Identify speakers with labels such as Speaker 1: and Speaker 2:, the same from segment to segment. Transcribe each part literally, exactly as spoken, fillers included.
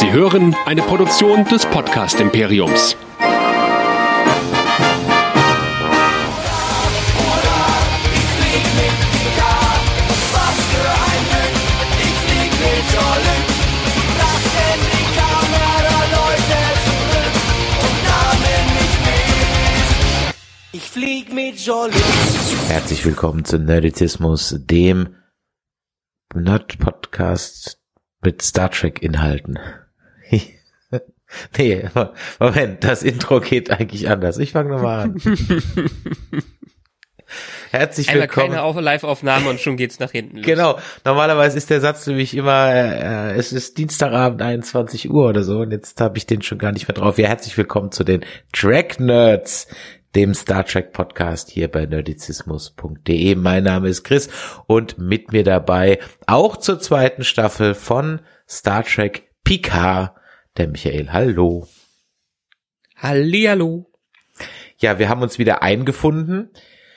Speaker 1: Sie hören eine Produktion des Podcast-Imperiums.
Speaker 2: Ich flieg mit Jolly.
Speaker 3: Herzlich willkommen zu Nerdizismus, dem Nerd-Podcast mit Star Trek-Inhalten. Nee, Moment, das Intro geht eigentlich anders. Ich fange nochmal an. Herzlich
Speaker 4: Einmal
Speaker 3: willkommen.
Speaker 4: keine Auf- Live-Aufnahme und schon geht's nach hinten los.
Speaker 3: Genau, normalerweise ist der Satz nämlich immer, äh, es ist Dienstagabend einundzwanzig Uhr oder so und jetzt habe ich den schon gar nicht mehr drauf. Ja, herzlich willkommen zu den Track Nerds, dem Star Trek Podcast hier bei nerdizismus punkt de. Mein Name ist Chris und mit mir dabei auch zur zweiten Staffel von Star Trek Picard, der Michael. Hallo.
Speaker 4: Hallihallo.
Speaker 3: Ja, wir haben uns wieder eingefunden.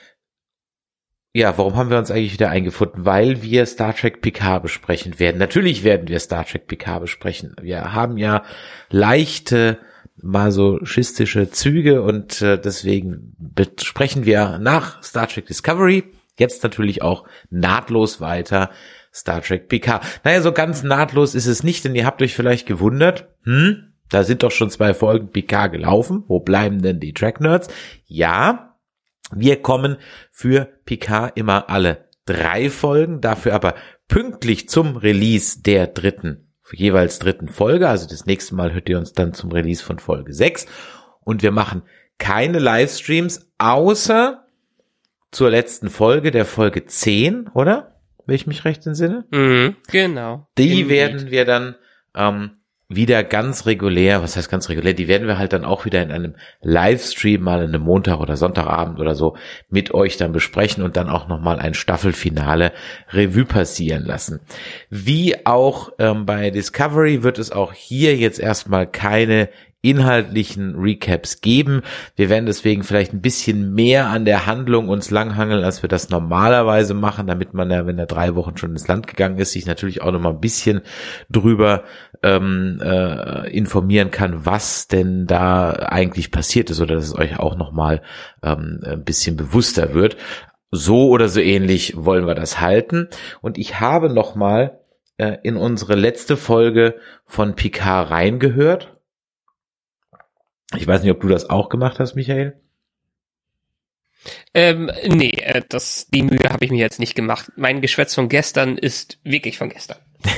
Speaker 3: Ja, warum haben wir uns eigentlich wieder eingefunden? Weil wir Star Trek Picard besprechen werden. Natürlich werden wir Star Trek Picard besprechen. Wir haben ja leichte masochistische Züge und äh, deswegen besprechen wir nach Star Trek Discovery jetzt natürlich auch nahtlos weiter Star Trek Picard. Naja, so ganz nahtlos ist es nicht, denn ihr habt euch vielleicht gewundert, hm, da sind doch schon zwei Folgen Picard gelaufen. Wo bleiben denn die Track-Nerds? Ja, wir kommen für Picard immer alle drei Folgen, dafür aber pünktlich zum Release der dritten jeweils dritten Folge, also das nächste Mal hört ihr uns dann zum Release von Folge sechs und wir machen keine Livestreams, außer zur letzten Folge, der Folge zehn, oder? Wenn ich mich recht entsinne?
Speaker 4: Mhm, genau.
Speaker 3: Die
Speaker 4: Indeed.
Speaker 3: werden wir dann ähm, wieder ganz regulär, was heißt ganz regulär, die werden wir halt dann auch wieder in einem Livestream mal an einem Montag oder Sonntagabend oder so mit euch dann besprechen und dann auch nochmal ein Staffelfinale Revue passieren lassen. Wie auch ähm, bei Discovery wird es auch hier jetzt erstmal keine inhaltlichen Recaps geben. Wir werden deswegen vielleicht ein bisschen mehr an der Handlung uns langhangeln, als wir das normalerweise machen, damit man ja, wenn er drei Wochen schon ins Land gegangen ist, sich natürlich auch noch mal ein bisschen drüber ähm, äh, informieren kann, was denn da eigentlich passiert ist, oder dass es euch auch noch mal ähm, ein bisschen bewusster wird. So oder so ähnlich wollen wir das halten. Und ich habe noch mal äh, in unsere letzte Folge von Picard reingehört. Ich weiß nicht, ob du das auch gemacht hast, Michael?
Speaker 4: Ähm, nee, äh, das, die Mühe habe ich mir jetzt nicht gemacht. Mein Geschwätz von gestern ist wirklich von gestern.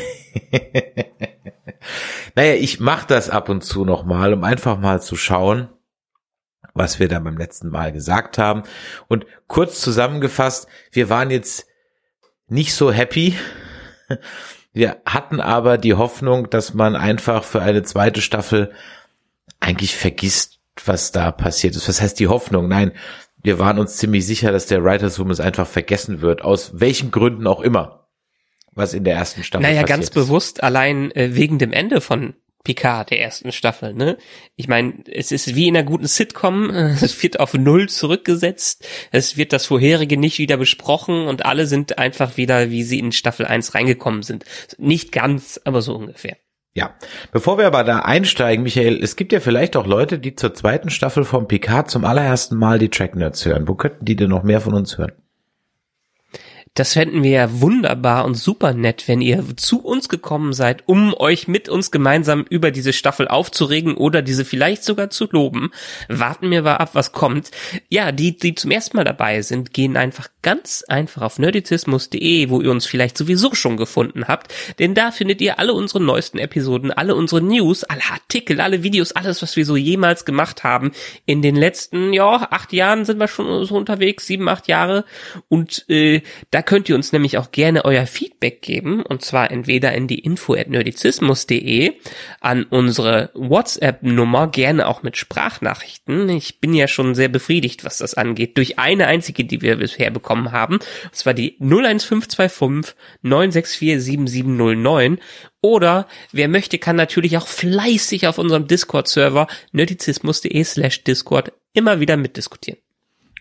Speaker 3: Naja, ich mache das ab und zu nochmal, um einfach mal zu schauen, was wir da beim letzten Mal gesagt haben. Und kurz zusammengefasst, wir waren jetzt nicht so happy. Wir hatten aber die Hoffnung, dass man einfach für eine zweite Staffel eigentlich vergisst, was da passiert ist. Was heißt die Hoffnung? Nein, wir waren uns ziemlich sicher, dass der Writers Room es einfach vergessen wird, aus welchen Gründen auch immer, was in der ersten Staffel
Speaker 4: naja,
Speaker 3: passiert
Speaker 4: ganz
Speaker 3: ist.
Speaker 4: bewusst allein äh, wegen dem Ende von Picard, der ersten Staffel, ne? Ich meine, es ist wie in einer guten Sitcom, es wird auf Null zurückgesetzt, es wird das Vorherige nicht wieder besprochen und alle sind einfach wieder, wie sie in Staffel eins reingekommen sind. Nicht ganz, aber so ungefähr.
Speaker 3: Ja, bevor wir aber da einsteigen, Michael, es gibt ja vielleicht auch Leute, die zur zweiten Staffel vom Picard zum allerersten Mal die Track Nerds hören. Wo könnten die denn noch mehr von uns hören?
Speaker 4: Das fänden wir ja wunderbar und super nett, wenn ihr zu uns gekommen seid, um euch mit uns gemeinsam über diese Staffel aufzuregen oder diese vielleicht sogar zu loben. Warten wir mal ab, was kommt. Ja, die, die zum ersten Mal dabei sind, gehen einfach ganz einfach auf nerdizismus punkt de, wo ihr uns vielleicht sowieso schon gefunden habt, denn da findet ihr alle unsere neuesten Episoden, alle unsere News, alle Artikel, alle Videos, alles, was wir so jemals gemacht haben. In den letzten, ja, acht Jahren sind wir schon so unterwegs, sieben, acht Jahre und äh, da könnt ihr uns nämlich auch gerne euer Feedback geben, und zwar entweder in die info at nerdizismus punkt de, an unsere WhatsApp-Nummer, gerne auch mit Sprachnachrichten. Ich bin ja schon sehr befriedigt, was das angeht, durch eine einzige, die wir bisher bekommen haben, und zwar die null eins fünf zwei fünf neun sechs vier sieben sieben null neun. Oder wer möchte, kann natürlich auch fleißig auf unserem Discord-Server nerdizismus punkt de slash Discord immer wieder mitdiskutieren.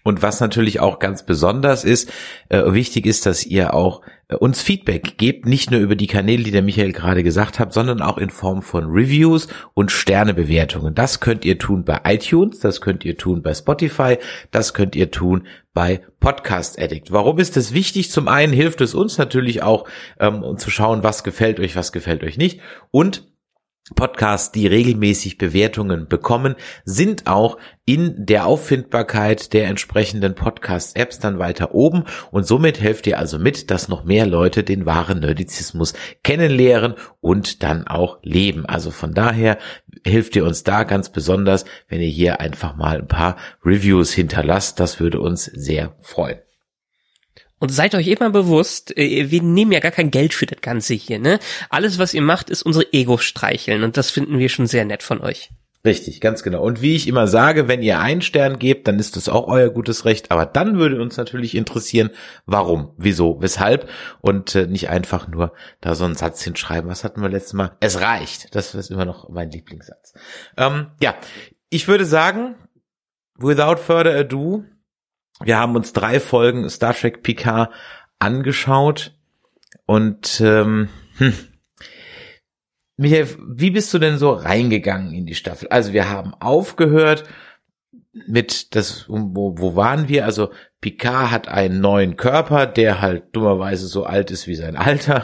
Speaker 3: Und was natürlich auch ganz besonders ist, äh, wichtig ist, dass ihr auch äh, uns Feedback gebt, nicht nur über die Kanäle, die der Michael gerade gesagt hat, sondern auch in Form von Reviews und Sternebewertungen. Das könnt ihr tun bei iTunes, das könnt ihr tun bei Spotify, das könnt ihr tun bei Podcast Addict. Warum ist das wichtig? Zum einen hilft es uns natürlich auch, ähm, um zu schauen, was gefällt euch, was gefällt euch nicht. Und Podcasts, die regelmäßig Bewertungen bekommen, sind auch in der Auffindbarkeit der entsprechenden Podcast-Apps dann weiter oben und somit helft ihr also mit, dass noch mehr Leute den wahren Nerdizismus kennenlernen und dann auch leben. Also von daher hilft ihr uns da ganz besonders, wenn ihr hier einfach mal ein paar Reviews hinterlasst. Das würde uns sehr freuen.
Speaker 4: Und seid euch immer bewusst, wir nehmen ja gar kein Geld für das Ganze hier, ne? Alles, was ihr macht, ist unsere Egos streicheln und das finden wir schon sehr nett von euch.
Speaker 3: Richtig, ganz genau. Und wie ich immer sage, wenn ihr einen Stern gebt, dann ist das auch euer gutes Recht. Aber dann würde uns natürlich interessieren, warum, wieso, weshalb und äh, nicht einfach nur da so einen Satz hinschreiben. Was hatten wir letztes Mal? Es reicht. Das ist immer noch mein Lieblingssatz. Ähm, ja, ich würde sagen, without further ado, wir haben uns drei Folgen Star Trek Picard angeschaut und ähm, hm. Michael, wie bist du denn so reingegangen in die Staffel? Also wir haben aufgehört mit das, wo, wo waren wir? Also Picard hat einen neuen Körper, der halt dummerweise so alt ist wie sein Alter.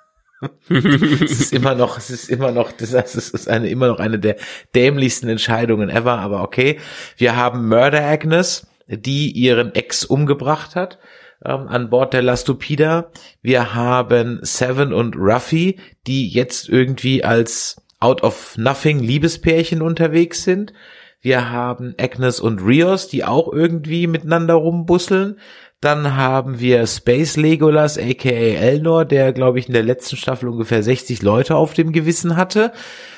Speaker 3: Es ist immer noch, es ist immer noch, das heißt, es ist eine immer noch eine der dämlichsten Entscheidungen ever, aber okay. Wir haben Murder Agnes, die ihren Ex umgebracht hat, ähm, an Bord der Lastopida. Wir haben Seven und Ruffy, die jetzt irgendwie als out of nothing Liebespärchen unterwegs sind. Wir haben Agnes und Rios, die auch irgendwie miteinander rumbusseln. Dann haben wir Space Legolas, aka Elnor, der, glaube ich, in der letzten Staffel ungefähr sechzig Leute auf dem Gewissen hatte.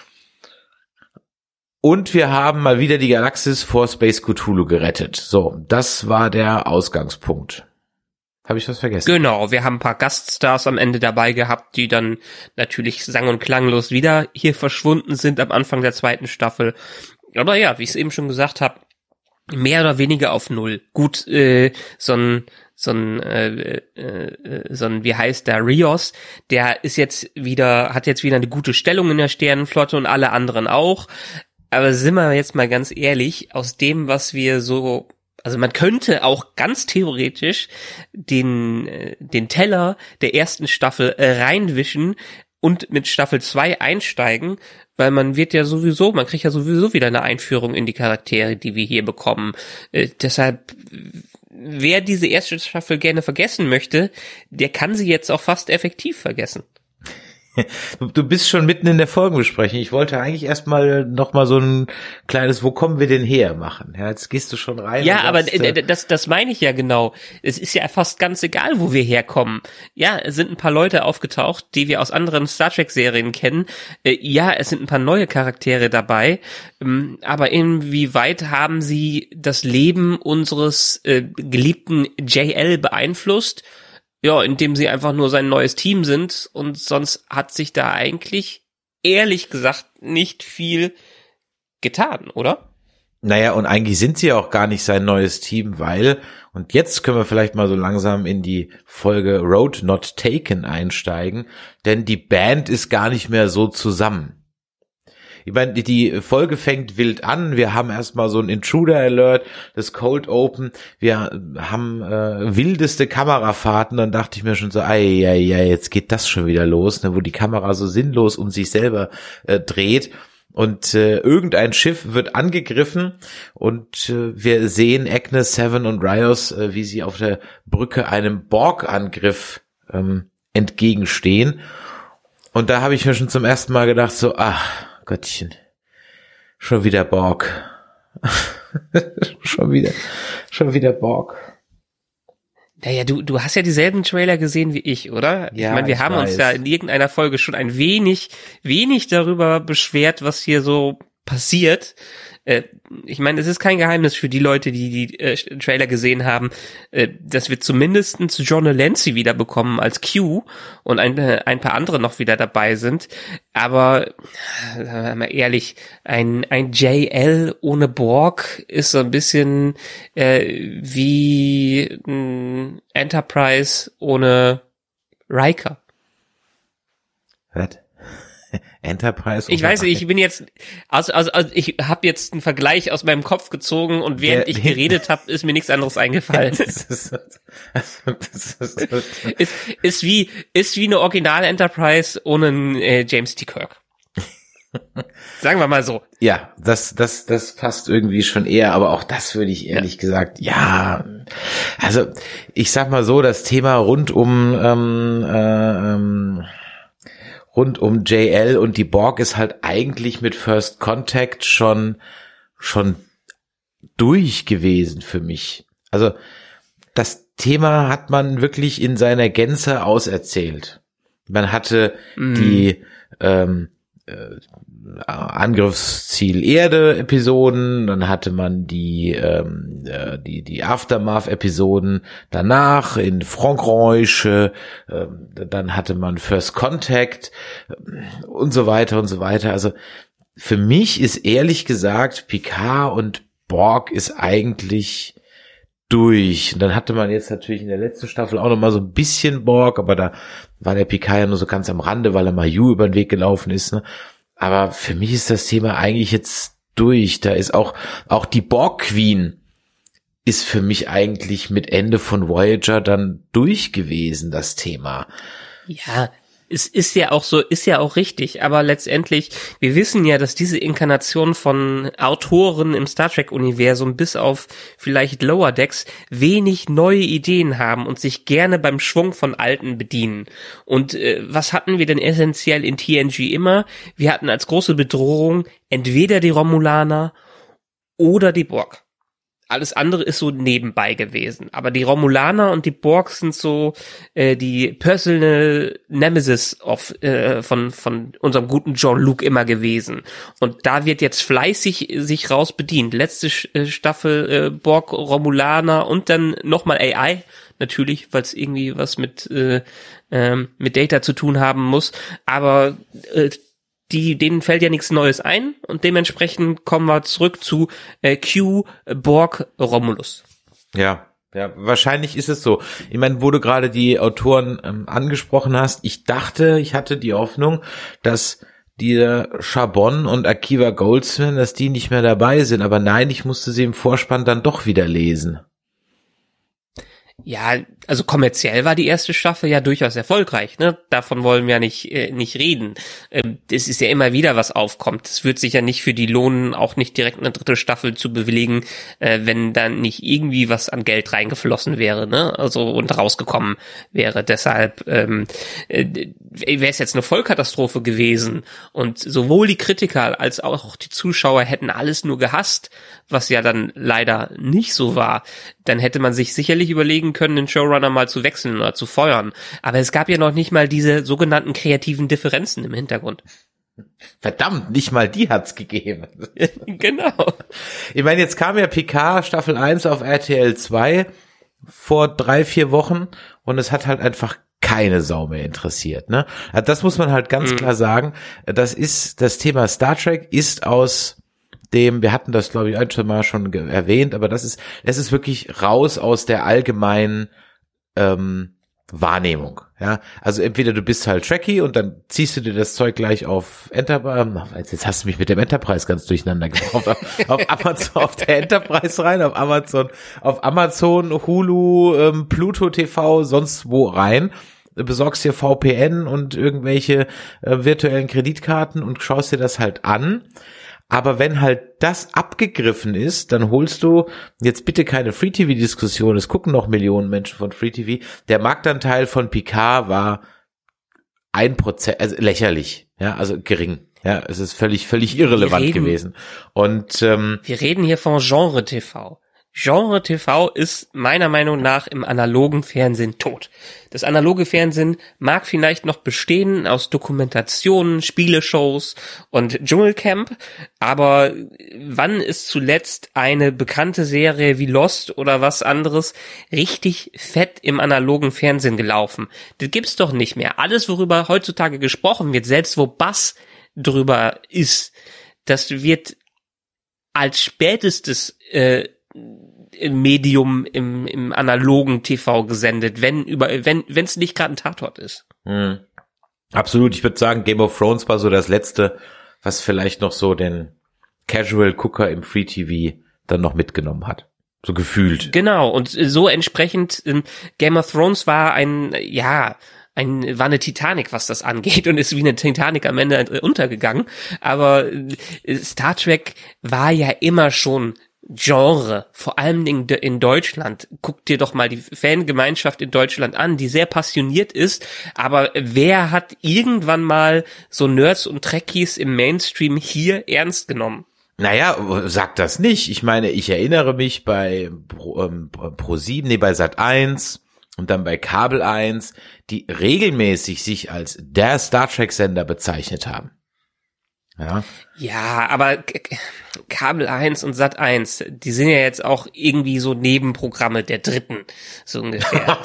Speaker 3: Und wir haben mal wieder die Galaxis vor Space Cthulhu gerettet. So, das war der Ausgangspunkt. Habe ich was vergessen?
Speaker 4: Genau, wir haben ein paar Gaststars am Ende dabei gehabt, die dann natürlich sang- und klanglos wieder hier verschwunden sind am Anfang der zweiten Staffel. Aber ja, wie ich es eben schon gesagt habe, mehr oder weniger auf Null. Gut, äh, so ein so ein äh, äh, so ein wie heißt der Rios, der ist jetzt wieder hat jetzt wieder eine gute Stellung in der Sternenflotte und alle anderen auch. Aber sind wir jetzt mal ganz ehrlich, aus dem, was wir so, also man könnte auch ganz theoretisch den den Teller der ersten Staffel reinwischen und mit Staffel zwei einsteigen, weil man wird ja sowieso, man kriegt ja sowieso wieder eine Einführung in die Charaktere, die wir hier bekommen. Äh, deshalb, wer diese erste Staffel gerne vergessen möchte, der kann sie jetzt auch fast effektiv vergessen.
Speaker 3: Du bist schon mitten in der Folgenbesprechung. Ich wollte eigentlich erstmal noch mal so ein kleines, wo kommen wir denn her machen? Ja, jetzt gehst du schon rein.
Speaker 4: Ja, aber
Speaker 3: sagst,
Speaker 4: äh, das, das meine ich ja genau. Es ist ja fast ganz egal, wo wir herkommen. Ja, es sind ein paar Leute aufgetaucht, die wir aus anderen Star Trek Serien kennen. Äh, ja, es sind ein paar neue Charaktere dabei. Ähm, aber inwieweit haben sie das Leben unseres äh, geliebten J L beeinflusst? Ja, indem sie einfach nur sein neues Team sind und sonst hat sich da eigentlich, ehrlich gesagt, nicht viel getan, oder?
Speaker 3: Naja, und eigentlich sind sie ja auch gar nicht sein neues Team, weil, und jetzt können wir vielleicht mal so langsam in die Folge Road Not Taken einsteigen, denn die Band ist gar nicht mehr so zusammen. Ich meine, die Folge fängt wild an. Wir haben erstmal so ein Intruder-Alert, das Cold Open. Wir haben äh, wildeste Kamerafahrten. Dann dachte ich mir schon so, ei, ei, ei, jetzt geht das schon wieder los, ne, wo die Kamera so sinnlos um sich selber äh, dreht. Und äh, irgendein Schiff wird angegriffen und äh, wir sehen Agnes, Seven und Rios, äh, wie sie auf der Brücke einem Borg-Angriff ähm, entgegenstehen. Und da habe ich mir schon zum ersten Mal gedacht, so, ach, Gottchen, schon wieder Borg. schon wieder, schon wieder Borg.
Speaker 4: Naja, du, du hast ja dieselben Trailer gesehen wie ich, oder?
Speaker 3: Ja,
Speaker 4: ich meine, wir
Speaker 3: ich
Speaker 4: haben
Speaker 3: weiß.
Speaker 4: uns ja in irgendeiner Folge schon ein wenig, wenig darüber beschwert, was hier so passiert. Äh, ich meine, es ist kein Geheimnis für die Leute, die die äh, Trailer gesehen haben, äh, dass wir zumindestens John Delancey wieder bekommen als Q und ein, ein paar andere noch wieder dabei sind. Aber, sagen wir mal ehrlich, ein, ein J L ohne Borg ist so ein bisschen äh, wie ein Enterprise ohne Riker.
Speaker 3: Was? Enterprise?
Speaker 4: Ich weiß nicht, ich bin jetzt, also, also, also ich habe jetzt einen Vergleich aus meinem Kopf gezogen und während
Speaker 3: Der,
Speaker 4: ich geredet habe, ist mir nichts anderes eingefallen.
Speaker 3: Das ist, das ist,
Speaker 4: ist, ist wie, ist wie eine Original Enterprise ohne einen, äh, James T. Kirk. Sagen wir mal so.
Speaker 3: Ja, das, das, das passt irgendwie schon eher, aber auch das würde ich ehrlich ja. gesagt, ja, also ich sag mal so, das Thema rund um ähm, äh, ähm, rund um J L und die Borg ist halt eigentlich mit First Contact schon schon durch gewesen für mich. Also das Thema hat man wirklich in seiner Gänze auserzählt. Man hatte mm. die ähm, äh, Angriffsziel Erde Episoden, dann hatte man die ähm, äh, die die Aftermath Episoden danach in Frankreich, äh, dann hatte man First Contact äh, und so weiter und so weiter. Also für mich ist ehrlich gesagt Picard und Borg ist eigentlich durch. Und dann hatte man jetzt natürlich in der letzten Staffel auch noch mal so ein bisschen Borg, aber da war der Picard ja nur so ganz am Rande, weil er Mayu über den Weg gelaufen ist, ne? Aber für mich ist das Thema eigentlich jetzt durch. Da ist auch, auch die Borg Queen ist für mich eigentlich mit Ende von Voyager dann durch gewesen, das Thema.
Speaker 4: Ja, es ist ja auch so, ist ja auch richtig, aber letztendlich, wir wissen ja, dass diese Inkarnation von Autoren im Star Trek-Universum bis auf vielleicht Lower Decks wenig neue Ideen haben und sich gerne beim Schwung von alten bedienen. Und äh, was hatten wir denn essentiell in T N G immer? Wir hatten als große Bedrohung entweder die Romulaner oder die Borg. Alles andere ist so nebenbei gewesen. Aber die Romulaner und die Borg sind so äh, die Personal Nemesis of, äh, von von unserem guten Jean-Luc immer gewesen. Und da wird jetzt fleißig sich raus bedient. Letzte Staffel äh, Borg, Romulaner und dann nochmal A I. Natürlich, weil es irgendwie was mit äh, äh, mit Data zu tun haben muss. Aber äh, Die, denen fällt ja nichts Neues ein und dementsprechend kommen wir zurück zu äh, Q, Borg, Romulus.
Speaker 3: Ja, ja, wahrscheinlich ist es so. Ich meine, wo du gerade die Autoren ähm, angesprochen hast, ich dachte, ich hatte die Hoffnung, dass die Chabon und Akiva Goldsman, dass die nicht mehr dabei sind, aber nein, ich musste sie im Vorspann dann doch wieder lesen.
Speaker 4: Ja, also kommerziell war die erste Staffel ja durchaus erfolgreich, ne? Davon wollen wir ja nicht äh, nicht reden. Ähm, es ist ja immer wieder was aufkommt. Es wird sich ja nicht für die lohnen, auch nicht direkt eine dritte Staffel zu bewilligen, äh, wenn dann nicht irgendwie was an Geld reingeflossen wäre, ne? Also und rausgekommen wäre. Deshalb ähm, äh, wäre es jetzt eine Vollkatastrophe gewesen und sowohl die Kritiker als auch die Zuschauer hätten alles nur gehasst, was ja dann leider nicht so war. Dann hätte man sich sicherlich überlegen können, den Showrunner mal zu wechseln oder zu feuern. Aber es gab ja noch nicht mal diese sogenannten kreativen Differenzen im Hintergrund.
Speaker 3: Verdammt, nicht mal die hat's gegeben.
Speaker 4: Genau.
Speaker 3: Ich meine, jetzt kam ja Picard Staffel eins auf R T L zwei vor drei, vier Wochen und es hat halt einfach keine Sau mehr interessiert, ne? Das muss man halt ganz mhm. klar sagen. Das ist, das Thema Star Trek ist aus dem, wir hatten das glaube ich ein, zwei Mal schon ge- erwähnt, aber das ist, es ist wirklich raus aus der allgemeinen ähm, Wahrnehmung, ja, also entweder du bist halt Trekkie und dann ziehst du dir das Zeug gleich auf Enterprise, jetzt hast du mich mit dem Enterprise ganz durcheinander gebracht, auf, auf Amazon, auf der Enterprise rein, auf Amazon, auf Amazon, Hulu, ähm, Pluto T V, sonst wo rein, besorgst dir V P N und irgendwelche äh, virtuellen Kreditkarten und schaust dir das halt an. Aber wenn halt das abgegriffen ist, dann holst du jetzt bitte keine Free-T V-Diskussion, es gucken noch Millionen Menschen von Free-T V. Der Marktanteil von Picard war ein Prozent, also lächerlich, ja, also gering. Ja, es ist völlig, völlig irrelevant
Speaker 4: reden,
Speaker 3: gewesen. Und ähm,
Speaker 4: wir reden hier von Genre-T V. Genre-T V ist meiner Meinung nach im analogen Fernsehen tot. Das analoge Fernsehen mag vielleicht noch bestehen aus Dokumentationen, Spieleshows und Dschungelcamp, aber wann ist zuletzt eine bekannte Serie wie Lost oder was anderes richtig fett im analogen Fernsehen gelaufen? Das gibt's doch nicht mehr. Alles, worüber heutzutage gesprochen wird, selbst wo Bass drüber ist, das wird als spätestes äh, Medium im, im analogen T V gesendet, wenn über wenn wenn es nicht gerade ein Tatort ist.
Speaker 3: Hm. Absolut, ich würde sagen, Game of Thrones war so das letzte, was vielleicht noch so den Casual Gucker im Free T V dann noch mitgenommen hat. So gefühlt.
Speaker 4: Genau, und so entsprechend Game of Thrones war ein, ja, ein, war eine Titanic, was das angeht, und ist wie eine Titanic am Ende untergegangen. Aber Star Trek war ja immer schon Genre, vor allen Dingen in Deutschland. Guck dir doch mal die Fangemeinschaft in Deutschland an, die sehr passioniert ist, aber wer hat irgendwann mal so Nerds und Trekkies im Mainstream hier ernst genommen?
Speaker 3: Naja, sag das nicht. Ich meine, ich erinnere mich bei Pro, ähm, Pro sieben, nee, bei Sat eins und dann bei Kabel eins, die regelmäßig sich als der Star Trek Sender bezeichnet haben. Ja.
Speaker 4: Ja, aber Kabel eins und Sat eins, die sind ja jetzt auch irgendwie so Nebenprogramme der Dritten, so ungefähr.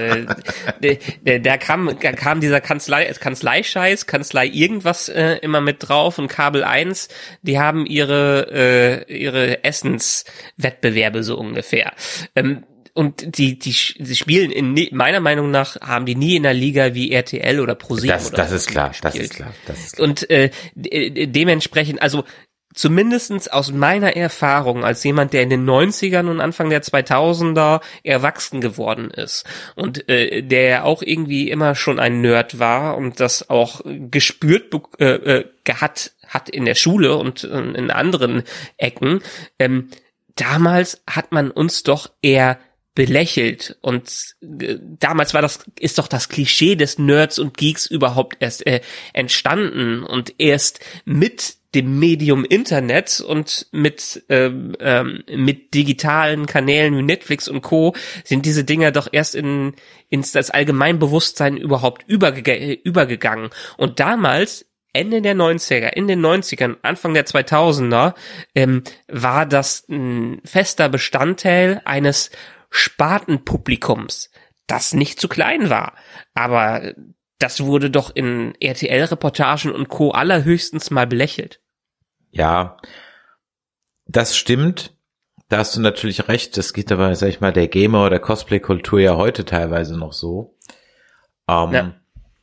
Speaker 4: äh, da kam, da kam dieser Kanzlei, Kanzleischeiß, Kanzlei irgendwas äh, immer mit drauf, und Kabel eins, die haben ihre, äh, ihre Essenswettbewerbe so ungefähr. Ähm, Und die, die, die spielen in, meiner Meinung nach, haben die nie in der Liga wie R T L oder ProSieben
Speaker 3: das,
Speaker 4: oder
Speaker 3: das
Speaker 4: so
Speaker 3: ist klar,
Speaker 4: gespielt.
Speaker 3: das ist klar, das ist klar.
Speaker 4: Und äh, dementsprechend, also zumindestens aus meiner Erfahrung als jemand, der in den neunzigern und Anfang der zweitausender erwachsen geworden ist und äh, der auch irgendwie immer schon ein Nerd war und das auch gespürt äh, äh, gehabt hat in der Schule und äh, in anderen Ecken, ähm, damals hat man uns doch eher belächelt, und äh, damals war das, ist doch das Klischee des Nerds und Geeks überhaupt erst äh, entstanden, und erst mit dem Medium Internet und mit ähm, ähm, mit digitalen Kanälen wie Netflix und Co. sind diese Dinger doch erst in ins das Allgemeinbewusstsein überhaupt überge- übergegangen. Und damals, Ende der neunziger, in den neunzigern, Anfang der zweitausender, ähm, war das ein fester Bestandteil eines Spartenpublikums, das nicht zu klein war. Aber das wurde doch in R T L-Reportagen und Co. allerhöchstens mal belächelt.
Speaker 3: Ja, das stimmt. Da hast du natürlich recht. Das geht aber, sag ich mal, der Gamer- oder Cosplay-Kultur ja heute teilweise noch so. Ähm, ja.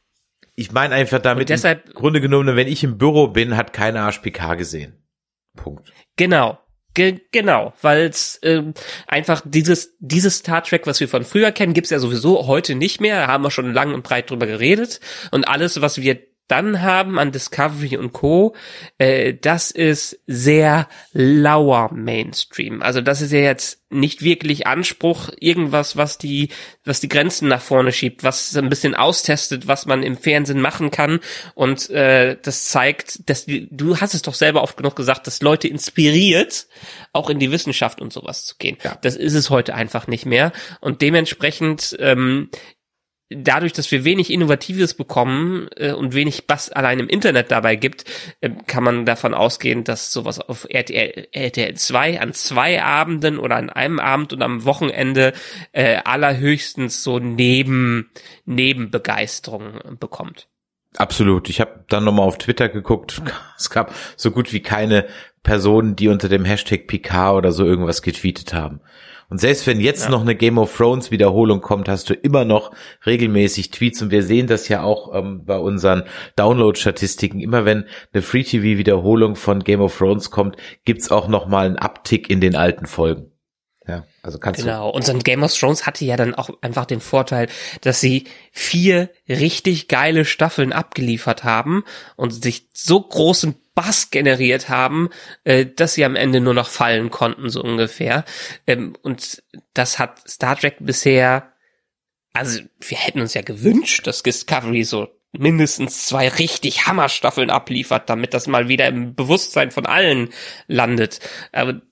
Speaker 3: Ich meine einfach damit, deshalb, im Grunde genommen, wenn ich im Büro bin, hat keiner Arsch P K gesehen. Punkt.
Speaker 4: Genau. Ge- genau, weil es ähm, einfach dieses dieses Star Trek, was wir von früher kennen, gibt's ja sowieso heute nicht mehr. Da haben wir schon lang und breit drüber geredet. Und alles, was wir dann haben an Discovery und Co., äh, das ist sehr lauer Mainstream. Also das ist ja jetzt nicht wirklich Anspruch, irgendwas, was die was die Grenzen nach vorne schiebt, was ein bisschen austestet, was man im Fernsehen machen kann. Und äh, das zeigt, dass die, du hast es doch selber oft genug gesagt, dass Leute inspiriert, auch in die Wissenschaft und sowas zu gehen. Ja. Das ist es heute einfach nicht mehr. Und dementsprechend ähm, dadurch, dass wir wenig Innovatives bekommen äh, und wenig Bass allein im Internet dabei gibt, äh, kann man davon ausgehen, dass sowas auf R T L, R T L zwei an zwei Abenden oder an einem Abend und am Wochenende äh, allerhöchstens so neben Nebenbegeisterung bekommt.
Speaker 3: Absolut. Ich habe dann nochmal auf Twitter geguckt. Es gab so gut wie keine Personen, die unter dem Hashtag P K oder so irgendwas getweetet haben. Und selbst wenn jetzt ja. noch eine Game of Thrones Wiederholung kommt, hast du immer noch regelmäßig Tweets, und wir sehen das ja auch ähm, bei unseren Download-Statistiken. Immer wenn eine Free-T V Wiederholung von Game of Thrones kommt, gibt's auch noch mal einen Uptick in den alten Folgen. Ja, also kannst
Speaker 4: genau. du. Genau. Und so ein Game of Thrones hatte ja dann auch einfach den Vorteil, dass sie vier richtig geile Staffeln abgeliefert haben und sich so großen Bass generiert haben, äh, dass sie am Ende nur noch fallen konnten, so ungefähr. Ähm, und das hat Star Trek bisher, also wir hätten uns ja gewünscht, dass Discovery so mindestens zwei richtig Hammerstaffeln abliefert, damit das mal wieder im Bewusstsein von allen landet. Aber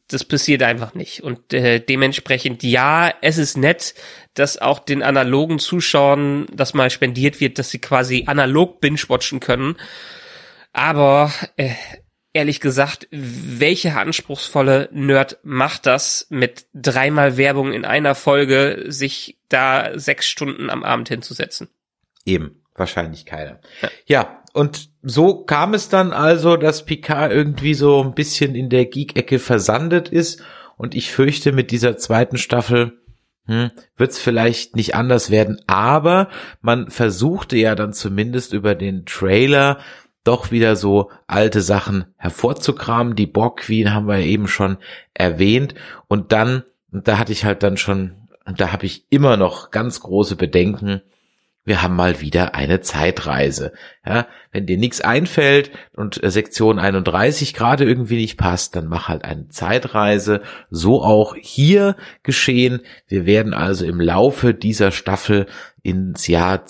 Speaker 4: das passiert einfach nicht. Und äh, dementsprechend, ja, es ist nett, dass auch den analogen Zuschauern das mal spendiert wird, dass sie quasi analog binge-watchen können. Aber äh, ehrlich gesagt, welche anspruchsvolle Nerd macht das, mit dreimal Werbung in einer Folge sich da sechs Stunden am Abend hinzusetzen?
Speaker 3: Eben, wahrscheinlich keiner. Ja, ja, und so kam es dann also, dass Picard irgendwie so ein bisschen in der Geek-Ecke versandet ist, und ich fürchte, mit dieser zweiten Staffel hm, wird es vielleicht nicht anders werden, aber man versuchte ja dann zumindest über den Trailer doch wieder so alte Sachen hervorzukramen. Die Borg Queen haben wir eben schon erwähnt, und dann, und da hatte ich halt dann schon, und da habe ich immer noch ganz große Bedenken, wir haben mal wieder eine Zeitreise. Ja, wenn dir nichts einfällt und Sektion einunddreißig gerade irgendwie nicht passt, dann mach halt eine Zeitreise. So auch hier geschehen. Wir werden also im Laufe dieser Staffel ins Jahr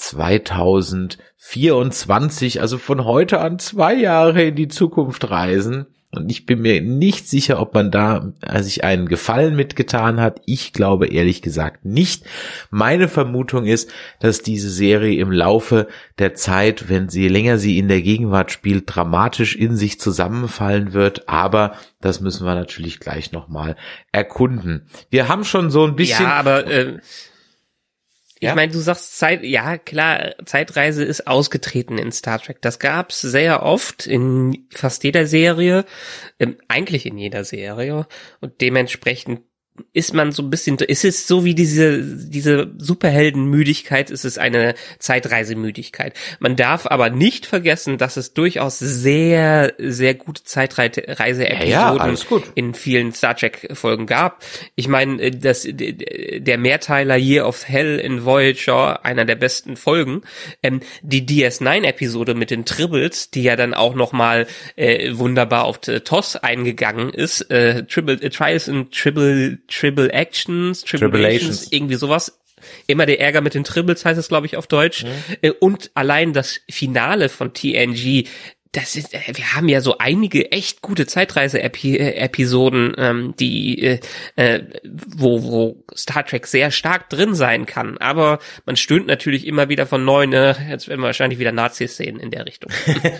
Speaker 3: zweitausendvierundzwanzig, also von heute an zwei Jahre in die Zukunft reisen. Und ich bin mir nicht sicher, ob man da sich einen Gefallen mitgetan hat. Ich glaube ehrlich gesagt nicht. Meine Vermutung ist, dass diese Serie im Laufe der Zeit, wenn sie länger sie in der Gegenwart spielt, dramatisch in sich zusammenfallen wird. Aber das müssen wir natürlich gleich nochmal erkunden. Wir haben schon so ein bisschen...
Speaker 4: Ja, aber... Äh Ich
Speaker 3: Ja?
Speaker 4: meine, du sagst Zeit, ja klar, Zeitreise ist ausgetreten in Star Trek. Das gab's sehr oft in fast jeder Serie, ähm, eigentlich in jeder Serie, und dementsprechend ist man so ein bisschen, ist es so wie diese diese Superheldenmüdigkeit, ist es eine Zeitreisemüdigkeit. Man darf aber nicht vergessen, dass es durchaus sehr, sehr gute Zeitreise-Episoden
Speaker 3: Ja, ja, alles gut.
Speaker 4: in vielen Star Trek-Folgen gab. Ich meine, das der Mehrteiler Year of Hell in Voyager, einer der besten Folgen, ähm, die D S neun Episode mit den Tribbles, die ja dann auch nochmal äh, wunderbar auf T O S eingegangen ist, äh, Tribble, äh, Trials and Tribble Tribble Actions, Tribulations, irgendwie sowas. Immer der Ärger mit den Tribbles heißt es, glaube ich, auf Deutsch. Mhm. Und allein das Finale von T N G, das ist, wir haben ja so einige echt gute Zeitreise-Episoden, ähm, die, äh, wo, wo Star Trek sehr stark drin sein kann. Aber man stöhnt natürlich immer wieder von neuen, äh, jetzt werden wir wahrscheinlich wieder Nazis sehen in der Richtung.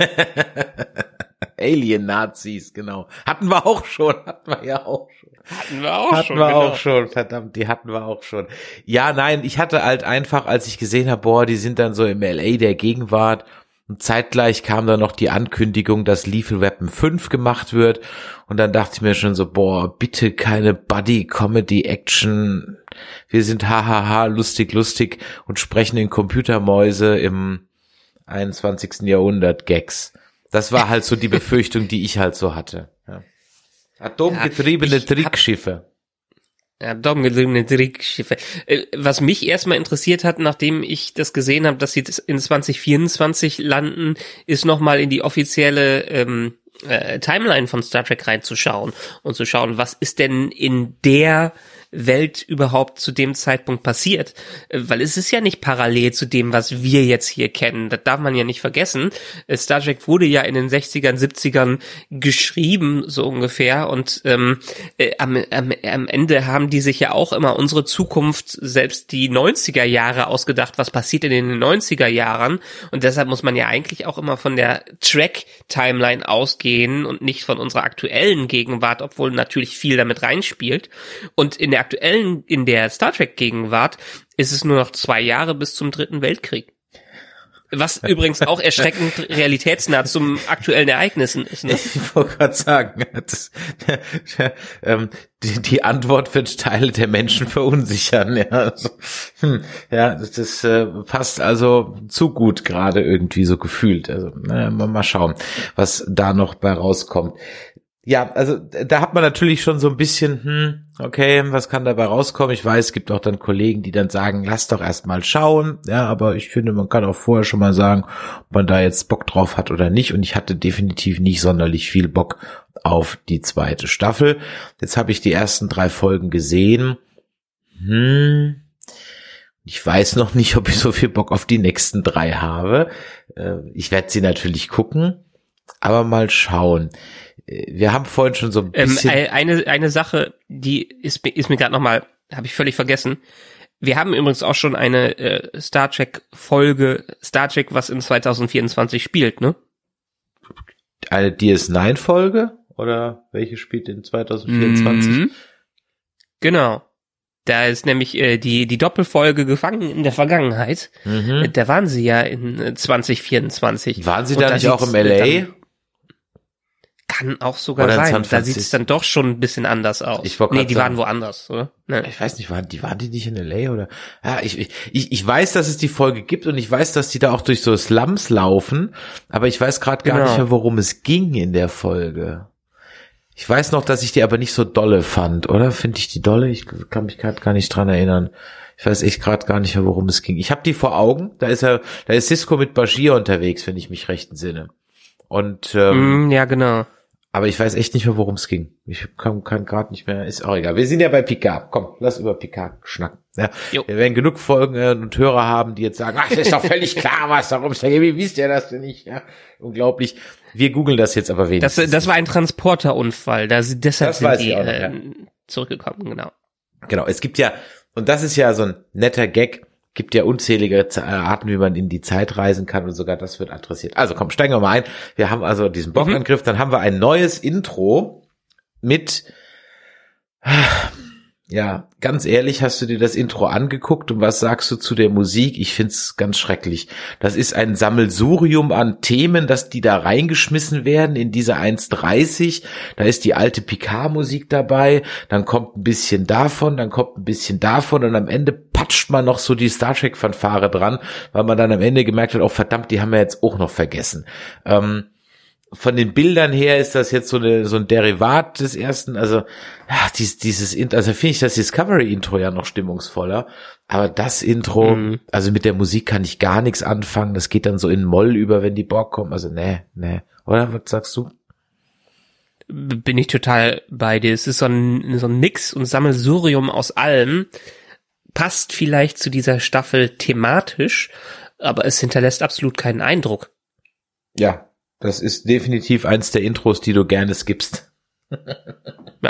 Speaker 3: Alien-Nazis, genau. Hatten wir auch schon, hatten wir ja auch schon.
Speaker 4: Hatten wir auch
Speaker 3: hatten
Speaker 4: schon.
Speaker 3: wir
Speaker 4: genau.
Speaker 3: auch schon, verdammt, die hatten wir auch schon. Ja, nein, ich hatte halt einfach, als ich gesehen habe, boah, die sind dann so im L A der Gegenwart, und zeitgleich kam dann noch die Ankündigung, dass Lethal Weapon fünf gemacht wird, und dann dachte ich mir schon so, boah, bitte keine Buddy-Comedy-Action, wir sind hahaha, lustig, lustig und sprechen in Computermäuse im einundzwanzigsten Jahrhundert Gags. Das war halt so die Befürchtung, die ich halt so hatte. Ja. Atomgetriebene ja, Trickschiffe.
Speaker 4: Atomgetriebene Trickschiffe. Was mich erstmal interessiert hat, nachdem ich das gesehen habe, dass sie in zwanzig vierundzwanzig landen, ist nochmal in die offizielle ähm, äh, Timeline von Star Trek reinzuschauen und zu schauen, was ist denn in der Welt überhaupt zu dem Zeitpunkt passiert, weil es ist ja nicht parallel zu dem, was wir jetzt hier kennen. Das darf man ja nicht vergessen. Star Trek wurde ja in den sechzigern, siebzigern geschrieben, so ungefähr, und ähm, äh, am, am, am Ende haben die sich ja auch immer unsere Zukunft, selbst die neunziger Jahre ausgedacht, was passiert in den neunziger Jahren, und deshalb muss man ja eigentlich auch immer von der Track-Timeline ausgehen und nicht von unserer aktuellen Gegenwart, obwohl natürlich viel damit reinspielt. Und in der aktuellen, in der Star Trek Gegenwart ist es nur noch zwei Jahre bis zum Dritten Weltkrieg. Was übrigens auch erschreckend realitätsnah zum aktuellen Ereignissen ist. Ne?
Speaker 3: Ich wollte gerade sagen, das, ähm, die, die Antwort wird Teile der Menschen verunsichern. Ja, also, hm, ja das, das äh, passt also zu gut gerade irgendwie so gefühlt. Also äh, mal schauen, was da noch bei rauskommt. Ja, also da hat man natürlich schon so ein bisschen, hm, okay, was kann dabei rauskommen? Ich weiß, es gibt auch dann Kollegen, die dann sagen, lass doch erst mal schauen. Ja, aber ich finde, man kann auch vorher schon mal sagen, ob man da jetzt Bock drauf hat oder nicht. Und ich hatte definitiv nicht sonderlich viel Bock auf die zweite Staffel. Jetzt habe ich die ersten drei Folgen gesehen. Hm, ich weiß noch nicht, ob ich so viel Bock auf die nächsten drei habe. Ich werde sie natürlich gucken, aber mal schauen. wir haben vorhin schon so ein bisschen...
Speaker 4: Ähm, eine, eine Sache, die ist, ist mir gerade nochmal, habe ich völlig vergessen. Wir haben übrigens auch schon eine äh, Star Trek-Folge, Star Trek, was in zwanzig vierundzwanzig spielt, ne?
Speaker 3: Eine D S neun Folge? Oder welche spielt in zwanzig vierundzwanzig? Mhm.
Speaker 4: Genau. Da ist nämlich äh, die die Doppelfolge Gefangen in der Vergangenheit. Mhm. Da waren sie ja in äh, zwanzig vierundzwanzig.
Speaker 3: Waren sie da nicht auch im L A?
Speaker 4: Kann auch sogar sein. Da sieht es dann doch schon ein bisschen anders aus.
Speaker 3: Ich
Speaker 4: nee, die
Speaker 3: sagen,
Speaker 4: waren woanders, oder? Nee.
Speaker 3: Ich weiß nicht, waren die, waren die nicht in L A oder? Ja, ich, ich, ich weiß, dass es die Folge gibt und ich weiß, dass die da auch durch so Slums laufen, aber ich weiß gerade gar genau. nicht mehr, worum es ging in der Folge. Ich weiß noch, dass ich die aber nicht so dolle fand, oder? Finde ich die dolle? Ich kann mich gerade gar nicht dran erinnern. Ich weiß echt gerade gar nicht mehr, worum es ging. Ich habe die vor Augen. Da ist er, da ist Sisko mit Bashir unterwegs, wenn ich mich recht entsinne. Und ähm,
Speaker 4: mm, ja, genau.
Speaker 3: Aber ich weiß echt nicht mehr, worum es ging. Ich kann, kann gerade nicht mehr. Ist auch egal. Wir sind ja bei Picard. Komm, lass über Picard schnacken. Ja, wir werden genug Folgen äh, und Hörer haben, die jetzt sagen, ach, das ist doch völlig klar, was darum ist. Wie wisst ihr das denn nicht? Ja, unglaublich. Wir googeln das jetzt aber wenigstens.
Speaker 4: Das, das war ein Transporterunfall. Da, deshalb
Speaker 3: das
Speaker 4: sind die
Speaker 3: noch,
Speaker 4: äh,
Speaker 3: ja.
Speaker 4: zurückgekommen, genau.
Speaker 3: Genau, es gibt ja, und das ist ja so ein netter Gag, gibt ja unzählige Arten, wie man in die Zeit reisen kann und sogar das wird adressiert. Also komm, steigen wir mal ein. Wir haben also diesen Bockangriff, mhm. Dann haben wir ein neues Intro mit, ja, ganz ehrlich, hast du dir das Intro angeguckt und was sagst du zu der Musik? Ich find's ganz schrecklich. Das ist ein Sammelsurium an Themen, dass die da reingeschmissen werden in diese eins dreißig. Da ist die alte Picard-Musik dabei, dann kommt ein bisschen davon, dann kommt ein bisschen davon und am Ende patscht man noch so die Star Trek-Fanfare dran, weil man dann am Ende gemerkt hat, oh verdammt, die haben wir jetzt auch noch vergessen. Ähm, Von den Bildern her ist das jetzt so eine so ein Derivat des ersten, also ja, dieses dieses also finde ich das Discovery Intro ja noch stimmungsvoller, aber das Intro, mhm. also mit der Musik kann ich gar nichts anfangen, das geht dann so in Moll über, wenn die Borg kommen, also nee, nee, oder was sagst du?
Speaker 4: Bin ich total bei dir. Es ist so ein so ein Mix und Sammelsurium aus allem, passt vielleicht zu dieser Staffel thematisch, aber es hinterlässt absolut keinen Eindruck.
Speaker 3: Ja. Das ist definitiv eins der Intros, die du gerne skippst.
Speaker 4: Ja.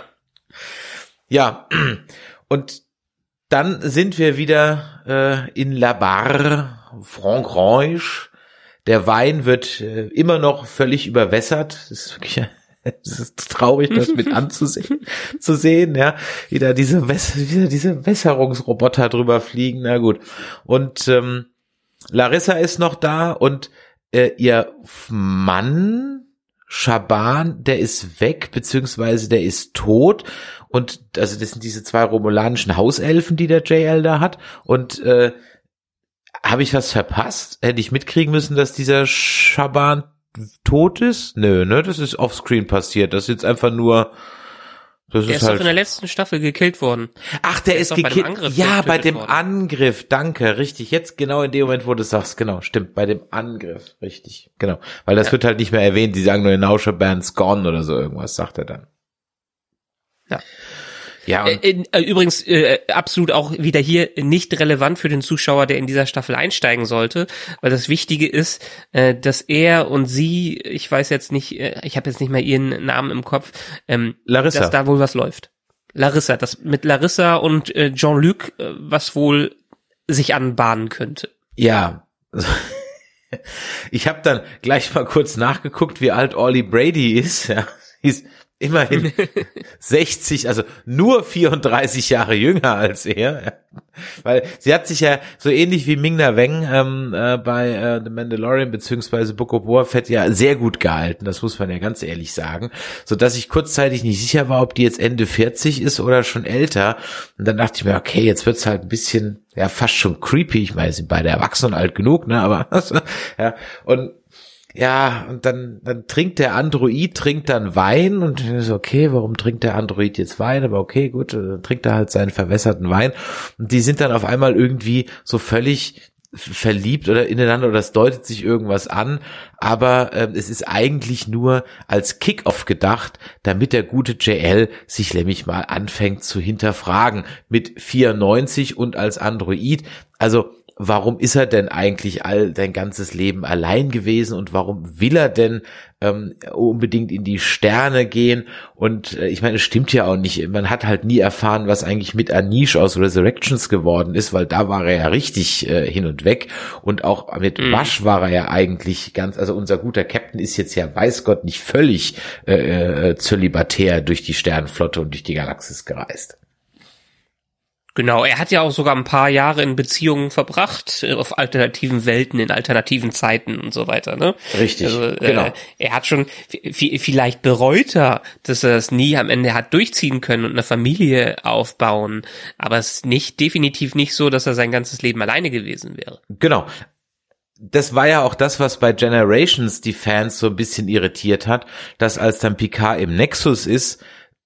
Speaker 3: Ja, und dann sind wir wieder äh, in La Barre, Frankreich. Der Wein wird äh, immer noch völlig überwässert. Das ist wirklich, das ist traurig, das mit anzusehen, zu sehen, ja, wie da diese, Wäs- wieder diese Wässerungsroboter drüber fliegen. Na gut. Und ähm, Larissa ist noch da und ihr Mann, Shaban, der ist weg, beziehungsweise der ist tot. Und also das sind diese zwei romulanischen Hauselfen, die der J L da hat. Und äh, habe ich was verpasst? Hätte ich mitkriegen müssen, dass dieser Shaban tot ist? Nö, ne, das ist offscreen passiert. Das ist jetzt einfach nur... Das
Speaker 4: der
Speaker 3: ist,
Speaker 4: ist
Speaker 3: halt
Speaker 4: doch in der letzten Staffel gekillt worden.
Speaker 3: Ach, der, der ist, ist gekillt. Ja, bei dem worden. Angriff, danke, richtig. Jetzt genau in dem Moment, wo du sagst, genau, stimmt, bei dem Angriff, richtig, genau. Weil das ja. wird halt nicht mehr erwähnt, die sagen nur, Nausche Band's gone oder so irgendwas, sagt er dann.
Speaker 4: Ja.
Speaker 3: Ja, und
Speaker 4: äh, äh, übrigens äh, absolut auch wieder hier nicht relevant für den Zuschauer, der in dieser Staffel einsteigen sollte, weil das Wichtige ist, äh, dass er und sie, ich weiß jetzt nicht, äh, ich habe jetzt nicht mehr ihren Namen im Kopf, ähm,
Speaker 3: Larissa.
Speaker 4: dass da wohl was läuft. Larissa, das mit Larissa und äh, Jean-Luc, äh, was wohl sich anbahnen könnte.
Speaker 3: Ja. Ich habe dann gleich mal kurz nachgeguckt, wie alt Orly Brady ist. Ja, ist immerhin sechzig, also nur vierunddreißig Jahre jünger als er, ja. Weil sie hat sich ja so ähnlich wie Ming-Na Wen ähm, äh, bei äh, The Mandalorian beziehungsweise Book of Boba Fett ja sehr gut gehalten, das muss man ja ganz ehrlich sagen, so dass ich kurzzeitig nicht sicher war, ob die jetzt Ende vierzig ist oder schon älter. Und dann dachte ich mir, okay, jetzt wird's halt ein bisschen, ja, fast schon creepy. Ich meine, sie sind beide erwachsen und alt genug, ne, aber ja, und ja, und dann, dann trinkt der Android, trinkt dann Wein und ist okay, warum trinkt der Android jetzt Wein? Aber okay, gut, dann trinkt er halt seinen verwässerten Wein. Und die sind dann auf einmal irgendwie so völlig verliebt oder ineinander oder es deutet sich irgendwas an, aber äh, es ist eigentlich nur als Kick-Off gedacht, damit der gute J L sich nämlich mal anfängt zu hinterfragen mit vierundneunzig und als Android. Also warum ist er denn eigentlich all sein ganzes Leben allein gewesen und warum will er denn ähm, unbedingt in die Sterne gehen? Und äh, ich meine, es stimmt ja auch nicht. Man hat halt nie erfahren, was eigentlich mit Anish aus Resurrections geworden ist, weil da war er ja richtig äh, hin und weg. Und auch mit mhm. Vash war er ja eigentlich ganz, also unser guter Captain ist jetzt ja, weiß Gott, nicht völlig äh, äh, zölibatär durch die Sternenflotte und durch die Galaxis gereist.
Speaker 4: Genau, er hat ja auch sogar ein paar Jahre in Beziehungen verbracht, auf alternativen Welten, in alternativen Zeiten und so weiter, ne?
Speaker 3: Richtig,
Speaker 4: also,
Speaker 3: genau.
Speaker 4: Äh, er hat schon, vielleicht bereut er, dass er es nie am Ende hat durchziehen können und eine Familie aufbauen, aber es ist nicht, definitiv nicht so, dass er sein ganzes Leben alleine gewesen wäre.
Speaker 3: Genau. Das war ja auch das, was bei Generations die Fans so ein bisschen irritiert hat, dass als dann Picard im Nexus ist,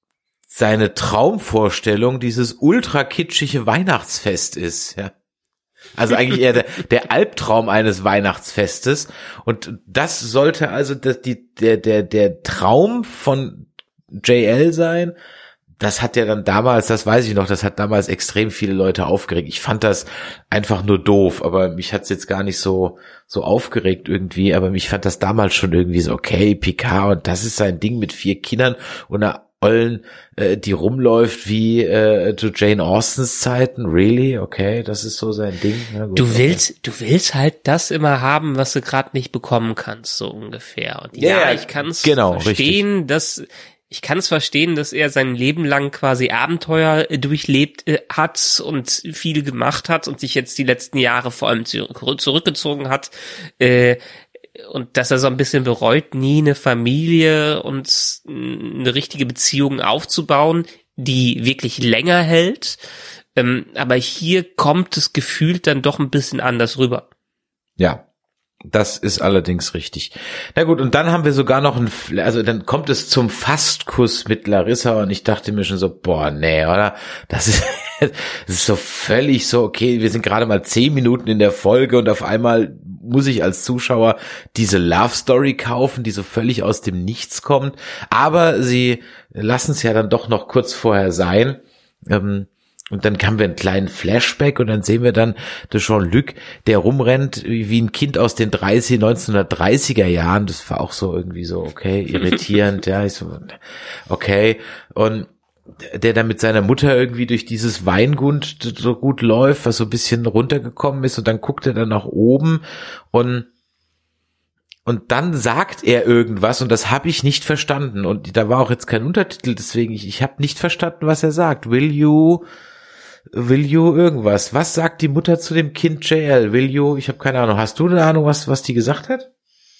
Speaker 3: seine Traumvorstellung dieses ultra kitschige Weihnachtsfest ist, ja. Also eigentlich eher der, der Albtraum eines Weihnachtsfestes. Und das sollte also das, die, der, der, der Traum von J L sein. Das hat ja dann damals, das weiß ich noch, das hat damals extrem viele Leute aufgeregt. Ich fand das einfach nur doof, aber mich hat's jetzt gar nicht so, so aufgeregt irgendwie. Aber mich fand das damals schon irgendwie so, okay, Picard, und das ist sein Ding mit vier Kindern und einer Ollen, äh, die rumläuft wie äh, zu Jane Austens Zeiten. Really? Okay, das ist so sein Ding. Na gut,
Speaker 4: du willst,
Speaker 3: okay.
Speaker 4: du willst halt das immer haben, was du gerade nicht bekommen kannst, so ungefähr. Und ja,
Speaker 3: ja,
Speaker 4: ich kann es
Speaker 3: genau,
Speaker 4: verstehen,
Speaker 3: richtig.
Speaker 4: dass ich kann es verstehen, dass er sein Leben lang quasi Abenteuer äh, durchlebt äh, hat und viel gemacht hat und sich jetzt die letzten Jahre vor allem zu, zurückgezogen hat. Äh, Und dass er so ein bisschen bereut, nie eine Familie und eine richtige Beziehung aufzubauen, die wirklich länger hält. Ähm, aber hier kommt es gefühlt dann doch ein bisschen anders rüber.
Speaker 3: Ja, das ist allerdings richtig. Na gut, und dann haben wir sogar noch ein, also dann kommt es zum Fastkuss mit Larissa und ich dachte mir schon so, boah, nee, oder? Das ist, das ist so völlig so, okay, wir sind gerade mal zehn Minuten in der Folge und auf einmal muss ich als Zuschauer diese Love Story kaufen, die so völlig aus dem Nichts kommt. Aber sie lassen es ja dann doch noch kurz vorher sein. Ähm, Und dann haben wir einen kleinen Flashback und dann sehen wir dann den Jean-Luc, der rumrennt wie ein Kind aus den dreißig, neunzehnhundertdreißiger Jahren. Das war auch so irgendwie so, okay, irritierend, ja, ich so, okay. Und der dann mit seiner Mutter irgendwie durch dieses Weingut so gut läuft, was so ein bisschen runtergekommen ist und dann guckt er dann nach oben und Und dann sagt er irgendwas und das habe ich nicht verstanden. Und da war auch jetzt kein Untertitel, deswegen ich, ich habe nicht verstanden, was er sagt. Will you, will you irgendwas? Was sagt die Mutter zu dem Kind J L? Will you, ich habe keine Ahnung. Hast du eine Ahnung, was was die gesagt hat?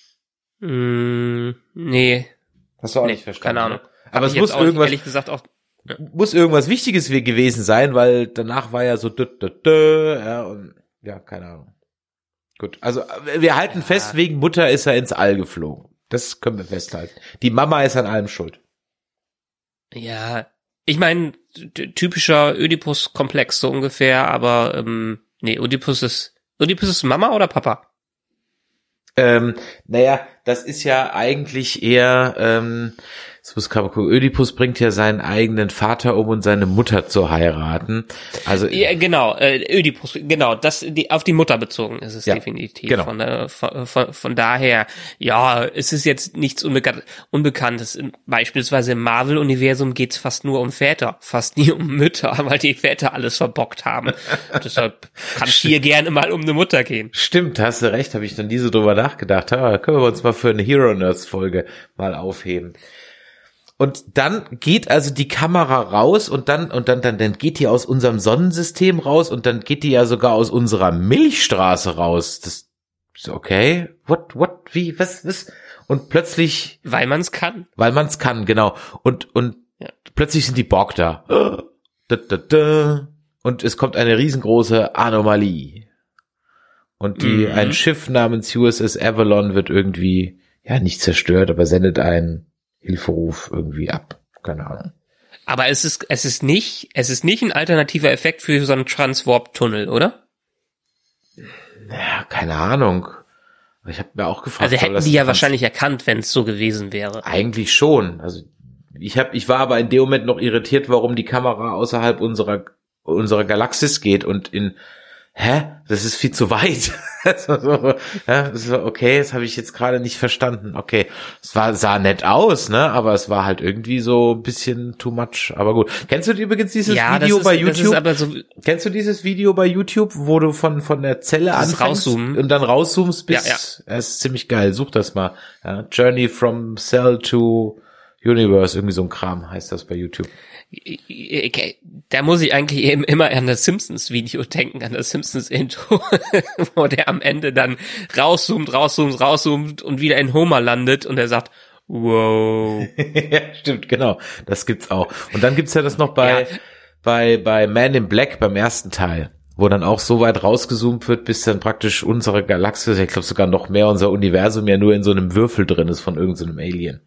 Speaker 4: Mm, nee.
Speaker 3: Hast du auch
Speaker 4: nee,
Speaker 3: nicht verstanden?
Speaker 4: Keine Ahnung.
Speaker 3: Aber
Speaker 4: Hab
Speaker 3: es muss irgendwas,
Speaker 4: ehrlich gesagt auch, ja.
Speaker 3: muss irgendwas Wichtiges gewesen sein, weil danach war ja so, dü, dü, dü, ja, und, ja, keine Ahnung. Gut, also wir halten ja. fest, wegen Mutter ist er ins All geflogen. Das können wir festhalten. Die Mama ist an allem schuld.
Speaker 4: Ja, ich meine, typischer Ödipus-Komplex so ungefähr, aber ähm, nee, Ödipus ist, Ödipus ist Mama oder Papa?
Speaker 3: Ähm, naja, das ist ja eigentlich eher, ähm, das muss gerade mal gucken, Ödipus bringt ja seinen eigenen Vater um und seine Mutter zu heiraten. Also
Speaker 4: ja, genau, äh, Ödipus, genau, das die auf die Mutter bezogen ist es ja, definitiv.
Speaker 3: Genau.
Speaker 4: Von, äh, von, von, von daher, ja, es ist jetzt nichts Unbekan- Unbekanntes. Beispielsweise im Marvel-Universum geht's fast nur um Väter, fast nie um Mütter, weil die Väter alles verbockt haben. Deshalb kann es hier gerne mal um eine Mutter gehen.
Speaker 3: Stimmt, hast du recht, habe ich noch nie so drüber nachgedacht. Ja, können wir uns mal für eine Hero Nerds Folge mal aufheben. Und dann geht also die Kamera raus und dann und dann dann dann geht die aus unserem Sonnensystem raus und dann geht die ja sogar aus unserer Milchstraße raus. Das ist okay. What what wie was was und plötzlich
Speaker 4: weil man es kann.
Speaker 3: Weil man es kann, genau. Und und ja. plötzlich sind die Borg da. Da, da, da. Und es kommt eine riesengroße Anomalie. Und die mhm. ein Schiff namens U S S Avalon wird irgendwie ja nicht zerstört, aber sendet einen Hilferuf irgendwie ab. Keine Ahnung.
Speaker 4: Aber es ist, es ist nicht, es ist nicht ein alternativer Effekt für so einen Transwarp-Tunnel, oder?
Speaker 3: Ja, keine Ahnung. Ich habe mir auch gefragt.
Speaker 4: Also hätten die ja wahrscheinlich erkannt, wenn es so gewesen wäre.
Speaker 3: Eigentlich schon. Also ich habe, ich war aber in dem Moment noch irritiert, warum die Kamera außerhalb unserer unserer Galaxis geht und in hä, das ist viel zu weit. so, so, ja, das war okay, das habe ich jetzt gerade nicht verstanden. Okay, es war sah nett aus, ne, aber es war halt irgendwie so ein bisschen too much. Aber gut. Kennst du übrigens dieses
Speaker 4: ja,
Speaker 3: Video
Speaker 4: ist,
Speaker 3: bei YouTube?
Speaker 4: Das ist aber so,
Speaker 3: Kennst du dieses Video bei YouTube, wo du von von der Zelle anfängst
Speaker 4: rauszoomen.
Speaker 3: und dann rauszoomst bis?
Speaker 4: Ja, ja.
Speaker 3: Das ist ziemlich geil. Such das mal. Ja, Journey from Cell to Universe, irgendwie so ein Kram heißt das bei YouTube.
Speaker 4: Okay. Da muss ich eigentlich eben immer an das Simpsons-Video denken, an das Simpsons-Intro, wo der am Ende dann rauszoomt, rauszoomt, rauszoomt und wieder in Homer landet und er sagt, wow.
Speaker 3: Ja, stimmt, genau. Das gibt's auch. Und dann gibt's ja das noch bei,
Speaker 4: ja.
Speaker 3: bei, bei Man in Black beim ersten Teil, wo dann auch so weit rausgezoomt wird, bis dann praktisch unsere Galaxie, ich glaube sogar noch mehr, unser Universum ja nur in so einem Würfel drin ist von irgendeinem so Alien.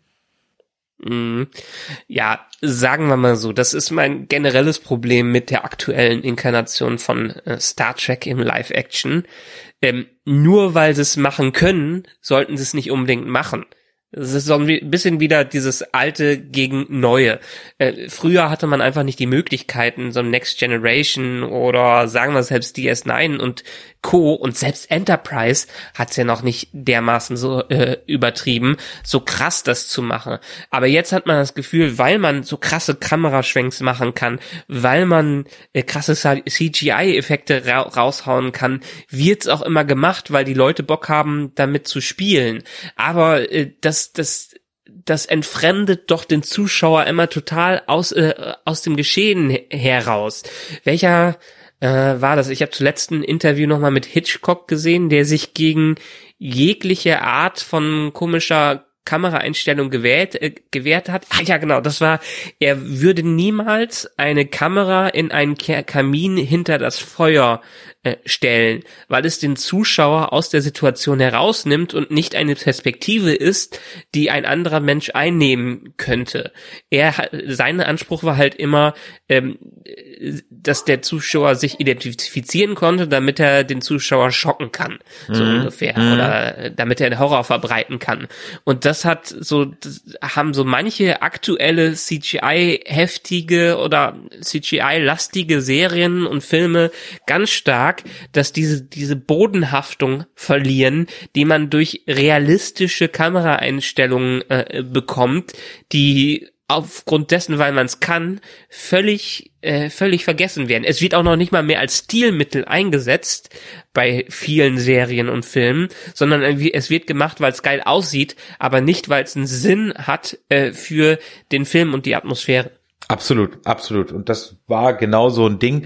Speaker 4: Ja, sagen wir mal so, das ist mein generelles Problem mit der aktuellen Inkarnation von äh, Star Trek im Live-Action. Ähm, nur weil sie es machen können, sollten sie es nicht unbedingt machen. Es ist so ein bisschen wieder dieses Alte gegen Neue. Äh, früher hatte man einfach nicht die Möglichkeiten, so Next Generation oder sagen wir selbst D S neun und Co. und selbst Enterprise hat's ja noch nicht dermaßen so äh, übertrieben, so krass das zu machen. Aber jetzt hat man das Gefühl, weil man so krasse Kameraschwenks machen kann, weil man äh, krasse C G I-Effekte ra- raushauen kann, wird's auch immer gemacht, weil die Leute Bock haben, damit zu spielen. Aber äh, das das das entfremdet doch den Zuschauer immer total aus äh, aus dem Geschehen heraus. Welcher äh, war das? Ich habe zuletzt ein Interview nochmal mit Hitchcock gesehen, der sich gegen jegliche Art von komischer Kameraeinstellung gewählt, äh, gewährt hat. Ah ja, genau, das war, er würde niemals eine Kamera in einen K- Kamin hinter das Feuer äh, stellen, weil es den Zuschauer aus der Situation herausnimmt und nicht eine Perspektive ist, die ein anderer Mensch einnehmen könnte. Er, sein Anspruch war halt immer, ähm, dass der Zuschauer sich identifizieren konnte, damit er den Zuschauer schocken kann, so
Speaker 3: mhm.
Speaker 4: ungefähr,
Speaker 3: mhm.
Speaker 4: oder damit er den Horror verbreiten kann. Und das hat so, das haben so manche aktuelle C G I-heftige oder C G I-lastige Serien und Filme ganz stark, dass diese diese Bodenhaftung verlieren, die man durch realistische Kameraeinstellungen äh, bekommt, die aufgrund dessen, weil man es kann, völlig äh, völlig vergessen werden. Es wird auch noch nicht mal mehr als Stilmittel eingesetzt bei vielen Serien und Filmen, sondern es wird gemacht, weil es geil aussieht, aber nicht, weil es einen Sinn hat äh, für den Film und die Atmosphäre.
Speaker 3: Absolut, absolut. Und das war genau so ein Ding.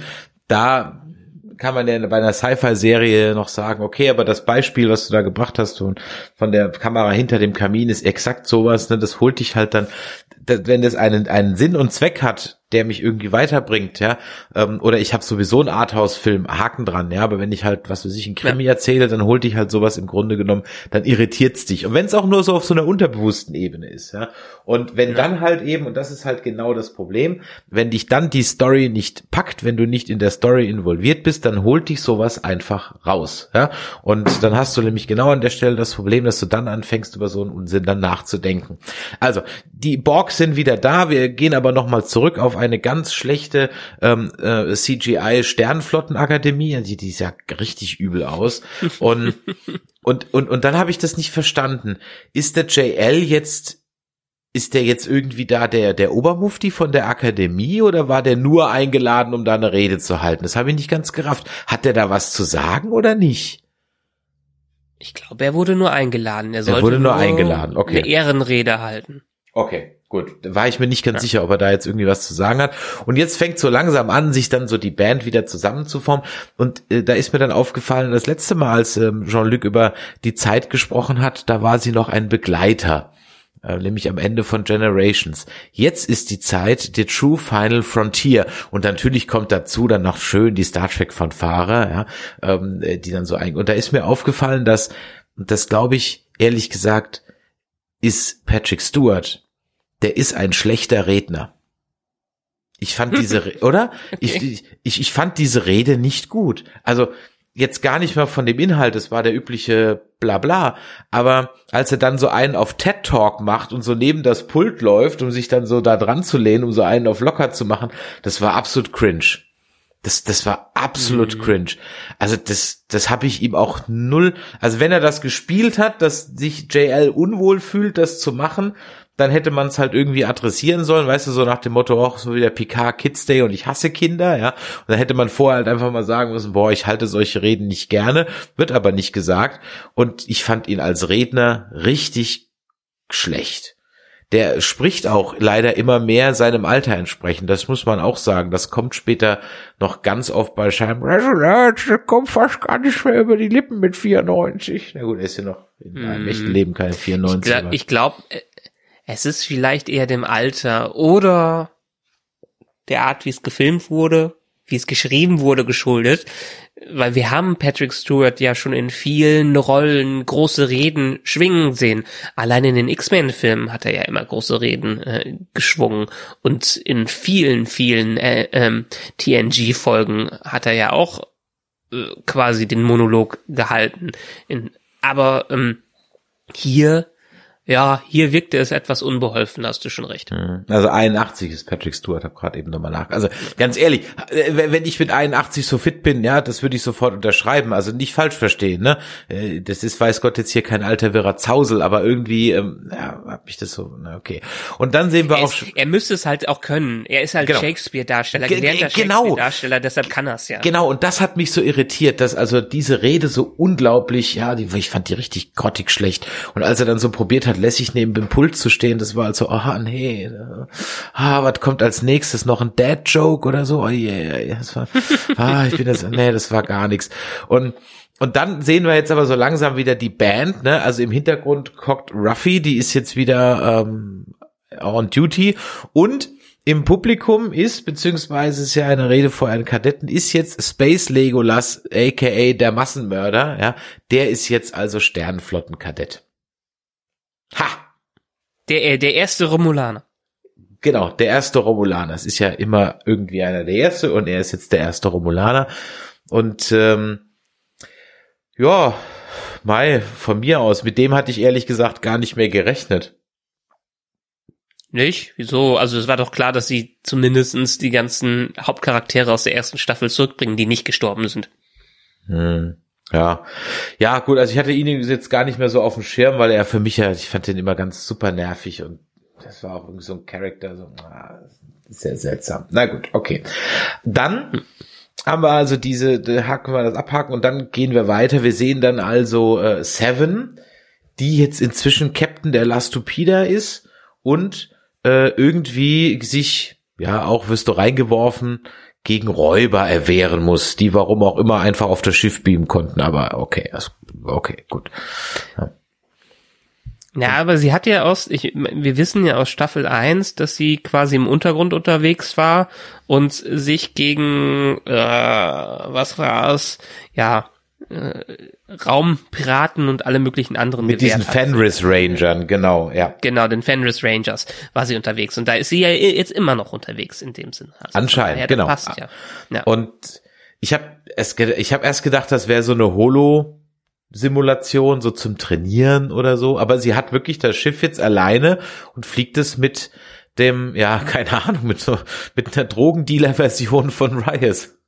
Speaker 3: Da kann man ja bei einer Sci-Fi-Serie noch sagen, okay, aber das Beispiel, was du da gebracht hast und von der Kamera hinter dem Kamin ist exakt sowas, ne, das holt dich halt dann, wenn das einen einen Sinn und Zweck hat, der mich irgendwie weiterbringt, ja, ähm, oder ich habe sowieso einen Arthouse-Film, Haken dran, ja, aber wenn ich halt, was weiß ich, einen Krimi ja. erzähle, dann holt dich halt sowas im Grunde genommen, dann irritiert's dich. Und wenn es auch nur so auf so einer unterbewussten Ebene ist, ja, und wenn ja. dann halt eben, und das ist halt genau das Problem, wenn dich dann die Story nicht packt, wenn du nicht in der Story involviert bist, dann holt dich sowas einfach raus, ja, und dann hast du nämlich genau an der Stelle das Problem, dass du dann anfängst, über so einen Unsinn dann nachzudenken. Also, die Borgs sind wieder da, wir gehen aber nochmal zurück auf eine ganz schlechte ähm, äh, C G I-Sternflottenakademie, die, die sah richtig übel aus. Und und und und dann habe ich das nicht verstanden. Ist der J L jetzt, ist der jetzt irgendwie da der der Obermufti von der Akademie oder war der nur eingeladen, um da eine Rede zu halten? Das habe ich nicht ganz gerafft. Hat der da was zu sagen oder nicht?
Speaker 4: Ich glaube, er wurde nur eingeladen. Er, sollte
Speaker 3: er wurde nur,
Speaker 4: nur
Speaker 3: eingeladen, okay.
Speaker 4: Eine Ehrenrede halten.
Speaker 3: Okay, gut. Da war ich mir nicht ganz ja. sicher, ob er da jetzt irgendwie was zu sagen hat. Und jetzt fängt so langsam an, sich dann so die Band wieder zusammenzuformen. Und äh, da ist mir dann aufgefallen, das letzte Mal, als ähm, Jean-Luc über die Zeit gesprochen hat, da war sie noch ein Begleiter. Äh, nämlich am Ende von Generations. Jetzt ist die Zeit, the true final frontier. Und natürlich kommt dazu dann noch schön die Star Trek Fanfare, ja, ähm, die dann so ein. Und da ist mir aufgefallen, dass, das glaube ich, ehrlich gesagt, ist Patrick Stewart. Der ist ein schlechter Redner. Ich fand diese, Re- oder? Ich, ich, ich fand diese Rede nicht gut. Also, jetzt gar nicht mal von dem Inhalt, es war der übliche Blabla, aber als er dann so einen auf TED Talk macht und so neben das Pult läuft, um sich dann so da dran zu lehnen, um so einen auf locker zu machen, das war absolut cringe. Das, das war absolut
Speaker 4: Mhm.
Speaker 3: cringe. Also das, das habe ich ihm auch null, also wenn er das gespielt hat, dass sich J L unwohl fühlt, das zu machen, dann hätte man es halt irgendwie adressieren sollen, weißt du, so nach dem Motto, auch so wie der Picard Kids Day und ich hasse Kinder, ja. Und dann hätte man vorher halt einfach mal sagen müssen, boah, ich halte solche Reden nicht gerne, wird aber nicht gesagt. Und ich fand ihn als Redner richtig schlecht. Der spricht auch leider immer mehr seinem Alter entsprechend. Das muss man auch sagen. Das kommt später noch ganz oft bei Schein. Der kommt fast gar nicht mehr über die Lippen mit vierundneunzig. Na gut, er ist ja noch in einem
Speaker 4: Mm.
Speaker 3: echten Leben keine vierundneunzig.
Speaker 4: Ich, gla- ich glaube, es ist vielleicht eher dem Alter oder der Art, wie es gefilmt wurde, wie es geschrieben wurde, geschuldet. Weil wir haben Patrick Stewart ja schon in vielen Rollen große Reden schwingen sehen. Allein in den X-Men-Filmen hat er ja immer große Reden äh, geschwungen. Und in vielen, vielen äh, ähm, T N G-Folgen hat er ja auch äh, quasi den Monolog gehalten. In, aber ähm, hier, ja, hier wirkte es etwas unbeholfen, hast du schon recht.
Speaker 3: Also einundachtzig ist Patrick Stewart, hab gerade eben nochmal nach. Also ganz ehrlich, äh, wenn ich mit einundachtzig so fit bin, ja, das würde ich sofort unterschreiben. Also nicht falsch verstehen, ne? Äh, Das ist, weiß Gott, jetzt hier kein alter wirrer Zausel, aber irgendwie, ähm, ja, hab ich das so, na okay. Und dann sehen wir
Speaker 4: Er,
Speaker 3: auch
Speaker 4: ist, er müsste es halt auch können. Er ist halt
Speaker 3: Genau.
Speaker 4: Shakespeare-Darsteller,
Speaker 3: Ge-
Speaker 4: gelernter
Speaker 3: genau.
Speaker 4: Shakespeare-Darsteller, deshalb kann er es ja.
Speaker 3: Genau, und das hat mich so irritiert, dass also diese Rede so unglaublich, ja, die, ich fand die richtig grottig schlecht. Und als er dann so probiert hat, lässig neben dem Pult zu stehen, das war also, aha, nee, ah, was kommt als nächstes, noch ein Dad-Joke oder so? Oh, yeah, yeah, das war, ah, ich bin das, nee, das war gar nichts. Und Und dann sehen wir jetzt aber so langsam wieder die Band, ne? Also im Hintergrund hockt Ruffy, die ist jetzt wieder ähm, on duty. Und im Publikum ist, beziehungsweise ist ja eine Rede vor einem Kadetten, ist jetzt Space Legolas, aka der Massenmörder, ja. Der ist jetzt also Sternenflottenkadett. Ha!
Speaker 4: Der, äh, der erste Romulaner.
Speaker 3: Genau, der erste Romulaner. Es ist ja immer irgendwie einer der Erste und er ist jetzt der erste Romulaner. Und ähm, ja, Mai, von mir aus, mit dem hatte ich ehrlich gesagt gar nicht mehr gerechnet.
Speaker 4: Nicht? Wieso? Also es war doch klar, dass sie zumindestens die ganzen Hauptcharaktere aus der ersten Staffel zurückbringen, die nicht gestorben sind.
Speaker 3: Hm. Ja, ja gut, also ich hatte ihn jetzt gar nicht mehr so auf dem Schirm, weil er für mich ja, ich fand den immer ganz super nervig und das war auch irgendwie so ein Charakter, so ah, sehr seltsam. Na gut, okay. Dann haben wir also diese, da haken wir das abhaken und dann gehen wir weiter. Wir sehen dann also äh, Seven, die jetzt inzwischen Captain der La Stupida ist und äh, irgendwie sich, ja, auch wirst du reingeworfen, gegen Räuber erwehren muss, die warum auch immer einfach auf das Schiff beamen konnten, aber okay, also, okay, gut. Ja.
Speaker 4: Ja, aber sie hat ja aus, ich, wir wissen ja aus Staffel eins, dass sie quasi im Untergrund unterwegs war und sich gegen, äh, was war's, ja, äh, Raumpiraten und alle möglichen anderen
Speaker 3: Mit diesen
Speaker 4: hat.
Speaker 3: Fenris Rangern, genau, ja.
Speaker 4: Genau, den Fenris Rangers war sie unterwegs. Und da ist sie ja jetzt immer noch unterwegs in dem Sinne. Also
Speaker 3: Anscheinend,
Speaker 4: daher,
Speaker 3: genau.
Speaker 4: Passt ja. Ja.
Speaker 3: Und ich habe es, ich habe erst gedacht, das wäre so eine Holo-Simulation, so zum Trainieren oder so. Aber sie hat wirklich das Schiff jetzt alleine und fliegt es mit dem, ja, keine Ahnung, mit so, mit einer Drogendealer-Version von Riot.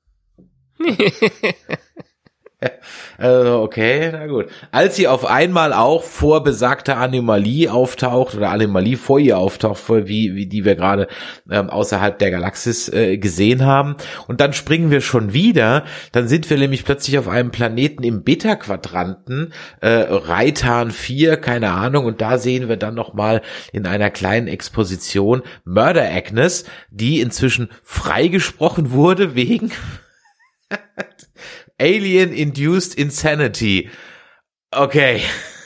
Speaker 3: Also, okay, na gut. Als sie auf einmal auch vor besagter Anomalie auftaucht oder Anomalie vor ihr auftaucht, vor wie wie die wir gerade ähm, außerhalb der Galaxis äh, gesehen haben, und dann springen wir schon wieder, dann sind wir nämlich plötzlich auf einem Planeten im Beta-Quadranten, äh, Reitan vier, keine Ahnung, und da sehen wir dann nochmal in einer kleinen Exposition Murder Agnes, die inzwischen freigesprochen wurde wegen Alien-Induced Insanity. Okay.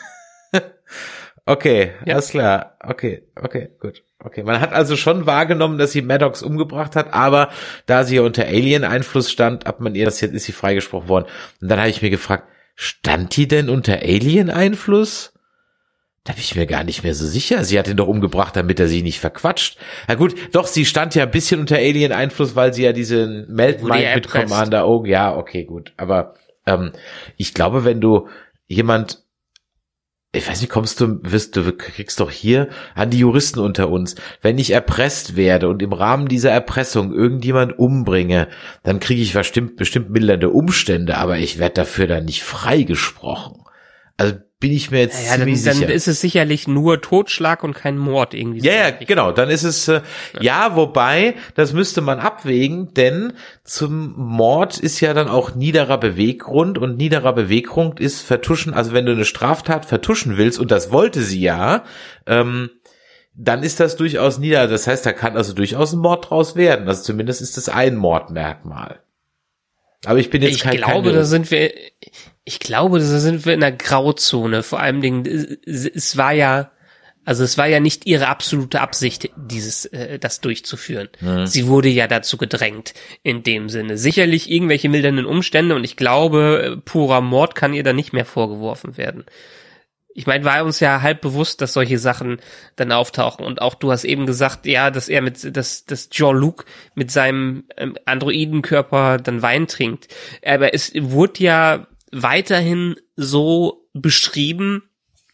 Speaker 3: Okay,
Speaker 4: Ja.
Speaker 3: alles klar. Okay, okay, gut. Okay, man hat also schon wahrgenommen, dass sie Maddox umgebracht hat, aber da sie ja unter Alien-Einfluss stand, hat man ihr das jetzt, ist sie freigesprochen worden. Und dann habe ich mir gefragt, stand die denn unter Alien-Einfluss? Da bin ich mir gar nicht mehr so sicher. Sie hat ihn doch umgebracht, damit er sie nicht verquatscht. Na gut, doch, sie stand ja ein bisschen unter Alien-Einfluss, weil sie ja diesen Melt-Mind mit Commander Oak, ja, okay, gut. Aber ähm, ich glaube, wenn du jemand ich weiß nicht, kommst du, wirst du, kriegst doch hier an die Juristen unter uns, wenn ich erpresst werde und im Rahmen dieser Erpressung irgendjemand umbringe, dann kriege ich bestimmt, bestimmt mildernde Umstände, aber ich werde dafür dann nicht freigesprochen. Also bin ich mir jetzt
Speaker 4: ja,
Speaker 3: ziemlich
Speaker 4: dann,
Speaker 3: sicher.
Speaker 4: Dann ist es sicherlich nur Totschlag und kein Mord irgendwie.
Speaker 3: Ja, ja, genau. Dann ist es, äh, ja. ja, wobei, das müsste man abwägen, denn zum Mord ist ja dann auch niederer Beweggrund und niederer Beweggrund ist vertuschen, also wenn du eine Straftat vertuschen willst, und das wollte sie ja, ähm, dann ist das durchaus nieder. Das heißt, da kann also durchaus ein Mord draus werden. Also zumindest ist das ein Mordmerkmal. Aber ich bin jetzt
Speaker 4: ich
Speaker 3: kein...
Speaker 4: Ich glaube,
Speaker 3: keine,
Speaker 4: da sind wir... Ich glaube, da sind wir in einer Grauzone. Vor allem Dingen, es war ja, also es war ja nicht ihre absolute Absicht, dieses, äh, das durchzuführen. Mhm. Sie wurde ja dazu gedrängt, in dem Sinne. Sicherlich irgendwelche mildernden Umstände, und ich glaube, purer Mord kann ihr da nicht mehr vorgeworfen werden. Ich meine, war uns ja halb bewusst, dass solche Sachen dann auftauchen. Und auch du hast eben gesagt, ja, dass er mit, dass, dass Jean-Luc mit seinem ähm, Androidenkörper dann Wein trinkt. Aber es wurde ja weiterhin so beschrieben,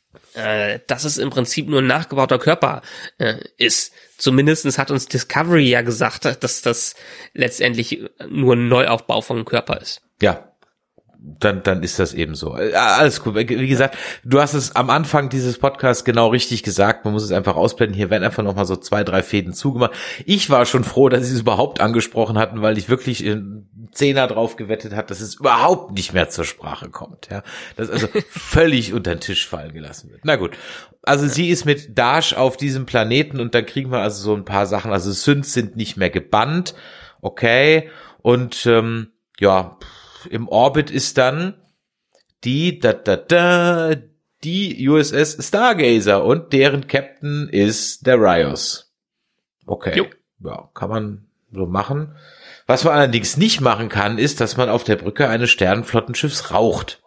Speaker 4: äh, dass es im Prinzip nur ein nachgebauter Körper äh, ist. Zumindestens hat uns Discovery ja gesagt, dass das letztendlich nur ein Neuaufbau von einem Körper ist.
Speaker 3: Ja. Dann, dann ist das eben so. Alles gut. Wie gesagt, du hast es am Anfang dieses Podcasts genau richtig gesagt. Man muss es einfach ausblenden. Hier werden einfach nochmal so zwei, drei Fäden zugemacht. Ich war schon froh, dass sie es überhaupt angesprochen hatten, weil ich wirklich in Zehner drauf gewettet habe, dass es überhaupt nicht mehr zur Sprache kommt. Ja, das also völlig unter den Tisch fallen gelassen wird. Na gut. Also ja. Sie ist mit Dash auf diesem Planeten und dann kriegen wir also so ein paar Sachen. Also Synths sind nicht mehr gebannt. Okay. Und, ähm, ja, im Orbit ist dann die da da da die U S S Stargazer und deren Captain ist der Rios. Okay, jo. Ja, kann man so machen. Was man allerdings nicht machen kann, ist, dass man auf der Brücke eines Sternenflottenschiffs raucht.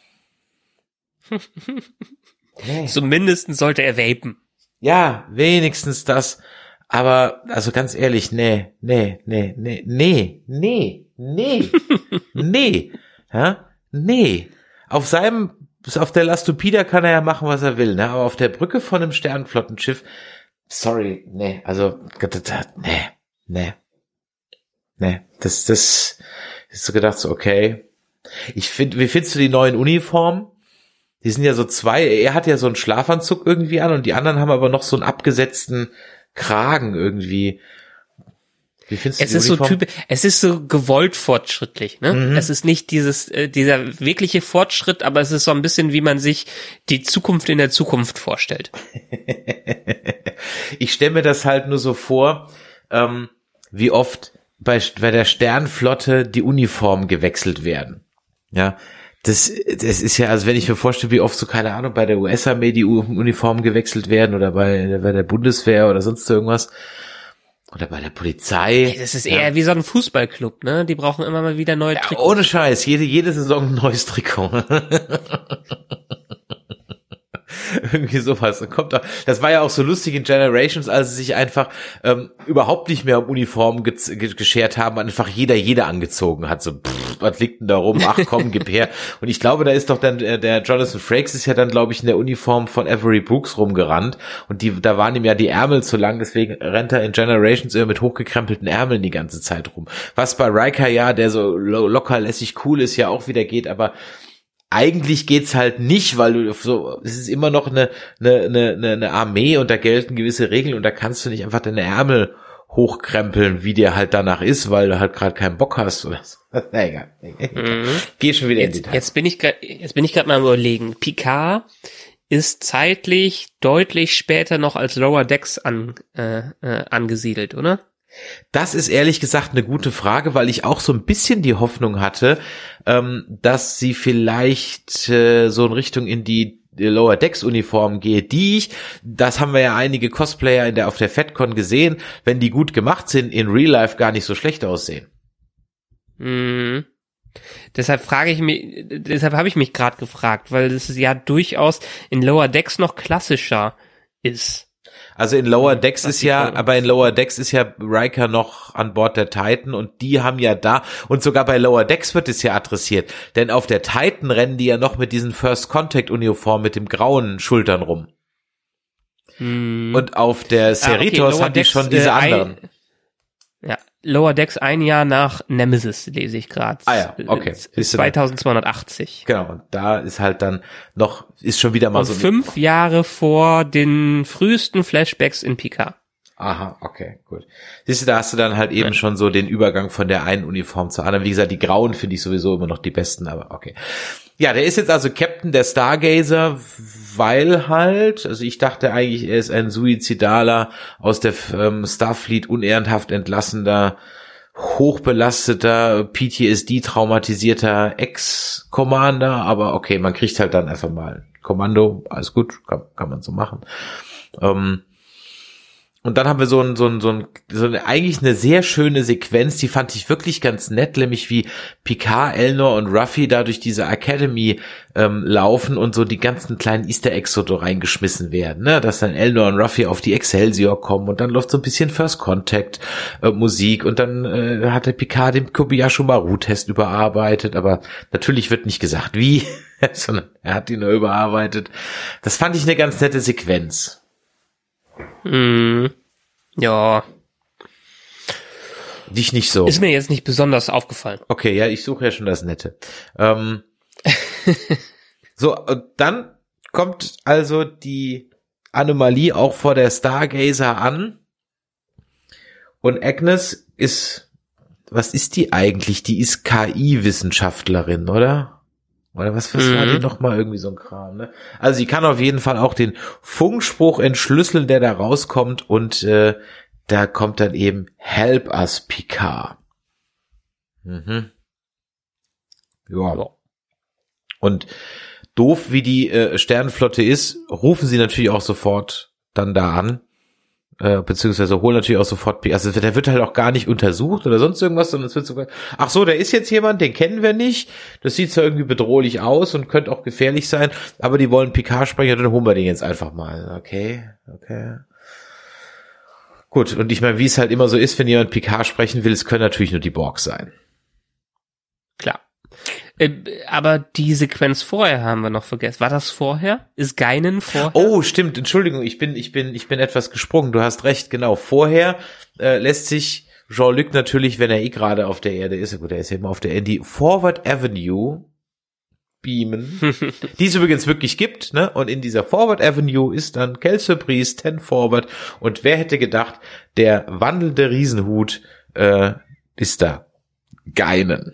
Speaker 4: Nee. Zumindest sollte er vapen.
Speaker 3: Ja, wenigstens das. Aber, also ganz ehrlich, nee, nee, nee, nee, nee, nee, nee, nee, ja, nee. Auf seinem, auf der La Stupida kann er ja machen, was er will, ne, aber auf der Brücke von einem Sternenflottenschiff, sorry, nee, also, nee, nee, nee, das, das, ist so gedacht, so, okay. Ich finde, wie findest du die neuen Uniformen? Die sind ja so zwei, er hat ja so einen Schlafanzug irgendwie an und die anderen haben aber noch so einen abgesetzten Kragen irgendwie. Wie findest du
Speaker 4: es ist
Speaker 3: Uniform?
Speaker 4: so typisch, es ist so gewollt fortschrittlich, ne? Mhm. Es ist nicht dieses äh, dieser wirkliche Fortschritt, aber es ist so ein bisschen, wie man sich die Zukunft in der Zukunft vorstellt.
Speaker 3: Ich stelle mir das halt nur so vor, ähm, wie oft bei, bei der Sternflotte die Uniformen gewechselt werden. Ja, das, das ist ja, also wenn ich mir vorstelle, wie oft so, keine Ahnung, bei der U S-Armee die Uniformen gewechselt werden oder bei, bei der Bundeswehr oder sonst irgendwas. Oder bei der Polizei.
Speaker 4: Das ist eher ja. wie so ein Fußballclub, ne? Die brauchen immer mal wieder neue
Speaker 3: ja,
Speaker 4: Trikots.
Speaker 3: Ohne Scheiß, jede, jede Saison ein neues Trikot. Irgendwie sowas. Kommt da. Das war ja auch so lustig in Generations, als sie sich einfach ähm, überhaupt nicht mehr um Uniformen ge- ge- geschert haben, einfach jeder jeder angezogen hat. So, pff, was liegt denn da rum? Ach komm, gib her. Und ich glaube, da ist doch dann, äh, der Jonathan Frakes ist ja dann, glaube ich, in der Uniform von Avery Brooks rumgerannt. Und die, da waren ihm ja die Ärmel zu lang, deswegen rennt er in Generations immer mit hochgekrempelten Ärmeln die ganze Zeit rum. Was bei Riker ja, der so lo- locker lässig cool ist, ja auch wieder geht, aber eigentlich geht's halt nicht, weil du so, es ist immer noch eine, eine, eine, eine Armee und da gelten gewisse Regeln und da kannst du nicht einfach deine Ärmel hochkrempeln, wie dir halt danach ist, weil du halt gerade keinen Bock hast oder so. Na egal. Mhm. Geh schon wieder
Speaker 4: jetzt,
Speaker 3: in die Details.
Speaker 4: Jetzt bin ich grad, jetzt bin ich gerade mal am Überlegen. Picard ist zeitlich deutlich später noch als Lower Decks an, äh, äh, angesiedelt, oder?
Speaker 3: Das ist ehrlich gesagt eine gute Frage, weil ich auch so ein bisschen die Hoffnung hatte, ähm, dass sie vielleicht äh, so in Richtung in die Lower Decks Uniform geht, die ich, das haben wir ja einige Cosplayer in der auf der FedCon gesehen, wenn die gut gemacht sind, in Real Life gar nicht so schlecht aussehen.
Speaker 4: Mhm. Deshalb frage ich mich, deshalb habe ich mich gerade gefragt, weil es ja durchaus in Lower Decks noch klassischer ist.
Speaker 3: Also in Lower Decks
Speaker 4: Was
Speaker 3: ist
Speaker 4: die
Speaker 3: ja,
Speaker 4: Folge
Speaker 3: aber in Lower Decks ist ja Riker noch an Bord der Titan und die haben ja da, und sogar bei Lower Decks wird es ja adressiert, denn auf der Titan rennen die ja noch mit diesen First Contact Uniform mit dem grauen Schultern rum.
Speaker 4: Hm.
Speaker 3: Und auf der Cerritos
Speaker 4: ah, okay,
Speaker 3: haben die
Speaker 4: Decks,
Speaker 3: schon diese
Speaker 4: äh,
Speaker 3: anderen.
Speaker 4: Ein, ja, Lower Decks ein Jahr nach Nemesis lese ich gerade.
Speaker 3: Ah ja, okay.
Speaker 4: zweitausendzweihundertachtzig.
Speaker 3: Genau, und da ist halt dann noch, ist schon wieder mal
Speaker 4: Und
Speaker 3: so.
Speaker 4: fünf Jahre vor den frühesten Flashbacks in Picard.
Speaker 3: Aha, okay, gut. Siehst du, da hast du dann halt eben ja. schon so den Übergang von der einen Uniform zur anderen. Wie gesagt, die grauen finde ich sowieso immer noch die besten, aber okay. Ja, der ist jetzt also Captain der Stargazer, weil halt, also ich dachte eigentlich, er ist ein suizidaler, aus der ähm, Starfleet unehrenhaft entlassener, hochbelasteter, P T S D-traumatisierter Ex-Commander, aber okay, man kriegt halt dann einfach mal Kommando, alles gut, kann, kann man so machen. Ähm, Und dann haben wir so ein, so ein, so ein, so eine, eigentlich eine sehr schöne Sequenz, die fand ich wirklich ganz nett, nämlich wie Picard, Elnor und Ruffy da durch diese Academy ähm, laufen und so die ganzen kleinen Easter Eggs so reingeschmissen werden, ne, dass dann Elnor und Ruffy auf die Excelsior kommen und dann läuft so ein bisschen First Contact äh, Musik und dann äh, hat der Picard den Kobayashi Maru-Test überarbeitet, aber natürlich wird nicht gesagt, wie, sondern er hat ihn nur überarbeitet. Das fand ich eine ganz nette Sequenz.
Speaker 4: Hm, ja.
Speaker 3: Dich nicht so.
Speaker 4: Ist mir jetzt nicht besonders aufgefallen.
Speaker 3: Okay, ja, ich suche ja schon das Nette. Ähm, so, und dann kommt also die Anomalie auch vor der Stargazer an. Und Agnes ist, was ist die eigentlich? Die ist K I-Wissenschaftlerin, oder? Oder was, was mhm. war denn noch mal irgendwie so ein Kram, ne? Also sie kann auf jeden Fall auch den Funkspruch entschlüsseln, der da rauskommt und äh, da kommt dann eben Help us, Picard. Mhm. Ja. Und doof wie die äh, Sternenflotte ist, rufen sie natürlich auch sofort dann da an. Äh, beziehungsweise holen natürlich auch sofort, also der wird halt auch gar nicht untersucht oder sonst irgendwas, sondern es wird sogar, ach so, da ist jetzt jemand, den kennen wir nicht, das sieht zwar irgendwie bedrohlich aus und könnte auch gefährlich sein, aber die wollen Picard sprechen, dann holen wir den jetzt einfach mal, okay, okay. Gut, und ich meine, wie es halt immer so ist, wenn jemand Picard sprechen will, es können natürlich nur die Borg sein.
Speaker 4: Klar. Aber die Sequenz vorher haben wir noch vergessen. War das vorher? Ist Guinan vorher?
Speaker 3: Oh, stimmt. Entschuldigung, ich bin, ich bin, ich bin etwas gesprungen. Du hast recht, genau. Vorher äh, lässt sich Jean-Luc natürlich, wenn er eh gerade auf der Erde ist, gut, er ist ja immer auf der Erde, die Forward Avenue beamen, die es übrigens wirklich gibt, ne? Und in dieser Forward Avenue ist dann Kel Surprise, Ten Forward. Und wer hätte gedacht, der wandelnde Riesenhut äh, ist da. Guinan.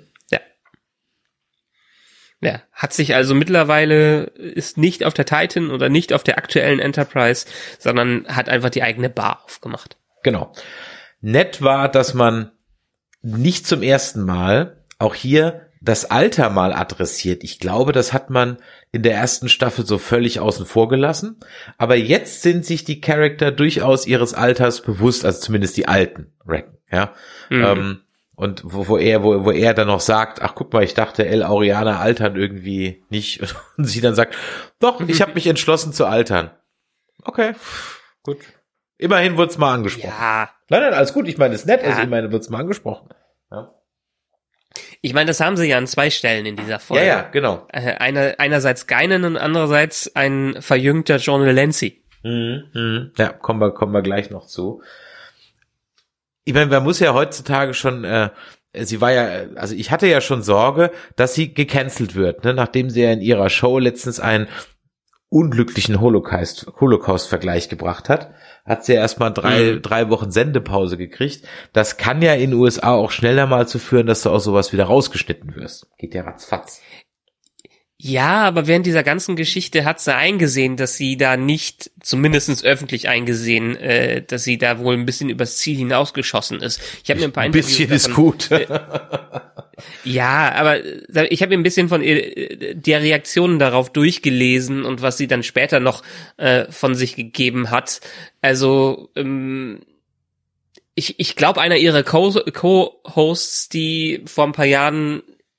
Speaker 4: Ja, hat sich also mittlerweile, ist nicht auf der Titan oder nicht auf der aktuellen Enterprise, sondern hat einfach die eigene Bar aufgemacht.
Speaker 3: Genau. Nett war, dass man nicht zum ersten Mal auch hier das Alter mal adressiert. Ich glaube, das hat man in der ersten Staffel so völlig außen vor gelassen. Aber jetzt sind sich die Charakter durchaus ihres Alters bewusst, also zumindest die alten Recken, ja. Mhm. Ähm, Und wo, wo er, wo, wo er dann noch sagt, ach guck mal, ich dachte, El Aurianer altern irgendwie nicht. Und sie dann sagt, doch, ich habe mich entschlossen zu altern. Okay, gut. Immerhin wird's mal angesprochen.
Speaker 4: Ja.
Speaker 3: Nein, nein, alles gut. Ich meine, es ist nett,
Speaker 4: ja.
Speaker 3: also immerhin wird's mal angesprochen. Ja.
Speaker 4: Ich meine, das haben sie ja an zwei Stellen in dieser Folge.
Speaker 3: Ja, ja, genau.
Speaker 4: Einer, einerseits Guinan und andererseits ein verjüngter John Delancey.
Speaker 3: Mhm, mhm. Ja, kommen wir, kommen wir gleich noch zu. Ich meine, man muss ja heutzutage schon, äh, sie war ja, also ich hatte ja schon Sorge, dass sie gecancelt wird, ne, nachdem sie ja in ihrer Show letztens einen unglücklichen Holocaust, Holocaust-Vergleich gebracht hat, hat sie ja erstmal drei, mhm. drei Wochen Sendepause gekriegt. Das kann ja in den U S A auch schneller mal zu führen, dass du aus sowas wieder rausgeschnitten wirst. Geht ja ratzfatz.
Speaker 4: Ja, aber während dieser ganzen Geschichte hat sie eingesehen, dass sie da nicht, zumindestens öffentlich eingesehen, äh, dass sie da wohl ein bisschen übers Ziel hinausgeschossen ist. Ich habe mir ein paar
Speaker 3: Ein bisschen
Speaker 4: davon,
Speaker 3: ist gut.
Speaker 4: Äh, ja, aber ich habe mir ein bisschen von ihr, der Reaktionen darauf durchgelesen und was sie dann später noch äh, von sich gegeben hat. Also ähm, ich, ich glaube, einer ihrer Co- Co-Hosts, die vor ein paar Jahren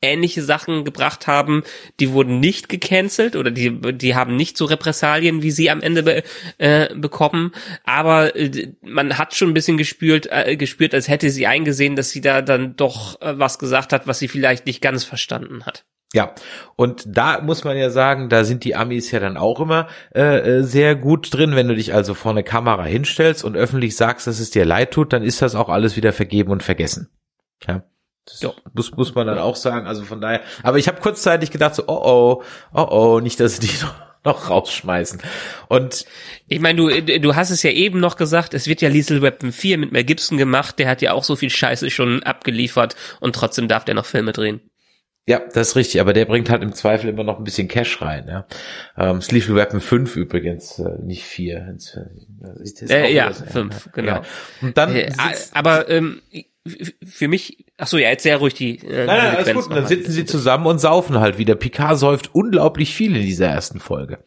Speaker 4: ähnliche Sachen gebracht haben, die wurden nicht gecancelt oder die die haben nicht so Repressalien, wie sie am Ende be, äh, bekommen, aber äh, man hat schon ein bisschen gespürt, äh, gespürt, als hätte sie eingesehen, dass sie da dann doch äh, was gesagt hat, was sie vielleicht nicht ganz verstanden hat.
Speaker 3: Ja, und da muss man ja sagen, da sind die Amis ja dann auch immer äh, sehr gut drin. Wenn du dich also vor eine Kamera hinstellst und öffentlich sagst, dass es dir leid tut, dann ist das auch alles wieder vergeben und vergessen. Ja, das ja. muss muss man dann auch sagen. Also von daher. Aber ich habe kurzzeitig gedacht so, oh oh, oh oh, nicht, dass sie die noch, noch rausschmeißen. Und
Speaker 4: ich meine, du du hast es ja eben noch gesagt, es wird ja Lethal Weapon vier mit Mel Gibson gemacht. Der hat ja auch so viel Scheiße schon abgeliefert und trotzdem darf der noch Filme drehen.
Speaker 3: Ja, das ist richtig, aber der bringt halt im Zweifel immer noch ein bisschen Cash rein, ja. Ähm, Lethal Weapon fünf übrigens, äh, nicht vier.
Speaker 4: Äh, ja, fünf, genau. Ja.
Speaker 3: Und dann
Speaker 4: äh, aber ähm, für mich, ach so, ja, erzähl ruhig die äh,
Speaker 3: Nein, nein, alles gut. Und dann sitzen sie zusammen und saufen halt wieder. Picard säuft unglaublich viel in dieser ersten Folge.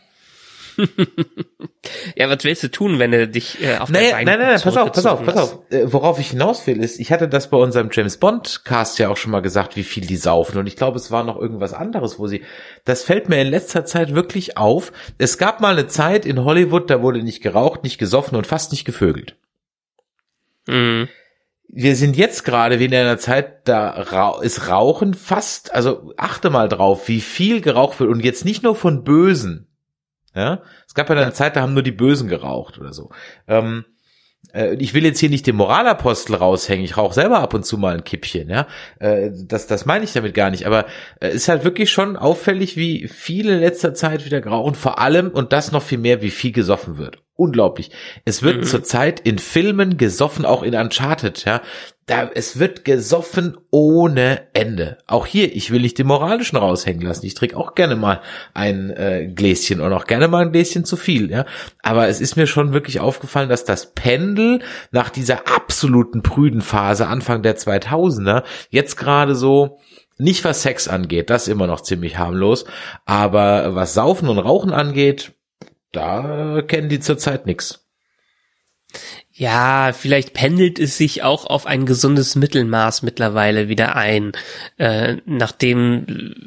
Speaker 4: Ja, was willst du tun, wenn du dich äh, auf
Speaker 3: naja,
Speaker 4: der Bein
Speaker 3: Nein, nein, nein, pass auf, pass auf, pass auf. Äh, worauf ich hinaus will, ist, ich hatte das bei unserem James Bond Cast ja auch schon mal gesagt, wie viel die saufen. Und ich glaube, es war noch irgendwas anderes, wo sie, das fällt mir in letzter Zeit wirklich auf. Es gab mal eine Zeit in Hollywood, da wurde nicht geraucht, nicht gesoffen und fast nicht gevögelt.
Speaker 4: Mhm.
Speaker 3: Wir sind jetzt gerade wie in einer Zeit, da ra- ist Rauchen fast, also achte mal drauf, wie viel geraucht wird. Und jetzt nicht nur von Bösen. Ja, es gab ja eine Zeit, da haben nur die Bösen geraucht oder so. Ähm, äh, ich will jetzt hier nicht den Moralapostel raushängen. Ich rauche selber ab und zu mal ein Kippchen. Ja, äh, das, das meine ich damit gar nicht. Aber es äh, ist halt wirklich schon auffällig, wie viele in letzter Zeit wieder rauchen. Vor allem und das noch viel mehr, wie viel gesoffen wird. Unglaublich. Es wird mhm. zurzeit in Filmen gesoffen, auch in Uncharted. Ja, da es wird gesoffen ohne Ende. Auch hier, ich will nicht den Moralischen raushängen lassen. Ich trinke auch gerne mal ein äh, Gläschen und auch gerne mal ein Gläschen zu viel. Ja, aber es ist mir schon wirklich aufgefallen, dass das Pendel nach dieser absoluten prüden Phase Anfang der zweitausender jetzt gerade so, nicht was Sex angeht, das ist immer noch ziemlich harmlos, aber was Saufen und Rauchen angeht, da kennen die zurzeit nix.
Speaker 4: Ja, vielleicht pendelt es sich auch auf ein gesundes Mittelmaß mittlerweile wieder ein, äh, nachdem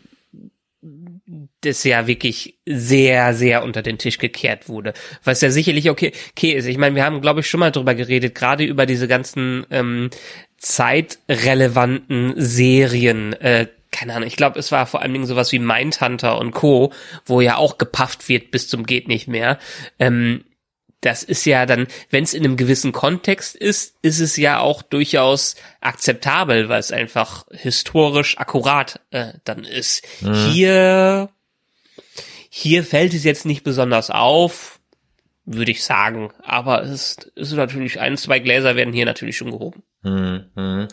Speaker 4: das ja wirklich sehr, sehr unter den Tisch gekehrt wurde. Was ja sicherlich okay, okay ist. Ich meine, wir haben, glaube ich, schon mal drüber geredet, gerade über diese ganzen ähm, zeitrelevanten Serien, äh, keine Ahnung, ich glaube, es war vor allen Dingen sowas wie Mindhunter und Co., wo ja auch gepafft wird bis zum geht nicht mehr. Ähm, das ist ja dann, wenn es in einem gewissen Kontext ist, ist es ja auch durchaus akzeptabel, weil es einfach historisch akkurat äh, dann ist. Mhm. Hier, hier fällt es jetzt nicht besonders auf, würde ich sagen, aber es ist, ist natürlich, ein, zwei Gläser werden hier natürlich schon gehoben.
Speaker 3: Mhm.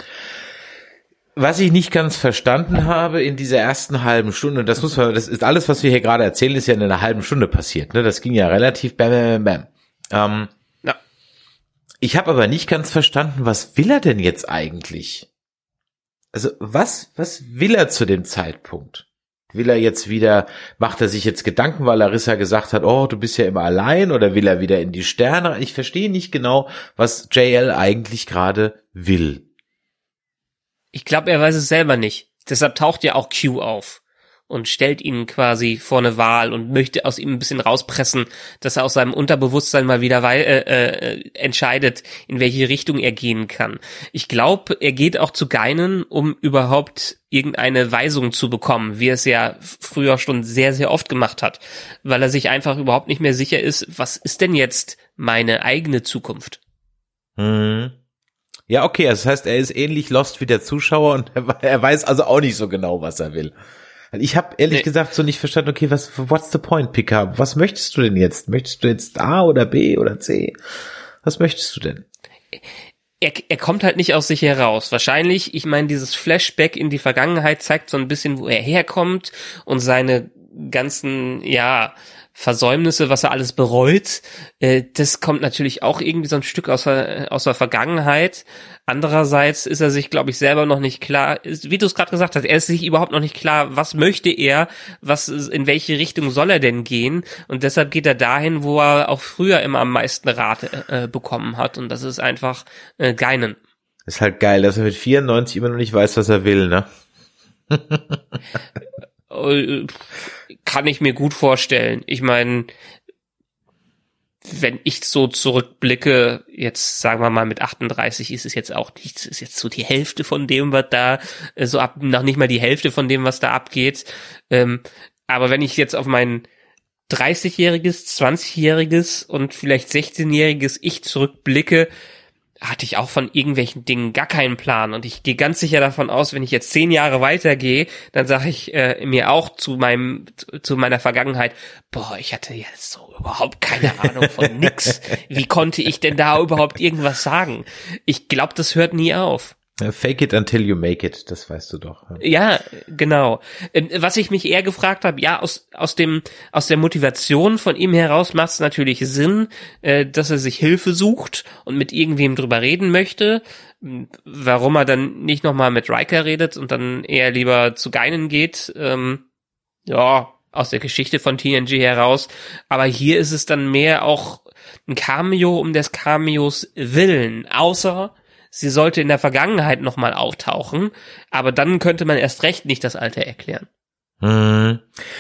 Speaker 3: Was ich nicht ganz verstanden habe in dieser ersten halben Stunde, das muss man, das ist alles, was wir hier gerade erzählen, ist ja in einer halben Stunde passiert, ne? Das ging ja relativ bam, bam, bam. Ähm,
Speaker 4: ja.
Speaker 3: Ich habe aber nicht ganz verstanden, was will er denn jetzt eigentlich? Also was, was will er zu dem Zeitpunkt? Will er jetzt wieder, macht er sich jetzt Gedanken, weil Larissa gesagt hat, oh, du bist ja immer allein, oder will er wieder in die Sterne? Ich verstehe nicht genau, was J L eigentlich gerade will.
Speaker 4: Ich glaube, er weiß es selber nicht. Deshalb taucht ja auch Q auf und stellt ihn quasi vor eine Wahl und möchte aus ihm ein bisschen rauspressen, dass er aus seinem Unterbewusstsein mal wieder wei- äh, äh, entscheidet, in welche Richtung er gehen kann. Ich glaube, er geht auch zu Guinan, um überhaupt irgendeine Weisung zu bekommen, wie er es ja früher schon sehr, sehr oft gemacht hat, weil er sich einfach überhaupt nicht mehr sicher ist, was ist denn jetzt meine eigene Zukunft?
Speaker 3: Hm. Ja, okay, das heißt, er ist ähnlich lost wie der Zuschauer und er, er weiß also auch nicht so genau, was er will. Ich habe ehrlich nee. gesagt so nicht verstanden, okay, was, what's the point, Picard? Was möchtest du denn jetzt? Möchtest du jetzt A oder B oder C? Was möchtest du denn?
Speaker 4: Er, er kommt halt nicht aus sich heraus. Wahrscheinlich, ich meine, dieses Flashback in die Vergangenheit zeigt so ein bisschen, wo er herkommt und seine ganzen, ja, Versäumnisse, was er alles bereut, äh, das kommt natürlich auch irgendwie so ein Stück aus der, aus der Vergangenheit. Andererseits ist er sich, glaube ich, selber noch nicht klar, ist, wie du es gerade gesagt hast, er ist sich überhaupt noch nicht klar, was möchte er, was in welche Richtung soll er denn gehen, und deshalb geht er dahin, wo er auch früher immer am meisten Rat äh, bekommen hat, und das ist einfach äh, Guinan.
Speaker 3: Ist halt geil, dass er mit vierundneunzig immer noch nicht weiß, was er will, ne?
Speaker 4: Kann ich mir gut vorstellen. Ich meine, wenn ich so zurückblicke, jetzt sagen wir mal mit achtunddreißig ist es jetzt auch nichts, ist jetzt so die Hälfte von dem, was da, so ab, noch nicht mal die Hälfte von dem, was da abgeht. Ähm, aber wenn ich jetzt auf mein dreißigjähriges, zwanzigjähriges und vielleicht sechzehnjähriges Ich zurückblicke, hatte ich auch von irgendwelchen Dingen gar keinen Plan. Und ich gehe ganz sicher davon aus, wenn ich jetzt zehn Jahre weitergehe, dann sage ich äh, mir auch zu meinem zu meiner Vergangenheit, boah, ich hatte jetzt so überhaupt keine Ahnung von nix. Wie konnte ich denn da überhaupt irgendwas sagen? Ich glaube, das hört nie auf.
Speaker 3: Fake it until you make it, das weißt du doch.
Speaker 4: Ja, genau. Was ich mich eher gefragt habe, ja, aus aus dem aus der Motivation von ihm heraus macht es natürlich Sinn, äh, dass er sich Hilfe sucht und mit irgendwem drüber reden möchte. Warum er dann nicht nochmal mit Riker redet und dann eher lieber zu Guinan geht, ähm, ja, aus der Geschichte von T N G heraus. Aber hier ist es dann mehr auch ein Cameo um des Cameos willen, außer sie sollte in der Vergangenheit nochmal auftauchen, aber dann könnte man erst recht nicht das Alter erklären.
Speaker 3: Hm.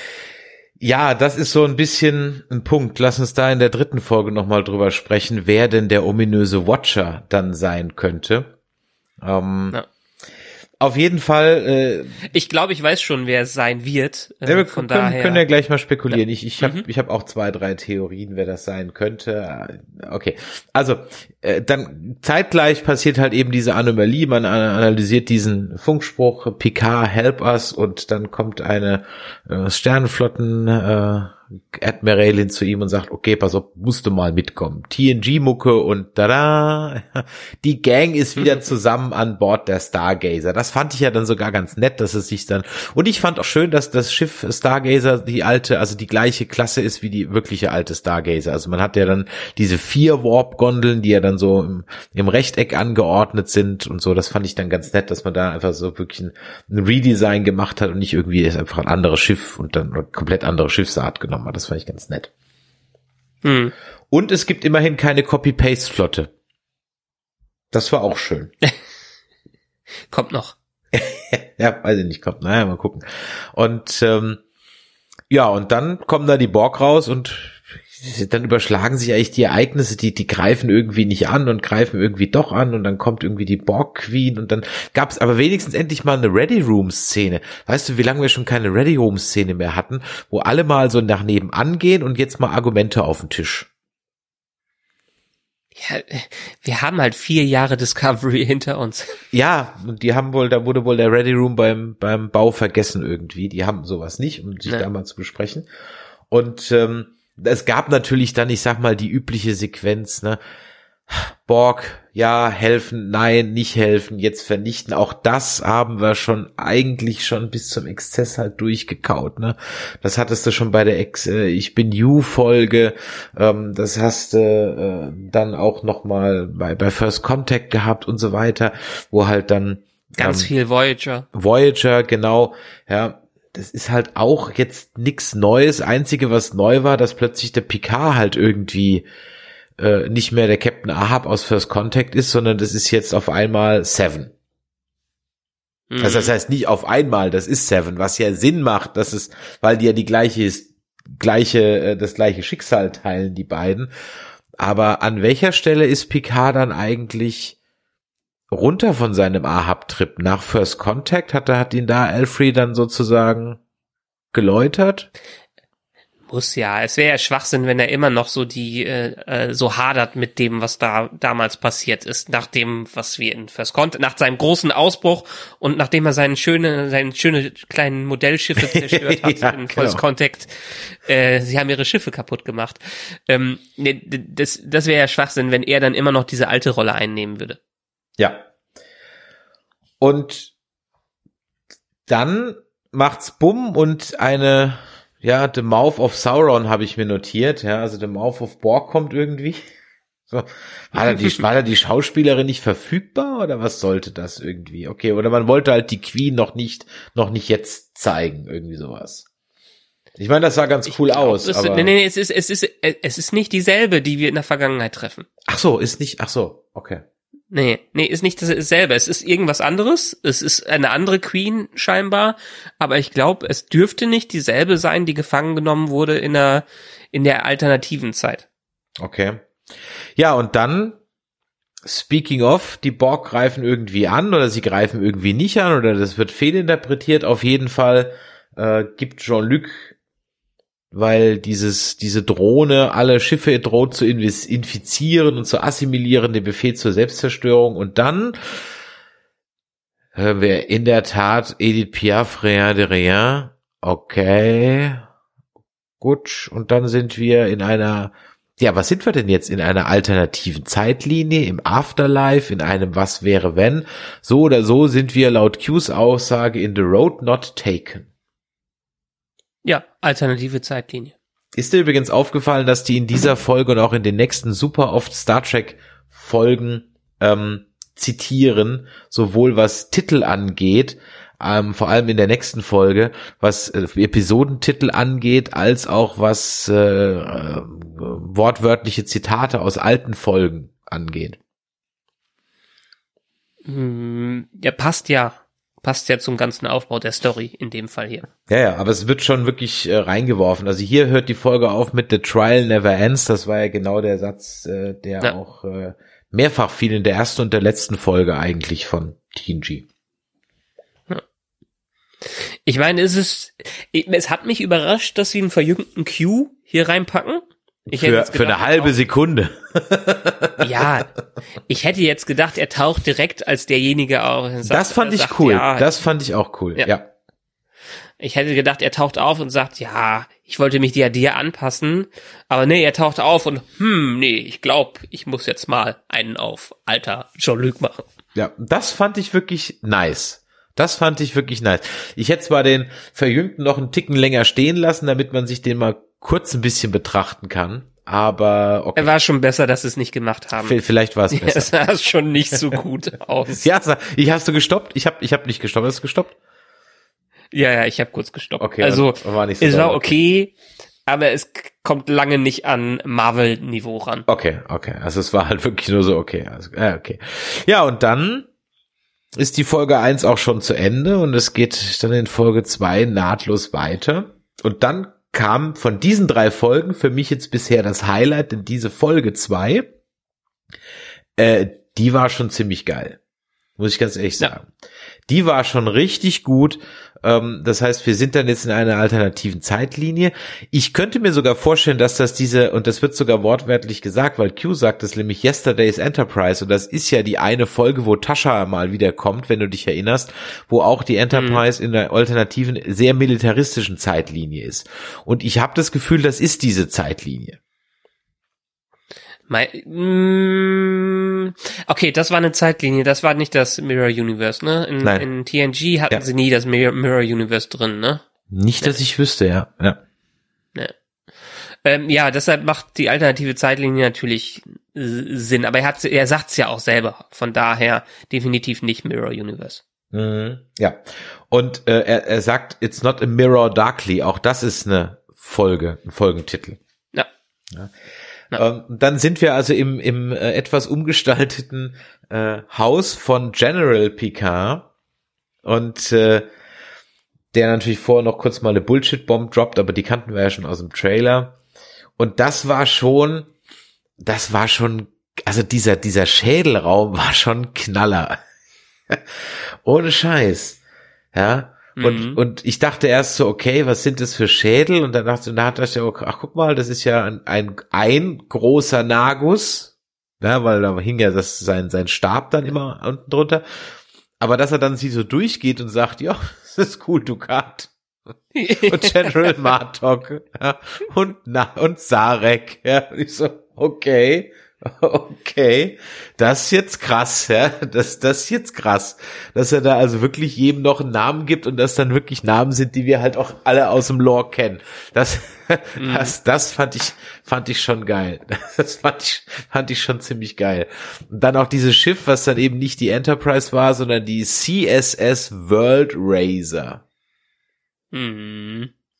Speaker 3: Ja, das ist so ein bisschen ein Punkt. Lass uns da in der dritten Folge nochmal drüber sprechen, wer denn der ominöse Watcher dann sein könnte. Ähm, ja. Auf jeden Fall. Äh,
Speaker 4: ich glaube, ich weiß schon, wer es sein wird. Äh,
Speaker 3: ja, wir
Speaker 4: von
Speaker 3: können,
Speaker 4: daher
Speaker 3: können ja gleich mal spekulieren.
Speaker 4: Ja.
Speaker 3: Ich, ich habe
Speaker 4: mhm.
Speaker 3: ich hab auch zwei, drei Theorien, wer das sein könnte. Okay, also äh, dann zeitgleich passiert halt eben diese Anomalie. Man analysiert diesen Funkspruch Picard, help us, und dann kommt eine äh, Sternenflotten äh, Admiralin zu ihm und sagt, okay, pass auf, musst du mal mitkommen. T N G-Mucke und tada, die Gang ist wieder zusammen an Bord der Stargazer. Das fand ich ja dann sogar ganz nett, dass es sich dann, und ich fand auch schön, dass das Schiff Stargazer die alte, also die gleiche Klasse ist wie die wirkliche alte Stargazer. Also man hat ja dann diese vier Warp-Gondeln, die ja dann so im, im Rechteck angeordnet sind und so. Das fand ich dann ganz nett, dass man da einfach so wirklich ein, ein Redesign gemacht hat und nicht irgendwie ist einfach ein anderes Schiff und dann eine komplett andere Schiffsart genommen. Das fand ich ganz nett.
Speaker 4: Hm.
Speaker 3: Und es gibt immerhin keine Copy-Paste-Flotte. Das war auch schön.
Speaker 4: Kommt noch.
Speaker 3: Ja, weiß ich nicht, kommt. Naja, mal gucken. Und ähm, ja, und dann kommen da die Borg raus und dann überschlagen sich eigentlich die Ereignisse, die die greifen irgendwie nicht an und greifen irgendwie doch an und dann kommt irgendwie die Borg Queen und dann gab es aber wenigstens endlich mal eine Ready-Room-Szene. Weißt du, wie lange wir schon keine Ready-Room-Szene mehr hatten, wo alle mal so nach nebenan gehen und jetzt mal Argumente auf den Tisch?
Speaker 4: Ja, wir haben halt vier Jahre Discovery hinter uns.
Speaker 3: Ja, und die haben wohl, da wurde wohl der Ready Room beim beim Bau vergessen irgendwie. Die haben sowas nicht, um sich
Speaker 4: ja.
Speaker 3: da mal zu besprechen. Und ähm, es gab natürlich dann, ich sag mal, die übliche Sequenz, ne? Borg, ja, helfen, nein, nicht helfen, jetzt vernichten. Auch das haben wir schon eigentlich schon bis zum Exzess halt durchgekaut, ne? Das hattest du schon bei der Ex äh, Ich bin You-Folge, ähm, das hast du äh, dann auch noch mal bei, bei First Contact gehabt und so weiter, wo halt dann
Speaker 4: ganz ähm, viel Voyager.
Speaker 3: Voyager, genau, ja. Das ist halt auch jetzt nix Neues. Einzige, was neu war, dass plötzlich der Picard halt irgendwie äh, nicht mehr der Captain Ahab aus First Contact ist, sondern das ist jetzt auf einmal Seven. Mhm. Also das heißt nicht auf einmal, das ist Seven, was ja Sinn macht, dass es, weil die ja die gleiche, gleiche, äh, das gleiche Schicksal teilen, die beiden. Aber an welcher Stelle ist Picard dann eigentlich runter von seinem Ahab-Trip nach First Contact? Hat, hat ihn da Elfrey dann sozusagen geläutert?
Speaker 4: Muss ja. Es wäre ja Schwachsinn, wenn er immer noch so die äh, so hadert mit dem, was da damals passiert ist, nach dem, was wir in First Contact, nach seinem großen Ausbruch und nachdem er seinen schöne, seine schöne kleinen Modellschiffe zerstört hat ja, in First genau. Contact. Äh, sie haben ihre Schiffe kaputt gemacht. Ähm, das das wäre ja Schwachsinn, wenn er dann immer noch diese alte Rolle einnehmen würde.
Speaker 3: Ja. Und dann macht's Bumm und eine, ja, The Mouth of Sauron habe ich mir notiert, ja, also The Mouth of Borg kommt irgendwie. So. War da die, war da die Schauspielerin nicht verfügbar oder was sollte das irgendwie? Okay, oder man wollte halt die Queen noch nicht, noch nicht jetzt zeigen, irgendwie sowas. Ich meine, das sah ganz cool glaub, aus.
Speaker 4: Es,
Speaker 3: aber
Speaker 4: nee, nee, es ist, es ist, es ist nicht dieselbe, die wir in der Vergangenheit treffen.
Speaker 3: Ach so, ist nicht, ach so, okay.
Speaker 4: Nee, nee, ist nicht dasselbe. Es ist irgendwas anderes. Es ist eine andere Queen scheinbar. Aber ich glaube, es dürfte nicht dieselbe sein, die gefangen genommen wurde in der, in der alternativen Zeit.
Speaker 3: Okay. Ja, und dann, speaking of, die Borg greifen irgendwie an oder sie greifen irgendwie nicht an oder das wird fehlinterpretiert. Auf jeden Fall äh, gibt Jean-Luc, weil dieses diese Drohne alle Schiffe droht zu infizieren und zu assimilieren, den Befehl zur Selbstzerstörung. Und dann hören wir in der Tat Edith Piaf, Rien de Rien. Okay, gut. Und dann sind wir in einer, ja, was sind wir denn jetzt? In einer alternativen Zeitlinie, im Afterlife, in einem Was wäre wenn? So oder so sind wir laut Q's Aussage in The Road Not Taken.
Speaker 4: Ja, alternative Zeitlinie.
Speaker 3: Ist dir übrigens aufgefallen, dass die in dieser Folge und auch in den nächsten super oft Star Trek Folgen ähm, zitieren, sowohl was Titel angeht, ähm, vor allem in der nächsten Folge, was äh, Episodentitel angeht, als auch was äh, äh, wortwörtliche Zitate aus alten Folgen angeht.
Speaker 4: Hm, ja, passt ja. Passt ja zum ganzen Aufbau der Story in dem Fall hier.
Speaker 3: Ja, ja, aber es wird schon wirklich äh, reingeworfen. Also hier hört die Folge auf mit The Trial Never Ends. Das war ja genau der Satz, äh, der ja. auch äh, mehrfach fiel in der ersten und der letzten Folge eigentlich von T N G.
Speaker 4: Ja. Ich meine, es ist, es hat mich überrascht, dass sie einen verjüngten Q hier reinpacken. Ich
Speaker 3: für,
Speaker 4: hätte jetzt gedacht,
Speaker 3: für eine halbe Sekunde.
Speaker 4: Ja, ich hätte jetzt gedacht, er taucht direkt als derjenige auf. Sagt,
Speaker 3: das fand ich
Speaker 4: sagt,
Speaker 3: cool.
Speaker 4: Ja,
Speaker 3: das fand ich auch cool. Ja. ja.
Speaker 4: Ich hätte gedacht, er taucht auf und sagt, ja, ich wollte mich dir dir anpassen, aber nee, er taucht auf und hm, nee, ich glaube, ich muss jetzt mal einen auf alter Jean-Luc machen.
Speaker 3: Ja, das fand ich wirklich nice. Das fand ich wirklich nice. Ich hätte zwar den Verjüngten noch einen Ticken länger stehen lassen, damit man sich den mal kurz ein bisschen betrachten kann, aber okay.
Speaker 4: Er war schon besser, dass sie es nicht gemacht haben.
Speaker 3: Vielleicht war es besser.
Speaker 4: Es sah schon nicht so gut aus.
Speaker 3: Ja, ich hast du gestoppt? Ich habe ich hab nicht gestoppt. Hast du gestoppt?
Speaker 4: Ja, ja, ich habe kurz gestoppt.
Speaker 3: Okay,
Speaker 4: also
Speaker 3: war nicht so
Speaker 4: es
Speaker 3: doll.
Speaker 4: war okay, aber es kommt lange nicht an Marvel-Niveau ran.
Speaker 3: Okay, okay. Also es war halt wirklich nur so okay. Also, äh, okay. Ja, und dann ist die Folge eins auch schon zu Ende und es geht dann in Folge zwei nahtlos weiter. Und dann kam von diesen drei Folgen für mich jetzt bisher das Highlight, denn diese Folge zwei, äh, die war schon ziemlich geil. Muss ich ganz ehrlich sagen. Ja. Die war schon richtig gut. Ähm, das heißt, wir sind dann jetzt in einer alternativen Zeitlinie. Ich könnte mir sogar vorstellen, dass das diese, und das wird sogar wortwörtlich gesagt, weil Q sagt es nämlich Yesterday's Enterprise, und das ist ja die eine Folge, wo Tascha mal wieder kommt, wenn du dich erinnerst, wo auch die Enterprise mhm. in der alternativen, sehr militaristischen Zeitlinie ist. Und ich habe das Gefühl, das ist diese Zeitlinie.
Speaker 4: Okay, das war eine Zeitlinie, das war nicht das Mirror Universe, ne? In,
Speaker 3: Nein.
Speaker 4: in T N G hatten
Speaker 3: ja.
Speaker 4: sie nie das Mirror, Mirror Universe drin, ne?
Speaker 3: Nicht, dass ich wüsste, ja. Ja,
Speaker 4: ja. Ähm, ja, deshalb macht die alternative Zeitlinie natürlich äh, Sinn, aber er hat, er sagt's ja auch selber, von daher definitiv nicht Mirror Universe.
Speaker 3: Mhm. Ja, und äh, er, er sagt, it's not a mirror darkly, auch das ist eine Folge, ein Folgentitel.
Speaker 4: Ja.
Speaker 3: Ja. Ähm, dann sind wir also im, im äh, etwas umgestalteten äh, Haus von General Picard und äh, der natürlich vorher noch kurz mal eine Bullshit-Bomb droppt, aber die kannten wir ja schon aus dem Trailer. Und das war schon, das war schon, also dieser dieser Schädelraum war schon Knaller. Ohne Scheiß. Ja. Und, mhm. und ich dachte erst so, okay, was sind das für Schädel? Und dann dachte ich, da dachte ich, ach, guck mal, das ist ja ein, ein, ein großer Nagus. Ja, weil da hing ja das, sein, sein Stab dann immer unten drunter. Aber dass er dann sie so durchgeht und sagt, ja, das ist cool, Dukat. Und General Martok, ja, und, na, und Sarek, ja, und ich so, okay. Okay, das ist jetzt krass, ja, das, das ist jetzt krass, dass er da also wirklich jedem noch einen Namen gibt und das dann wirklich Namen sind, die wir halt auch alle aus dem Lore kennen. Das, mhm. das, das fand ich, fand ich schon geil. Das fand ich, fand ich schon ziemlich geil. Und dann auch dieses Schiff, was dann eben nicht die Enterprise war, sondern die C S S World Razor.
Speaker 4: Mhm.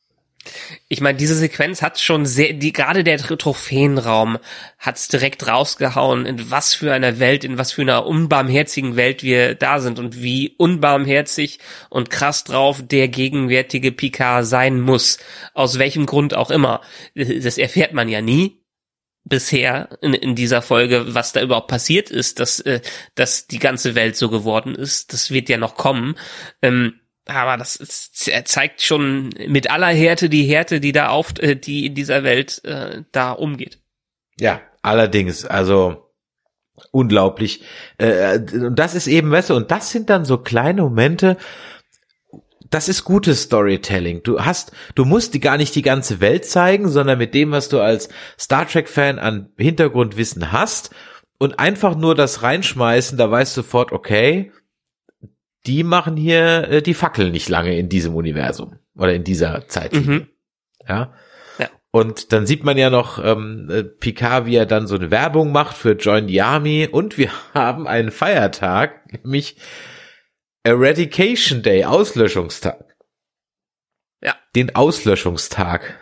Speaker 4: Ich meine, diese Sequenz hat schon sehr, die gerade der Trophäenraum hat's direkt rausgehauen, in was für einer Welt, in was für einer unbarmherzigen Welt wir da sind und wie unbarmherzig und krass drauf der gegenwärtige Picard sein muss. Aus welchem Grund auch immer. Das erfährt man ja nie bisher in, in dieser Folge, was da überhaupt passiert ist, dass, äh, dass die ganze Welt so geworden ist. Das wird ja noch kommen. Ähm, Aber das ist, er zeigt schon mit aller Härte die Härte, die da auf, äh, die in dieser Welt äh, da umgeht.
Speaker 3: Ja, allerdings, also unglaublich. Äh, und das ist eben, weißt du, und das sind dann so kleine Momente. Das ist gutes Storytelling. Du hast, du musst die gar nicht die ganze Welt zeigen, sondern mit dem, was du als Star Trek-Fan an Hintergrundwissen hast und einfach nur das reinschmeißen, da weißt du sofort, okay, die machen hier äh, die Fackel nicht lange in diesem Universum oder in dieser Zeit.
Speaker 4: Mhm.
Speaker 3: Ja?
Speaker 4: Ja.
Speaker 3: Und dann sieht man ja noch ähm, äh, Picard, wie er dann so eine Werbung macht für Join the Army, und wir haben einen Feiertag, nämlich Eradication Day, Auslöschungstag.
Speaker 4: Ja.
Speaker 3: Den Auslöschungstag.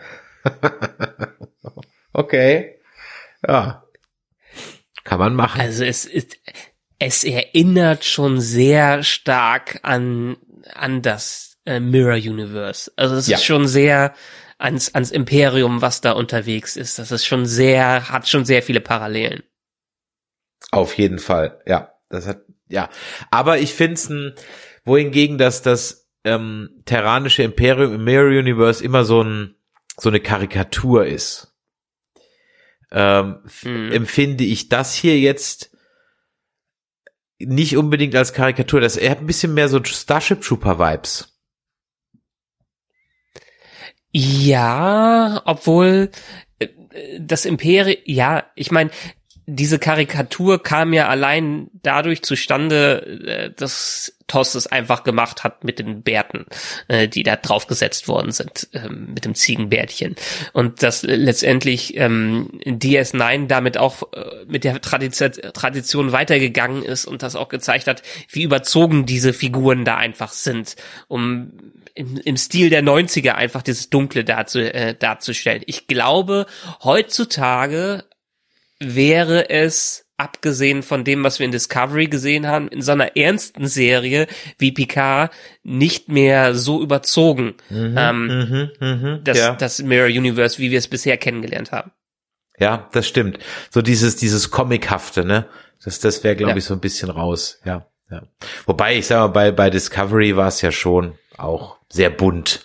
Speaker 3: Okay. Ja. Kann man machen.
Speaker 4: Also es ist, es erinnert schon sehr stark an, an das äh, Mirror Universe. Also es
Speaker 3: Ja.
Speaker 4: ist schon sehr ans, ans Imperium, was da unterwegs ist. Das ist schon sehr, hat schon sehr viele Parallelen.
Speaker 3: Auf jeden Fall, ja. Das hat, ja. Aber ich find's ein, wohingegen das, das ähm, terranische Imperium im Mirror Universe immer so ein, so eine Karikatur ist, ähm,
Speaker 4: Mhm.
Speaker 3: empfinde ich das hier jetzt nicht unbedingt als Karikatur. Das, er hat ein bisschen mehr so Starship Trooper Vibes.
Speaker 4: Ja, obwohl äh, das Imperium, ja, ich meine, diese Karikatur kam ja allein dadurch zustande, äh, dass Toss es einfach gemacht hat mit den Bärten, äh, die da draufgesetzt worden sind, ähm, mit dem Ziegenbärtchen. Und dass äh, letztendlich ähm, D S neun damit auch äh, mit der Tradition, Tradition weitergegangen ist und das auch gezeigt hat, wie überzogen diese Figuren da einfach sind, um im, im Stil der neunziger einfach dieses Dunkle darzu, äh, darzustellen. Ich glaube, heutzutage wäre es, abgesehen von dem, was wir in Discovery gesehen haben, in so einer ernsten Serie wie Picard nicht mehr so überzogen,
Speaker 3: Mhm,
Speaker 4: ähm,
Speaker 3: mhm, mhm,
Speaker 4: das,
Speaker 3: ja.
Speaker 4: das Mirror Universe, wie wir es bisher kennengelernt haben.
Speaker 3: Ja, das stimmt. So dieses, dieses Comichafte, ne? Das, das wäre, glaube
Speaker 4: Ja.
Speaker 3: ich, so ein bisschen raus, ja, ja. Wobei, ich sag mal, bei, bei Discovery war es ja schon auch sehr bunt.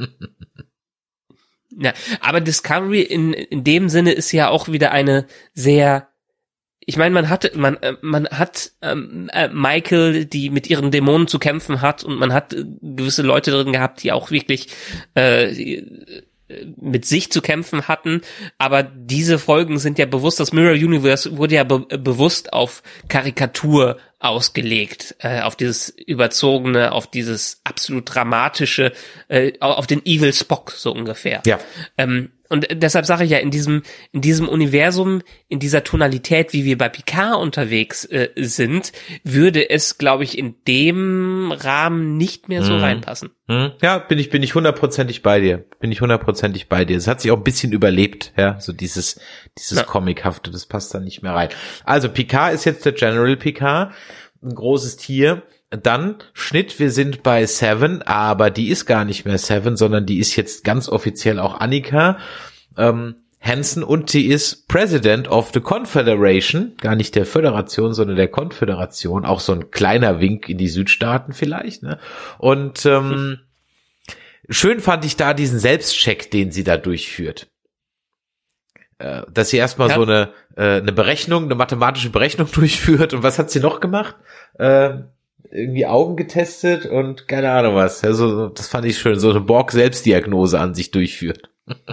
Speaker 4: Ja, aber Discovery in, in dem Sinne ist ja auch wieder eine sehr, ich meine, man hat, man, äh, man hat ähm, äh, Michael, die mit ihren Dämonen zu kämpfen hat, und man hat äh, gewisse Leute drin gehabt, die auch wirklich äh, mit sich zu kämpfen hatten, aber diese Folgen sind ja bewusst, das Mirror Universe wurde ja be- bewusst auf Karikatur ausgelegt, äh, auf dieses Überzogene, auf dieses absolut Dramatische, äh, auf den Evil Spock so ungefähr.
Speaker 3: Ja.
Speaker 4: Ähm, und deshalb sage ich ja, in diesem in diesem Universum, in dieser Tonalität, wie wir bei Picard unterwegs äh, sind, würde es, glaube ich, in dem Rahmen nicht mehr so
Speaker 3: Mhm.
Speaker 4: reinpassen.
Speaker 3: Hm? Ja, bin ich, bin ich hundertprozentig bei dir. Bin ich hundertprozentig bei dir. Es hat sich auch ein bisschen überlebt, ja, so dieses, dieses
Speaker 4: Ja.
Speaker 3: Comichafte, das passt da nicht mehr rein. Also Picard ist jetzt der General Picard, ein großes Tier. Dann Schnitt, wir sind bei Seven, aber die ist gar nicht mehr Seven, sondern die ist jetzt ganz offiziell auch Annika ähm, Hansen, und sie ist President of the Confederation, gar nicht der Föderation, sondern der Konföderation, auch so ein kleiner Wink in die Südstaaten vielleicht, ne? Und ähm, schön fand ich da diesen Selbstcheck, den sie da durchführt. Äh, dass sie erstmal
Speaker 4: Ja.
Speaker 3: so eine äh, eine Berechnung, eine mathematische Berechnung durchführt, und was hat sie noch gemacht? Äh, irgendwie Augen getestet und keine Ahnung was. Also das fand ich schön, so eine Borg-Selbstdiagnose an sich durchführt.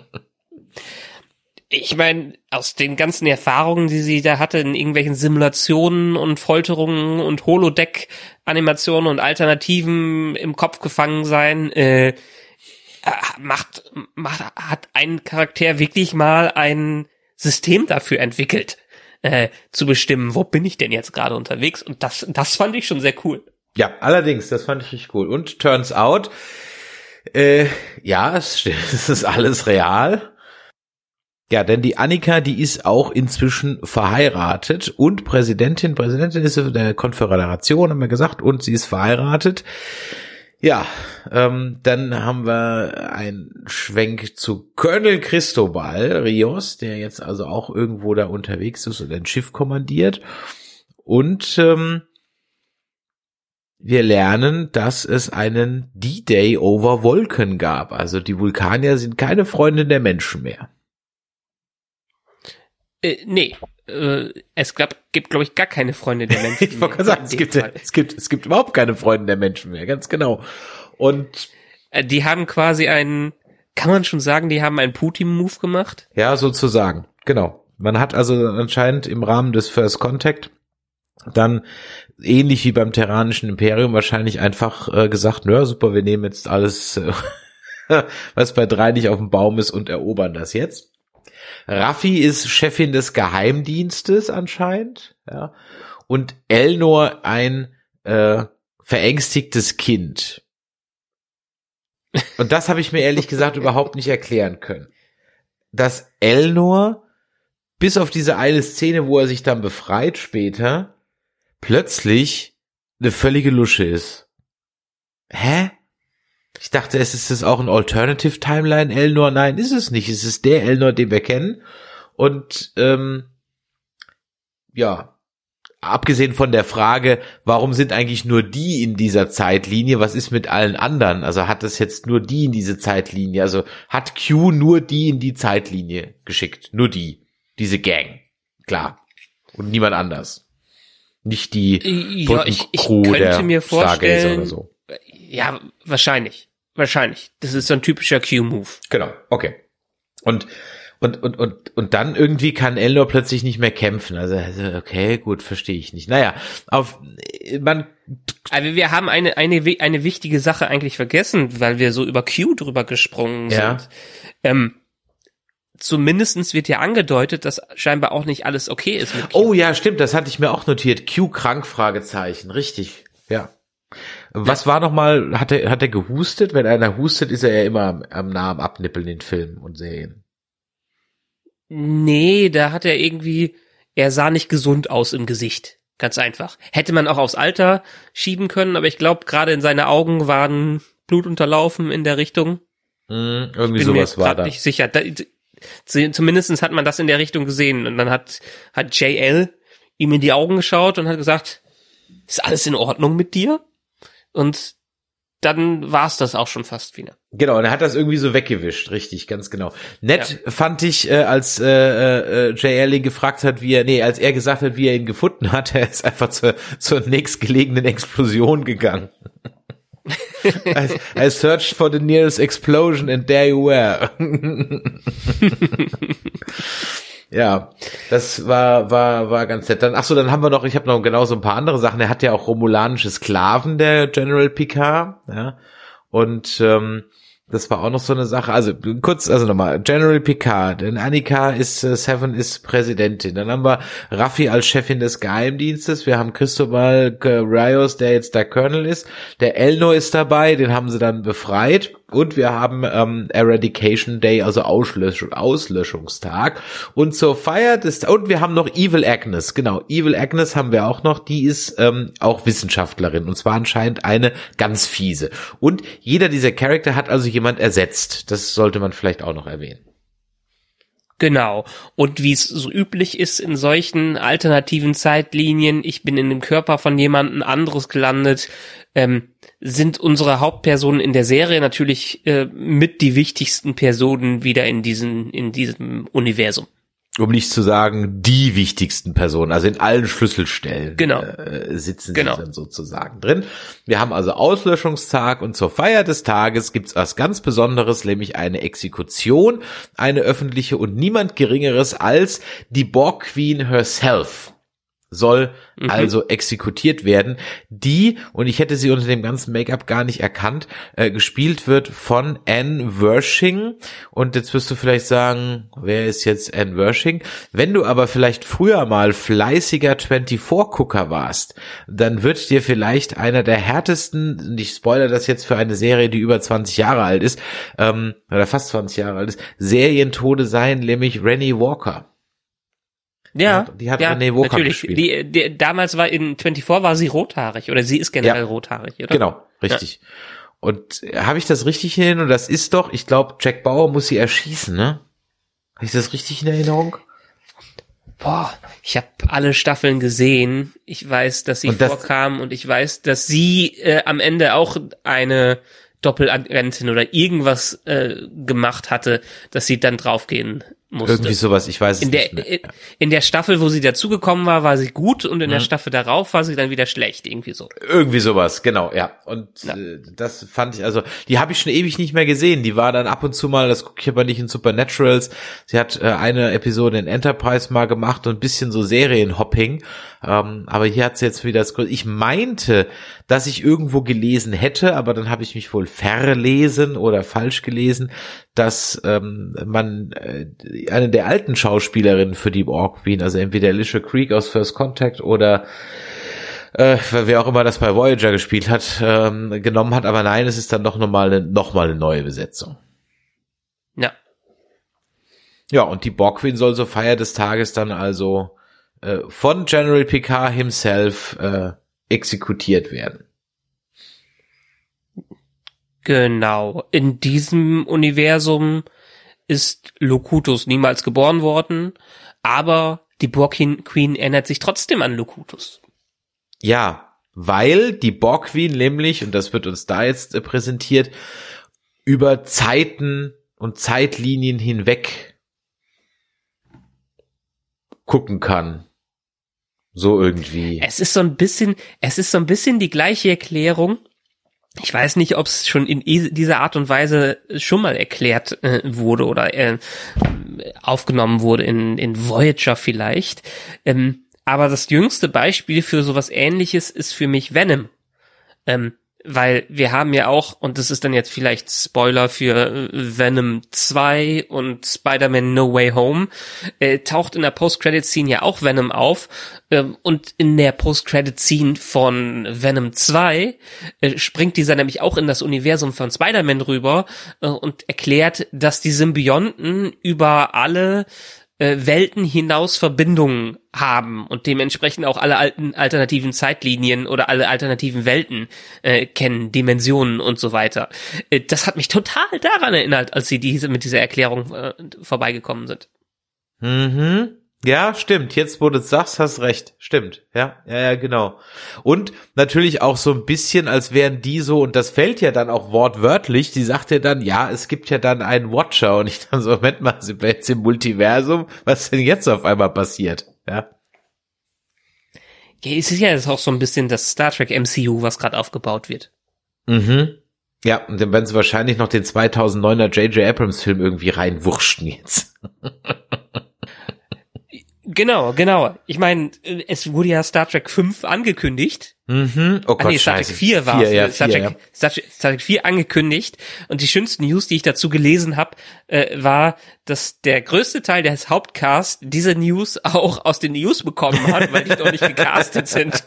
Speaker 4: Ich meine, aus den ganzen Erfahrungen, die sie da hatte, in irgendwelchen Simulationen und Folterungen und Holodeck-Animationen und Alternativen im Kopf gefangen sein, äh, macht, macht, hat ein Charakter wirklich mal ein System dafür entwickelt, äh, zu bestimmen, wo bin ich denn jetzt gerade unterwegs? Und das, das fand ich schon sehr cool.
Speaker 3: Ja, allerdings, das fand ich richtig cool. Und turns out, Äh, ja, es, stimmt, es ist alles real. Ja, denn die Annika, die ist auch inzwischen verheiratet und Präsidentin. Präsidentin ist der Konföderation, haben wir gesagt, und sie ist verheiratet. Ja, ähm, dann haben wir einen Schwenk zu Colonel Cristobal Rios, der jetzt also auch irgendwo da unterwegs ist und ein Schiff kommandiert. Und ähm, wir lernen, dass es einen D-Day over Vulcan gab. Also die Vulkanier sind keine Freunde der Menschen mehr.
Speaker 4: Äh, nee, äh, es gab, gibt, glaube ich, gar keine Freunde der Menschen.
Speaker 3: Ich wollte gerade sagen, es gibt, es gibt, es gibt überhaupt keine Freunde der Menschen mehr, ganz genau. Und
Speaker 4: äh, die haben quasi einen, kann man schon sagen, die haben einen Putin-Move gemacht?
Speaker 3: Ja, sozusagen, genau. Man hat also anscheinend im Rahmen des First Contact dann ähnlich wie beim Terranischen Imperium wahrscheinlich einfach äh, gesagt, na super, wir nehmen jetzt alles, äh, was bei drei nicht auf dem Baum ist und erobern das jetzt. Raffi ist Chefin des Geheimdienstes anscheinend, ja, und Elnor ein äh, verängstigtes Kind. Und das habe ich mir ehrlich gesagt überhaupt nicht erklären können. Dass Elnor bis auf diese eine Szene, wo er sich dann befreit später, plötzlich eine völlige Lusche ist. Hä? Ich dachte, es ist das auch ein Alternative Timeline Elnor. Nein, ist es nicht. Es ist der Elnor, den wir kennen. Und ähm, ja, abgesehen von der Frage, warum sind eigentlich nur die in dieser Zeitlinie? Was ist mit allen anderen? Also hat es jetzt nur die in diese Zeitlinie? Also hat Q nur die in die Zeitlinie geschickt? Nur die. Diese Gang. Klar. Und niemand anders. Nicht die
Speaker 4: ja, ich, ich
Speaker 3: Crew
Speaker 4: könnte
Speaker 3: der
Speaker 4: mir vorstellen,
Speaker 3: Stargazer oder so.
Speaker 4: Ja, wahrscheinlich. Wahrscheinlich. Das ist so ein typischer Q-Move.
Speaker 3: Genau, okay. Und und und und und dann irgendwie kann Elnor plötzlich nicht mehr kämpfen. Also okay, gut, verstehe ich nicht. Naja, auf man.
Speaker 4: Aber wir haben eine eine eine wichtige Sache eigentlich vergessen, weil wir so über Q drüber gesprungen sind.
Speaker 3: Ja.
Speaker 4: Ähm, Zumindestens wird ja angedeutet, dass scheinbar auch nicht alles okay ist mit Q.
Speaker 3: Oh ja, stimmt, das hatte ich mir auch notiert. Q krank, Fragezeichen, richtig, ja. Was ja. war nochmal, hat er, hat er gehustet? Wenn einer hustet, ist er ja immer am, am nah am Abnippeln in Filmen und Serien.
Speaker 4: Nee, da hat er irgendwie, er sah nicht gesund aus im Gesicht. Ganz einfach. Hätte man auch aufs Alter schieben können, aber ich glaube, gerade in seine Augen waren Blutunterlaufen in der Richtung.
Speaker 3: Mm, irgendwie
Speaker 4: Bin
Speaker 3: sowas
Speaker 4: mir
Speaker 3: war da.
Speaker 4: Nicht sicher. Da, Zumindest hat man das in der Richtung gesehen. Und dann hat, hat J L ihm in die Augen geschaut und hat gesagt, ist alles in Ordnung mit dir? Und dann war's das auch schon fast wieder.
Speaker 3: Genau, und er hat das irgendwie so weggewischt, richtig, ganz genau. Nett ja. fand ich, äh, als äh, äh, J L ihn gefragt hat, wie er, nee, als er gesagt hat, wie er ihn gefunden hat, er ist einfach zur, zur nächstgelegenen Explosion gegangen. I, I searched for the nearest explosion and there you were. Ja, das war war war ganz nett. Dann ach so, dann haben wir noch, ich habe noch genau so ein paar andere Sachen. Er hat ja auch romulanische Sklaven, der General Picard, ja. Und ähm, das war auch noch so eine Sache. Also kurz, also nochmal, General Picard, denn Annika ist, äh, Seven ist Präsidentin. Dann haben wir Raffi als Chefin des Geheimdienstes. Wir haben Cristobal Rios, der jetzt der Colonel ist. Der Elnor ist dabei, den haben sie dann befreit. Und wir haben ähm, Eradication Day, also Auslösch- Auslöschungstag. Und zur Feier des, und wir haben noch Evil Agnes, genau, Evil Agnes haben wir auch noch, die ist ähm, auch Wissenschaftlerin, und zwar anscheinend eine ganz fiese. Und jeder dieser Charakter hat also jemand ersetzt, das sollte man vielleicht auch noch erwähnen.
Speaker 4: Genau. Und wie es so üblich ist in solchen alternativen Zeitlinien, ich bin in dem Körper von jemandem anderes gelandet, ähm, sind unsere Hauptpersonen in der Serie natürlich äh, mit die wichtigsten Personen wieder in diesen in diesem Universum.
Speaker 3: Um nicht zu sagen, die wichtigsten Personen, also in allen Schlüsselstellen
Speaker 4: genau.
Speaker 3: äh, sitzen
Speaker 4: genau.
Speaker 3: sie dann sozusagen drin. Wir haben also Auslöschungstag, und zur Feier des Tages gibt's was ganz Besonderes, nämlich eine Exekution, eine öffentliche, und niemand Geringeres als die Borg Queen herself. soll
Speaker 4: Mhm.
Speaker 3: also exekutiert werden, die, und ich hätte sie unter dem ganzen Make-up gar nicht erkannt, äh, gespielt wird von Anne Wershing. Und jetzt wirst du vielleicht sagen, wer ist jetzt Anne Wershing? Wenn du aber vielleicht früher mal fleißiger vierundzwanzig-Gucker warst, dann wird dir vielleicht einer der härtesten, und ich spoilere das jetzt für eine Serie, die über zwanzig Jahre alt ist, ähm, oder fast zwanzig Jahre alt ist, Serientode sein, nämlich Rennie Walker.
Speaker 4: Ja,
Speaker 3: Die hat
Speaker 4: ja,
Speaker 3: Renee Walker
Speaker 4: natürlich.
Speaker 3: gespielt.
Speaker 4: Die, die, damals war in vierundzwanzig war sie rothaarig oder sie ist generell
Speaker 3: Ja.
Speaker 4: rothaarig, oder?
Speaker 3: Genau, richtig. Ja. Und äh, habe ich das richtig hin? Und das ist doch, ich glaube, Jack Bauer muss sie erschießen, ne? Habe ich das richtig in Erinnerung?
Speaker 4: Boah, ich habe alle Staffeln gesehen. Ich weiß, dass sie
Speaker 3: Und das-
Speaker 4: vorkam und ich weiß, dass sie äh, am Ende auch eine Doppelagentin oder irgendwas äh, gemacht hatte, dass sie dann draufgehen musste.
Speaker 3: Irgendwie sowas, ich weiß es
Speaker 4: In der,
Speaker 3: nicht mehr.
Speaker 4: in, in der Staffel, wo sie dazugekommen war, war sie gut und in
Speaker 3: Mhm.
Speaker 4: der Staffel darauf war sie dann wieder schlecht, irgendwie so.
Speaker 3: Irgendwie sowas, genau, ja. Und
Speaker 4: Ja.
Speaker 3: äh, das fand ich, also die habe ich schon ewig nicht mehr gesehen. Die war dann ab und zu mal, das gucke ich aber nicht in Supernaturals. Sie hat äh, eine Episode in Enterprise mal gemacht und ein bisschen so Serienhopping. Ähm, aber hier hat sie jetzt wieder das Größte. Ich meinte, dass ich irgendwo gelesen hätte, aber dann habe ich mich wohl verlesen oder falsch gelesen, dass ähm, man äh, eine der alten Schauspielerinnen für die Borg Queen, also entweder Alicia Creek aus First Contact oder äh, wer auch immer das bei Voyager gespielt hat, ähm, genommen hat. Aber nein, es ist dann doch nochmal eine, noch mal eine neue Besetzung.
Speaker 4: Ja.
Speaker 3: Ja, und die Borg Queen soll zur Feier des Tages dann also äh, von General Picard himself äh, exekutiert werden.
Speaker 4: Genau. In diesem Universum ist Locutus niemals geboren worden, aber die Borg Queen erinnert sich trotzdem an Locutus.
Speaker 3: Ja, weil die Borg Queen nämlich, und das wird uns da jetzt äh, präsentiert, über Zeiten und Zeitlinien hinweg gucken kann. So irgendwie.
Speaker 4: Es ist so ein bisschen, es ist so ein bisschen die gleiche Erklärung. Ich weiß nicht, ob es schon in dieser Art und Weise schon mal erklärt äh, wurde oder äh, aufgenommen wurde in, in Voyager vielleicht. Ähm, aber das jüngste Beispiel für sowas Ähnliches ist für mich Venom. Ähm, weil wir haben ja auch, und das ist dann jetzt vielleicht Spoiler für Venom zwei und Spider-Man No Way Home, äh, taucht in der Post-Credit-Scene ja auch Venom auf. Ähm, und in der Post-Credit-Scene von Venom zwei äh, springt dieser nämlich auch in das Universum von Spider-Man rüber äh, und erklärt, dass die Symbionten über alle äh, Welten hinaus Verbindungen haben und dementsprechend auch alle alten alternativen Zeitlinien oder alle alternativen Welten äh, kennen, Dimensionen und so weiter. Äh, das hat mich total daran erinnert, als sie diese mit dieser Erklärung äh, vorbeigekommen sind.
Speaker 3: Mhm. Ja, stimmt. Jetzt, wo du es sagst, hast recht. Stimmt. Ja, ja, ja, genau. Und natürlich auch so ein bisschen, als wären die so, und das fällt ja dann auch wortwörtlich, die sagt ja dann, ja, es gibt ja dann einen Watcher. Und ich dann so, Moment mal, sind wir jetzt im Multiversum? Was ist denn jetzt auf einmal passiert? Ja.
Speaker 4: Ja, es ist ja jetzt auch so ein bisschen das Star Trek M C U, was gerade aufgebaut wird.
Speaker 3: Mhm. Ja, und dann werden sie wahrscheinlich noch den zweitausenddeuner J J Abrams Film irgendwie reinwurschten jetzt.
Speaker 4: Genau, genau. Ich meine, es wurde ja Star Trek fünf angekündigt.
Speaker 3: Mhm. Oh Gott,
Speaker 4: ah, nee, Star Trek
Speaker 3: scheiße.
Speaker 4: vier war
Speaker 3: Vier, ja,
Speaker 4: Star,
Speaker 3: vier,
Speaker 4: Trek,
Speaker 3: ja.
Speaker 4: Star, Trek, Star Trek vier angekündigt. Und die schönsten News, die ich dazu gelesen habe, äh, war, dass der größte Teil des Hauptcasts diese News auch aus den News bekommen hat, weil die noch nicht gecastet sind.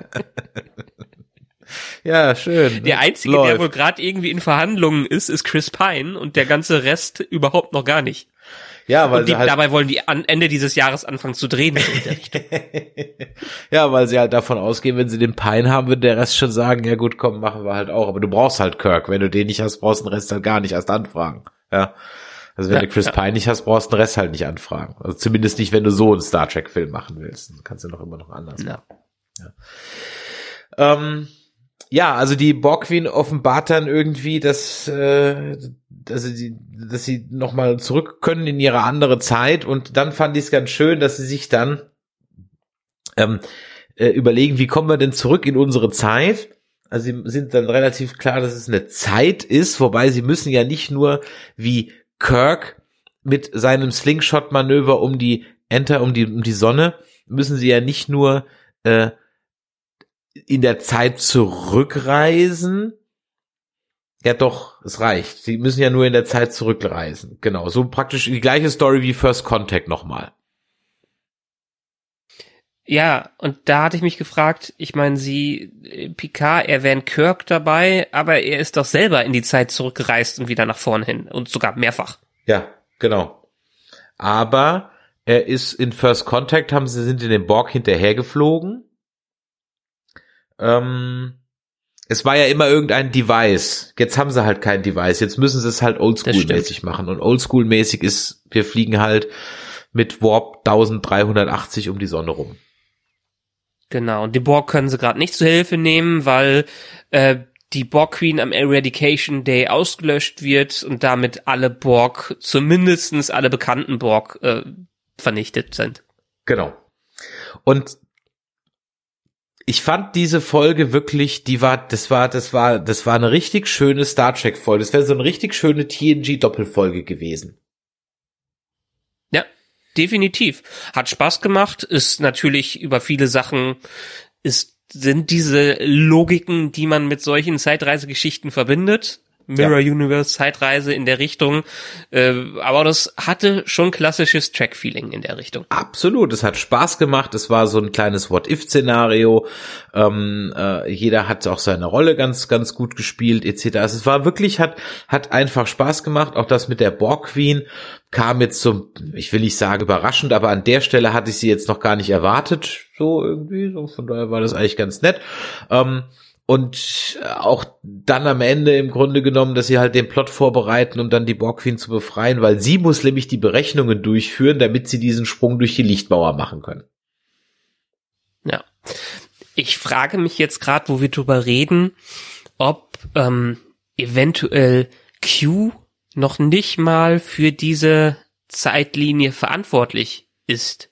Speaker 3: Ja, schön.
Speaker 4: Der Einzige,
Speaker 3: Läuft.
Speaker 4: der wohl gerade irgendwie in Verhandlungen ist, ist Chris Pine und der ganze Rest überhaupt noch gar nicht.
Speaker 3: Ja, weil
Speaker 4: Und die,
Speaker 3: sie halt
Speaker 4: dabei wollen die an Ende dieses Jahres anfangen zu drehen. So in der Richtung.
Speaker 3: Ja, weil sie halt davon ausgehen, wenn sie den Pine haben, wird der Rest schon sagen, ja gut, komm, machen wir halt auch. Aber du brauchst halt Kirk. Wenn du den nicht hast, brauchst du den Rest halt gar nicht erst anfragen. Ja. Also wenn
Speaker 4: Ja,
Speaker 3: du Chris
Speaker 4: ja.
Speaker 3: Pine nicht hast, brauchst du den Rest halt nicht anfragen. Also zumindest nicht, wenn du so einen Star Trek Film machen willst. Du kannst ja noch immer noch anders
Speaker 4: Ja.
Speaker 3: machen. Ja. Ähm, ja, also die Borg Queen offenbart dann irgendwie, dass, äh, dass sie, dass sie nochmal zurück können in ihre andere Zeit, und dann fand ich es ganz schön, dass sie sich dann ähm, äh, überlegen, wie kommen wir denn zurück in unsere Zeit? Also sie sind dann relativ klar, dass es eine Zeit ist, wobei sie müssen ja nicht nur wie Kirk mit seinem Slingshot-Manöver um die Enter, um die, um die Sonne müssen sie ja nicht nur äh, in der Zeit zurückreisen. Ja doch, es reicht. Sie müssen ja nur in der Zeit zurückreisen. Genau, so praktisch die gleiche Story wie First Contact nochmal.
Speaker 4: Ja, und da hatte ich mich gefragt, ich meine, sie, Picard erwähnt Kirk dabei, aber er ist doch selber in die Zeit zurückgereist und wieder nach vorn hin und sogar mehrfach.
Speaker 3: Ja, genau. Aber er ist in First Contact, haben sie sind in den Borg hinterhergeflogen. Ähm, es war ja immer irgendein Device. Jetzt haben sie halt kein Device. Jetzt müssen sie es halt Oldschool-mäßig machen. Und Oldschool-mäßig ist, wir fliegen halt mit Warp dreizehnhundertachtzig um die Sonne rum.
Speaker 4: Genau, und die Borg können sie gerade nicht zur Hilfe nehmen, weil äh, die Borg Queen am Eradication Day ausgelöscht wird und damit alle Borg, zumindestens alle bekannten Borg, äh, vernichtet sind.
Speaker 3: Genau. Und ich fand diese Folge wirklich, die war, das war, das war, das war eine richtig schöne Star Trek Folge. Das wäre so eine richtig schöne T N G Doppelfolge gewesen.
Speaker 4: Ja. Definitiv. Hat Spaß gemacht, ist natürlich über viele Sachen, ist, sind diese Logiken, die man mit solchen Zeitreisegeschichten verbindet. Mirror ja. Universe, Zeitreise in der Richtung. Äh, aber das hatte schon klassisches Track-Feeling in der Richtung.
Speaker 3: Absolut, es hat Spaß gemacht. Es war so ein kleines What-If-Szenario. Ähm, äh, jeder hat auch seine Rolle ganz, ganz gut gespielt, et cetera. Also es war wirklich, hat, hat einfach Spaß gemacht. Auch das mit der Borg Queen kam jetzt so, ich will nicht sagen überraschend, aber an der Stelle hatte ich sie jetzt noch gar nicht erwartet. So irgendwie, so von daher war das eigentlich ganz nett. Ähm, Und auch dann am Ende im Grunde genommen, dass sie halt den Plot vorbereiten, um dann die Borg Queen zu befreien, weil sie muss nämlich die Berechnungen durchführen, damit sie diesen Sprung durch die Lichtmauer machen können.
Speaker 4: Ja. Ich frage mich jetzt gerade, wo wir drüber reden, ob ähm, eventuell Q noch nicht mal für diese Zeitlinie verantwortlich ist,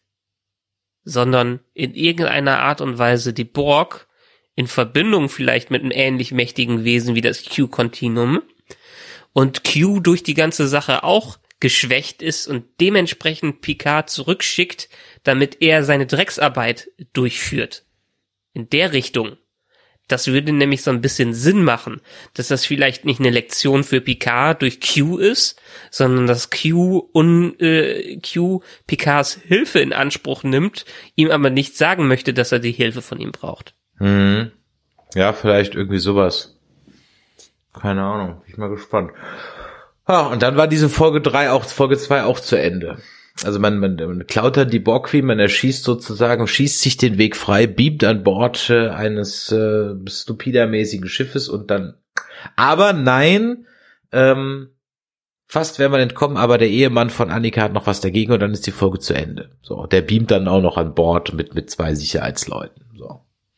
Speaker 4: sondern in irgendeiner Art und Weise die Borg in Verbindung vielleicht mit einem ähnlich mächtigen Wesen wie das Q-Kontinuum und Q durch die ganze Sache auch geschwächt ist und dementsprechend Picard zurückschickt, damit er seine Drecksarbeit durchführt. In der Richtung. Das würde nämlich so ein bisschen Sinn machen, dass das vielleicht nicht eine Lektion für Picard durch Q ist, sondern dass Q und äh, Q Picards Hilfe in Anspruch nimmt, ihm aber nicht sagen möchte, dass er die Hilfe von ihm braucht.
Speaker 3: Hm. Ja, vielleicht irgendwie sowas. Keine Ahnung, bin ich mal gespannt. Ah, und dann war diese Folge drei auch, Folge zwei auch zu Ende. Also man, man, man klaut dann die Borg Queen, man erschießt sozusagen, schießt sich den Weg frei, beamt an Bord äh, eines äh, stupidermäßigen Schiffes und dann, aber nein, ähm, fast wäre man entkommen, aber der Ehemann von Annika hat noch was dagegen und dann ist die Folge zu Ende. So, der beamt dann auch noch an Bord mit mit zwei Sicherheitsleuten. So.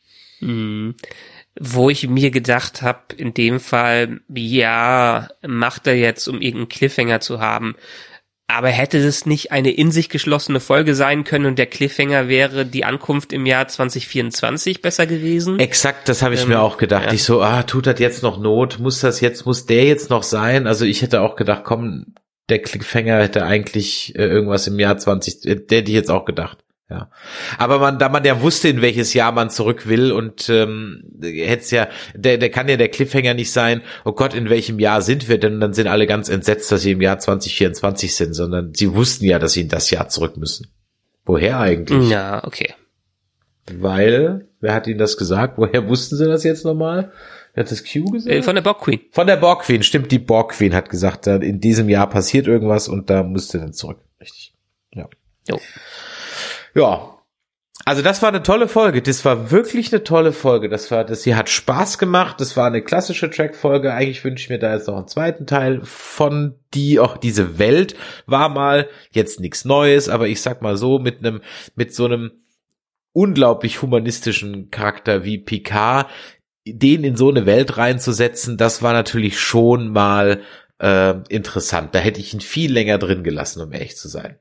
Speaker 4: Hm. Wo ich mir gedacht habe, in dem Fall, ja, macht er jetzt, um irgendeinen Cliffhanger zu haben. Aber hätte es nicht eine in sich geschlossene Folge sein können und der Cliffhanger wäre die Ankunft im Jahr zwanzig vierundzwanzig besser gewesen?
Speaker 3: Exakt, das habe ich ähm, mir auch gedacht.
Speaker 4: Ja.
Speaker 3: Ich so, ah, tut das jetzt noch Not? Muss das jetzt, muss der jetzt noch sein? Also ich hätte auch gedacht, komm, der Cliffhanger hätte eigentlich äh, irgendwas im Jahr zwanzig, äh, der hätte ich jetzt auch gedacht. Ja, aber man, da man ja wusste, in welches Jahr man zurück will und ähm, hätte ja, der, der kann ja der Cliffhanger nicht sein, oh Gott, in welchem Jahr sind wir denn? Dann sind alle ganz entsetzt, dass sie im Jahr zwanzig vierundzwanzig sind, sondern sie wussten ja, dass sie in das Jahr zurück müssen. Woher eigentlich?
Speaker 4: Ja, okay.
Speaker 3: Weil, wer hat ihnen das gesagt? Woher wussten sie das jetzt nochmal? Wer hat das Q gesagt?
Speaker 4: Äh, von der Borg Queen.
Speaker 3: Von der Borg Queen, stimmt, die Borg Queen hat gesagt, in diesem Jahr passiert irgendwas und da musste dann zurück. Richtig. Ja.
Speaker 4: Jo.
Speaker 3: Ja, also das war eine tolle Folge. Das war wirklich eine tolle Folge. Das war, das hier hat Spaß gemacht. Das war eine klassische Track-Folge. Eigentlich wünsche ich mir da jetzt noch einen zweiten Teil von. Die auch diese Welt war mal jetzt nichts Neues, aber ich sag mal so mit einem mit so einem unglaublich humanistischen Charakter wie Picard, den in so eine Welt reinzusetzen, das war natürlich schon mal äh, interessant. Da hätte ich ihn viel länger drin gelassen, um ehrlich zu sein.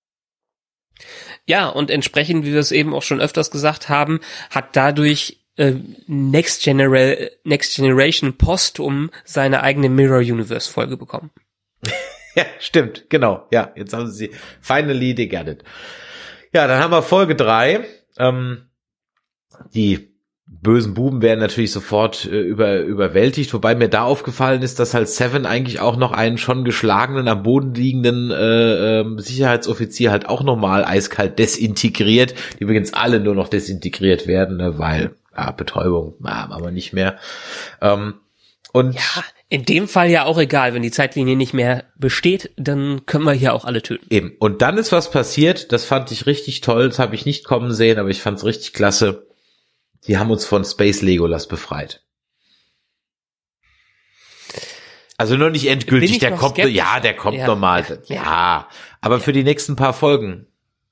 Speaker 4: Ja, und entsprechend, wie wir es eben auch schon öfters gesagt haben, hat dadurch äh, Next, Genera- Next Generation postum seine eigene Mirror Universe Folge bekommen.
Speaker 3: Ja, stimmt, genau. Ja, jetzt haben sie finally they got it. Ja, dann haben wir Folge drei. Ähm, die bösen Buben werden natürlich sofort äh, über, überwältigt, wobei mir da aufgefallen ist, dass halt Seven eigentlich auch noch einen schon geschlagenen, am Boden liegenden äh, äh, Sicherheitsoffizier halt auch nochmal eiskalt desintegriert, die übrigens alle nur noch desintegriert werden, ne, weil, ja, Betäubung, ja, aber nicht mehr. Ähm, und
Speaker 4: ja, in dem Fall ja auch egal, wenn die Zeitlinie nicht mehr besteht, dann können wir hier auch alle töten.
Speaker 3: Eben, und dann ist was passiert, das fand ich richtig toll, das habe ich nicht kommen sehen, aber ich fand's richtig klasse. Die haben uns von Space Legolas befreit. Also nur nicht endgültig, der kommt, skeptisch. ja, der kommt ja, normal, ja, ja, aber ja. Für die nächsten paar Folgen.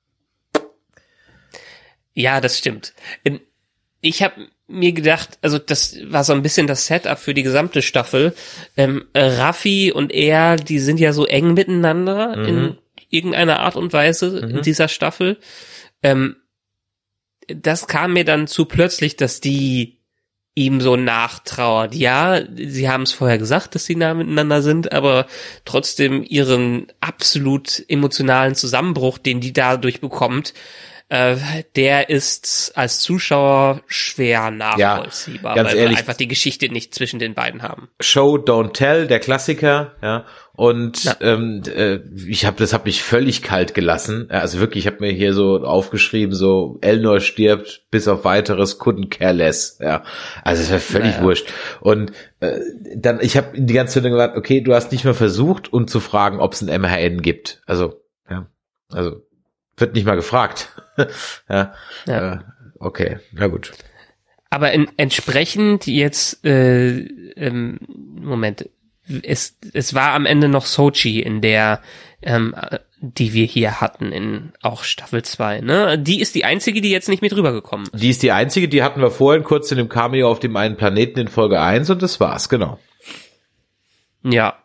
Speaker 4: Ja, das stimmt. Ich habe mir gedacht, also das war so ein bisschen das Setup für die gesamte Staffel. Ähm, Raffi und er, die sind ja so eng miteinander mhm. in irgendeiner Art und Weise mhm. in dieser Staffel. Ähm, das kam mir dann zu plötzlich, dass die ihm so nachtrauert. Ja, sie haben es vorher gesagt, dass sie nah miteinander sind, aber trotzdem ihren absolut emotionalen Zusammenbruch, den die dadurch bekommt, äh, der ist als Zuschauer schwer nachvollziehbar,
Speaker 3: ja, ganz
Speaker 4: weil
Speaker 3: ehrlich,
Speaker 4: wir einfach die Geschichte nicht zwischen den beiden haben.
Speaker 3: Show, don't tell, der Klassiker, ja. Und ähm, äh, ich habe das hat mich völlig kalt gelassen. Also wirklich, ich habe mir hier so aufgeschrieben, so Elnor stirbt, bis auf weiteres, couldn't care less. Ja, also es war völlig naja. wurscht. Und äh, dann, ich habe die ganze Zeit gesagt, okay, du hast nicht mal versucht, um zu fragen, ob es ein M H N gibt. Also ja, also wird nicht mal gefragt. ja,
Speaker 4: ja.
Speaker 3: Äh, okay, na gut.
Speaker 4: Aber in, entsprechend jetzt, äh, ähm, Moment. Es, es war am Ende noch Sochi in der, ähm, die wir hier hatten in auch Staffel zwei, ne? Die ist die einzige, die jetzt nicht mit rübergekommen ist.
Speaker 3: Die ist die einzige, die hatten wir vorhin kurz in dem Cameo auf dem einen Planeten in Folge eins und das war's, genau.
Speaker 4: Ja.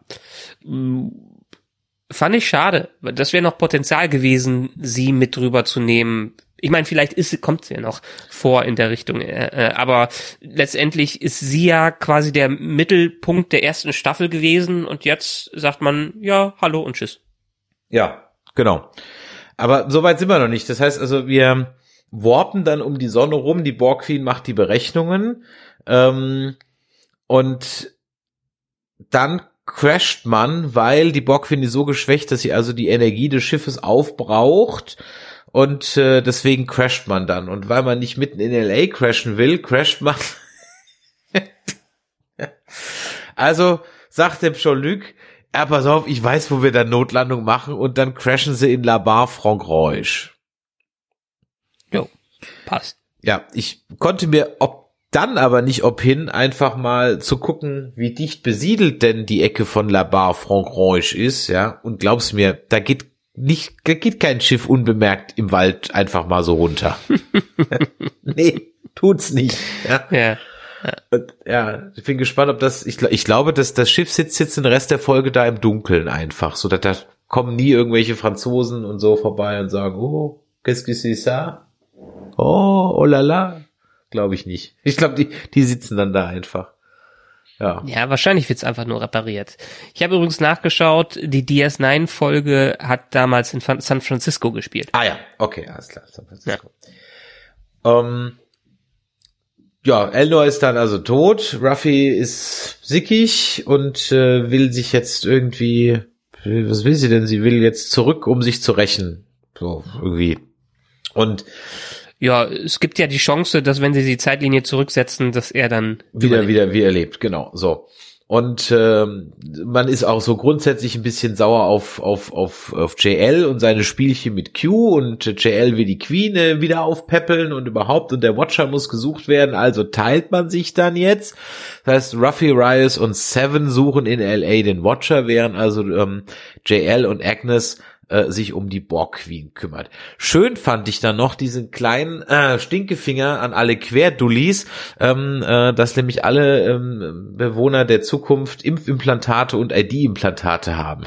Speaker 4: Fand ich schade. Das wäre noch Potenzial gewesen, sie mit rüberzunehmen. Ich meine, vielleicht ist, kommt sie ja noch vor in der Richtung, äh, aber letztendlich ist sie ja quasi der Mittelpunkt der ersten Staffel gewesen und jetzt sagt man, ja, hallo und tschüss.
Speaker 3: Ja, genau. Aber so weit sind wir noch nicht. Das heißt also, wir warpen dann um die Sonne rum, die Borg Queen macht die Berechnungen ähm, und dann crasht man, weil die Borg Queen ist so geschwächt, dass sie also die Energie des Schiffes aufbraucht. Und äh, deswegen crasht man dann. Und weil man nicht mitten in L A crashen will, crasht man. Also sagt dem Jean-Luc, ja, pass auf, ich weiß, wo wir dann Notlandung machen. Und dann crashen sie in La Barre-Franc-Reusch.
Speaker 4: Jo, passt.
Speaker 3: Ja, ich konnte mir ob dann aber nicht ob hin, einfach mal zu gucken, wie dicht besiedelt denn die Ecke von La Barre-Franc-Reusch ist. Ja, und glaub's mir, da geht Nicht, da geht kein Schiff unbemerkt im Wald einfach mal so runter. Nee, tut's nicht. Ja.
Speaker 4: Ja.
Speaker 3: Ja. Und, ja, ich bin gespannt, ob das, ich, ich glaube, dass das Schiff sitzt jetzt den Rest der Folge da im Dunkeln einfach, so dass da kommen nie irgendwelche Franzosen und so vorbei und sagen, oh, qu'est-ce que c'est ça? Oh, oh la la. Glaube ich nicht. Ich glaube, die, die sitzen dann da einfach. Ja.
Speaker 4: Ja, wahrscheinlich wird's einfach nur repariert. Ich habe übrigens nachgeschaut, die D S neun Folge hat damals in San Francisco gespielt.
Speaker 3: Ah ja, okay, alles klar, San Francisco. Ja, ähm, ja Elnor ist dann also tot, Ruffy ist sickig und äh, will sich jetzt irgendwie, was will sie denn? Sie will jetzt zurück, um sich zu rächen. So, irgendwie. Und
Speaker 4: ja, es gibt ja die Chance, dass wenn sie die Zeitlinie zurücksetzen, dass er dann
Speaker 3: wieder, überlebt. wieder, wie er lebt, genau, so. Und ähm, man ist auch so grundsätzlich ein bisschen sauer auf auf auf auf J L und seine Spielchen mit Q und J L will die Queen äh, wieder aufpäppeln und überhaupt und der Watcher muss gesucht werden, also teilt man sich dann jetzt. Das heißt, Ruffy, Rios und Seven suchen in L A den Watcher, während also ähm, J L und Agnes sich um die Borg Queen kümmert. Schön fand ich dann noch diesen kleinen äh, Stinkefinger an alle Querdullis, ähm, äh, dass nämlich alle ähm, Bewohner der Zukunft Impfimplantate und I D-Implantate haben.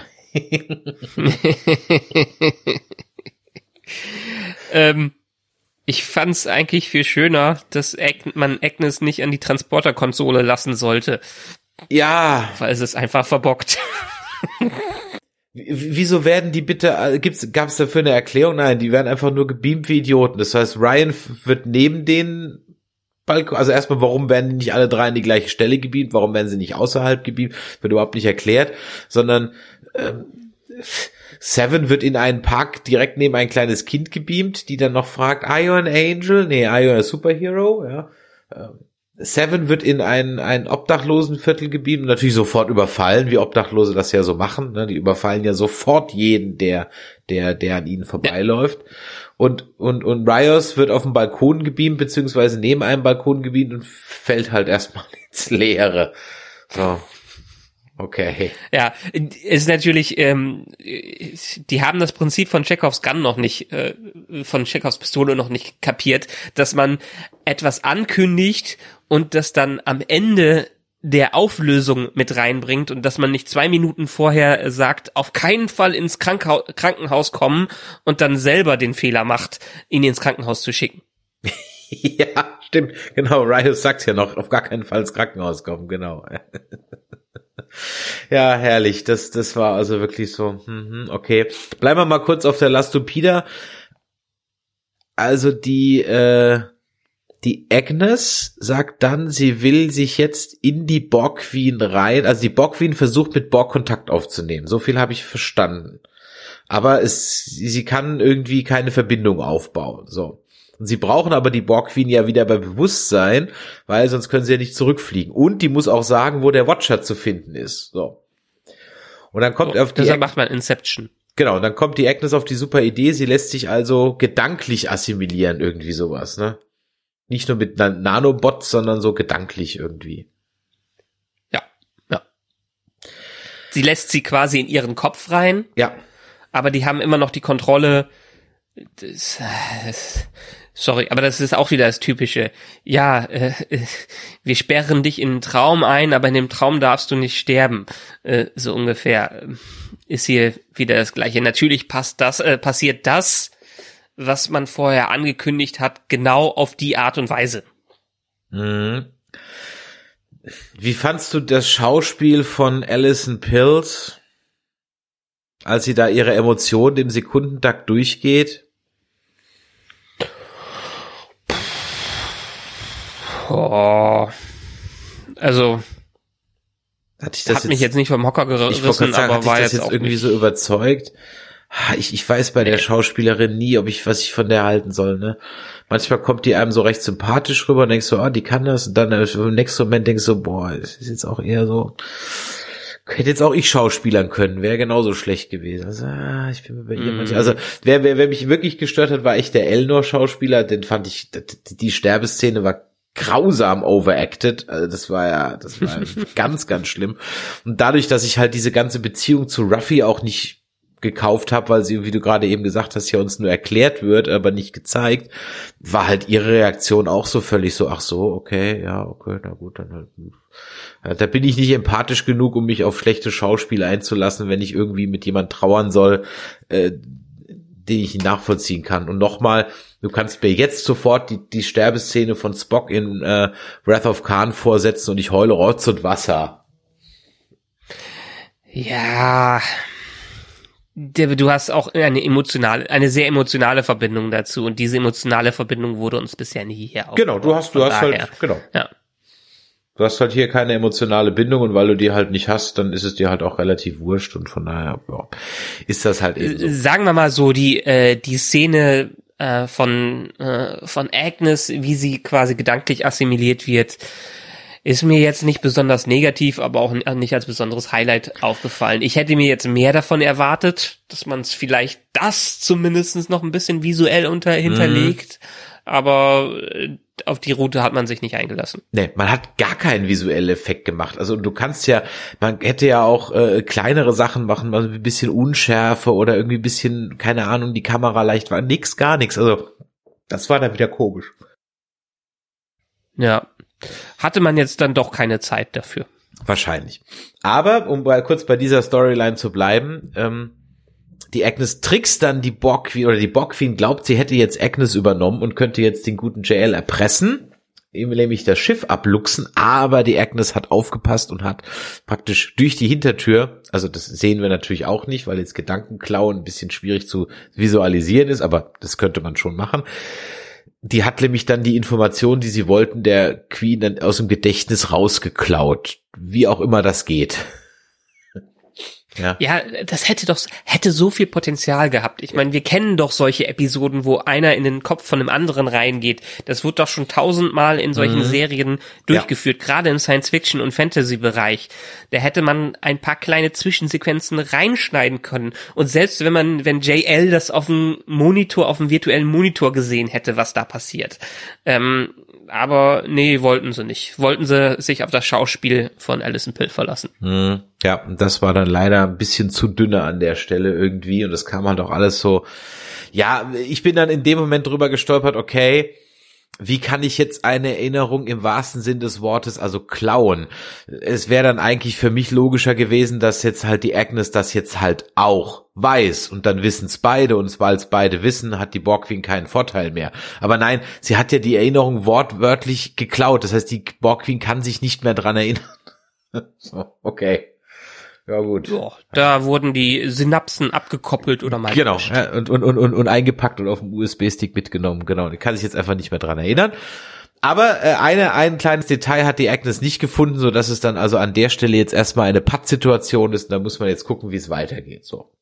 Speaker 4: ähm, ich fand's eigentlich viel schöner, dass Ag- man Agnes nicht an die Transporterkonsole lassen sollte.
Speaker 3: Ja.
Speaker 4: Weil es ist einfach verbockt.
Speaker 3: Wieso werden die bitte, gibt's, gab's dafür eine Erklärung? Nein, die werden einfach nur gebeamt wie Idioten. Das heißt, Ryan wird neben den Balkon, also erstmal, warum werden die nicht alle drei an die gleiche Stelle gebeamt? Warum werden sie nicht außerhalb gebeamt? Wird überhaupt nicht erklärt, sondern ähm, Seven wird in einen Park direkt neben ein kleines Kind gebeamt, die dann noch fragt, are you an angel? Nee, are you a superhero? Ja. Ähm, Seven wird in ein, ein Obdachlosenviertel gebeamt, natürlich sofort überfallen, wie Obdachlose das ja so machen, ne? Die überfallen ja sofort jeden, der, der, der an ihnen vorbeiläuft. Ja. Und, und, und Rios wird auf dem Balkon gebeamt, beziehungsweise neben einem Balkon gebeamt und fällt halt erstmal ins Leere. So. Okay.
Speaker 4: Ja, ist natürlich, ähm, die haben das Prinzip von Chekhovs Gun noch nicht, äh, von Chekhovs Pistole noch nicht kapiert, dass man etwas ankündigt und das dann am Ende der Auflösung mit reinbringt und dass man nicht zwei Minuten vorher sagt, auf keinen Fall ins Krankha- Krankenhaus kommen und dann selber den Fehler macht, ihn ins Krankenhaus zu schicken.
Speaker 3: Ja, stimmt. Genau, Rios sagt ja noch, auf gar keinen Fall ins Krankenhaus kommen, genau. Ja, herrlich. Das, das war also wirklich so, okay. Bleiben wir mal kurz auf der Lastopida. Also die, äh, die Agnes sagt dann, sie will sich jetzt in die Borg Queen rein, also die Borg Queen versucht mit Borg Kontakt aufzunehmen. So viel habe ich verstanden. Aber es, sie kann irgendwie keine Verbindung aufbauen, so. Und sie brauchen aber die Borg Queen ja wieder bei Bewusstsein, weil sonst können sie ja nicht zurückfliegen. Und die muss auch sagen, wo der Watcher zu finden ist. So. Und dann kommt
Speaker 4: oh,
Speaker 3: auf die
Speaker 4: deshalb macht man Inception.
Speaker 3: Genau, und dann kommt die Agnes auf die super Idee, sie lässt sich also gedanklich assimilieren, irgendwie sowas, ne? Nicht nur mit Nanobots, sondern so gedanklich irgendwie.
Speaker 4: Ja, ja. Sie lässt sie quasi in ihren Kopf rein.
Speaker 3: Ja.
Speaker 4: Aber die haben immer noch die Kontrolle. Das, das, sorry, aber das ist auch wieder das Typische. Ja, äh, wir sperren dich in einen Traum ein, aber in dem Traum darfst du nicht sterben. Äh, so ungefähr ist hier wieder das Gleiche. Natürlich passt das, äh, passiert das, was man vorher angekündigt hat, genau auf die Art und Weise.
Speaker 3: Mhm. Wie fandst du das Schauspiel von Alison Pills, als sie da ihre Emotionen im Sekundentakt durchgeht?
Speaker 4: Oh, also
Speaker 3: hat, ich das
Speaker 4: hat
Speaker 3: jetzt,
Speaker 4: mich jetzt nicht vom Hocker gerissen,
Speaker 3: ich sagen,
Speaker 4: aber
Speaker 3: hat
Speaker 4: war
Speaker 3: das
Speaker 4: jetzt,
Speaker 3: jetzt
Speaker 4: auch
Speaker 3: irgendwie
Speaker 4: nicht
Speaker 3: so überzeugt. Ich, ich weiß bei der Schauspielerin nie, ob ich, was ich von der halten soll, ne? Manchmal kommt die einem so recht sympathisch rüber und denkst so, ah, die kann das, und dann im nächsten Moment denkst du so, boah, das ist jetzt auch eher so, hätte jetzt auch ich schauspielern können, wäre genauso schlecht gewesen. Also, ah, ich bin mir bei ihr manchmal, also, wer, wer, wer mich wirklich gestört hat, war echt der Elnor-Schauspieler, den fand ich, die, die Sterbeszene war grausam overacted, also das war ja, das war ganz, ganz schlimm. Und dadurch, dass ich halt diese ganze Beziehung zu Ruffy auch nicht gekauft habe, weil sie, wie du gerade eben gesagt hast, ja uns nur erklärt wird, aber nicht gezeigt, war halt ihre Reaktion auch so völlig so, ach so, okay, ja, okay, na gut, dann halt. Ja, da bin ich nicht empathisch genug, um mich auf schlechte Schauspiel einzulassen, wenn ich irgendwie mit jemand trauern soll, äh, den ich nachvollziehen kann. Und nochmal, du kannst mir jetzt sofort die, die Sterbeszene von Spock in äh, Wrath of Khan vorsetzen und ich heule Rotz und Wasser.
Speaker 4: Ja, du hast auch eine emotionale, eine sehr emotionale Verbindung dazu und diese emotionale Verbindung wurde uns bisher nie hier aufgebaut.
Speaker 3: Genau, du hast, du hast halt, genau.
Speaker 4: Ja.
Speaker 3: Du hast halt hier keine emotionale Bindung und weil du die halt nicht hast, dann ist es dir halt auch relativ wurscht und von daher ja, ist das halt eben so.
Speaker 4: Sagen wir mal so, die äh, die Szene äh, von äh, von Agnes, wie sie quasi gedanklich assimiliert wird, ist mir jetzt nicht besonders negativ, aber auch nicht als besonderes Highlight aufgefallen. Ich hätte mir jetzt mehr davon erwartet, dass man es vielleicht das zumindest noch ein bisschen visuell unter hinterlegt, mhm. aber auf die Route hat man sich nicht eingelassen.
Speaker 3: Nee, man hat gar keinen visuellen Effekt gemacht. Also du kannst ja, man hätte ja auch äh, kleinere Sachen machen, mal ein bisschen Unschärfe oder irgendwie ein bisschen, keine Ahnung, die Kamera leicht war, nix, gar nichts. Also das war dann wieder komisch.
Speaker 4: Ja. Hatte man jetzt dann doch keine Zeit dafür.
Speaker 3: Wahrscheinlich. Aber, um bei, kurz bei dieser Storyline zu bleiben, ähm, die Agnes trickst dann die Borg Queen, oder die Borg Queen glaubt, sie hätte jetzt Agnes übernommen und könnte jetzt den guten J L erpressen, nämlich das Schiff abluchsen, aber die Agnes hat aufgepasst und hat praktisch durch die Hintertür, also das sehen wir natürlich auch nicht, weil jetzt Gedankenklauen ein bisschen schwierig zu visualisieren ist, aber das könnte man schon machen. Die hat nämlich dann die Informationen, die sie wollten, der Queen dann aus dem Gedächtnis rausgeklaut, wie auch immer das geht. Ja.
Speaker 4: ja, das hätte doch, hätte so viel Potenzial gehabt. Ich meine, wir kennen doch solche Episoden, wo einer in den Kopf von einem anderen reingeht. Das wird doch schon tausendmal in solchen mhm. Serien durchgeführt, ja. Gerade im Science-Fiction- und Fantasy-Bereich. Da hätte man ein paar kleine Zwischensequenzen reinschneiden können. Und selbst wenn man, wenn J L das auf dem Monitor, auf dem virtuellen Monitor gesehen hätte, was da passiert. Ähm, aber nee, wollten sie nicht. Wollten sie sich auf das Schauspiel von Alison Pill verlassen.
Speaker 3: Mhm. Ja, das war dann leider ein bisschen zu dünne an der Stelle irgendwie und das kam halt auch alles so, ja, ich bin dann in dem Moment drüber gestolpert, okay, wie kann ich jetzt eine Erinnerung im wahrsten Sinn des Wortes also klauen? Es wäre dann eigentlich für mich logischer gewesen, dass jetzt halt die Agnes das jetzt halt auch weiß und dann wissen es beide und weil es beide wissen, hat die Borg Queen keinen Vorteil mehr. Aber nein, sie hat ja die Erinnerung wortwörtlich geklaut, das heißt, die Borg Queen kann sich nicht mehr dran erinnern. So, okay. Ja, gut.
Speaker 4: Ja, da wurden die Synapsen abgekoppelt oder mal.
Speaker 3: Genau, ja, und, und, und, und eingepackt und auf dem U S B-Stick mitgenommen. Genau, die kann sich jetzt einfach nicht mehr dran erinnern. Aber äh, eine, ein kleines Detail hat die Agnes nicht gefunden, so dass es dann also an der Stelle jetzt erstmal eine Pattsituation ist. Und da muss man jetzt gucken, wie es weitergeht. So.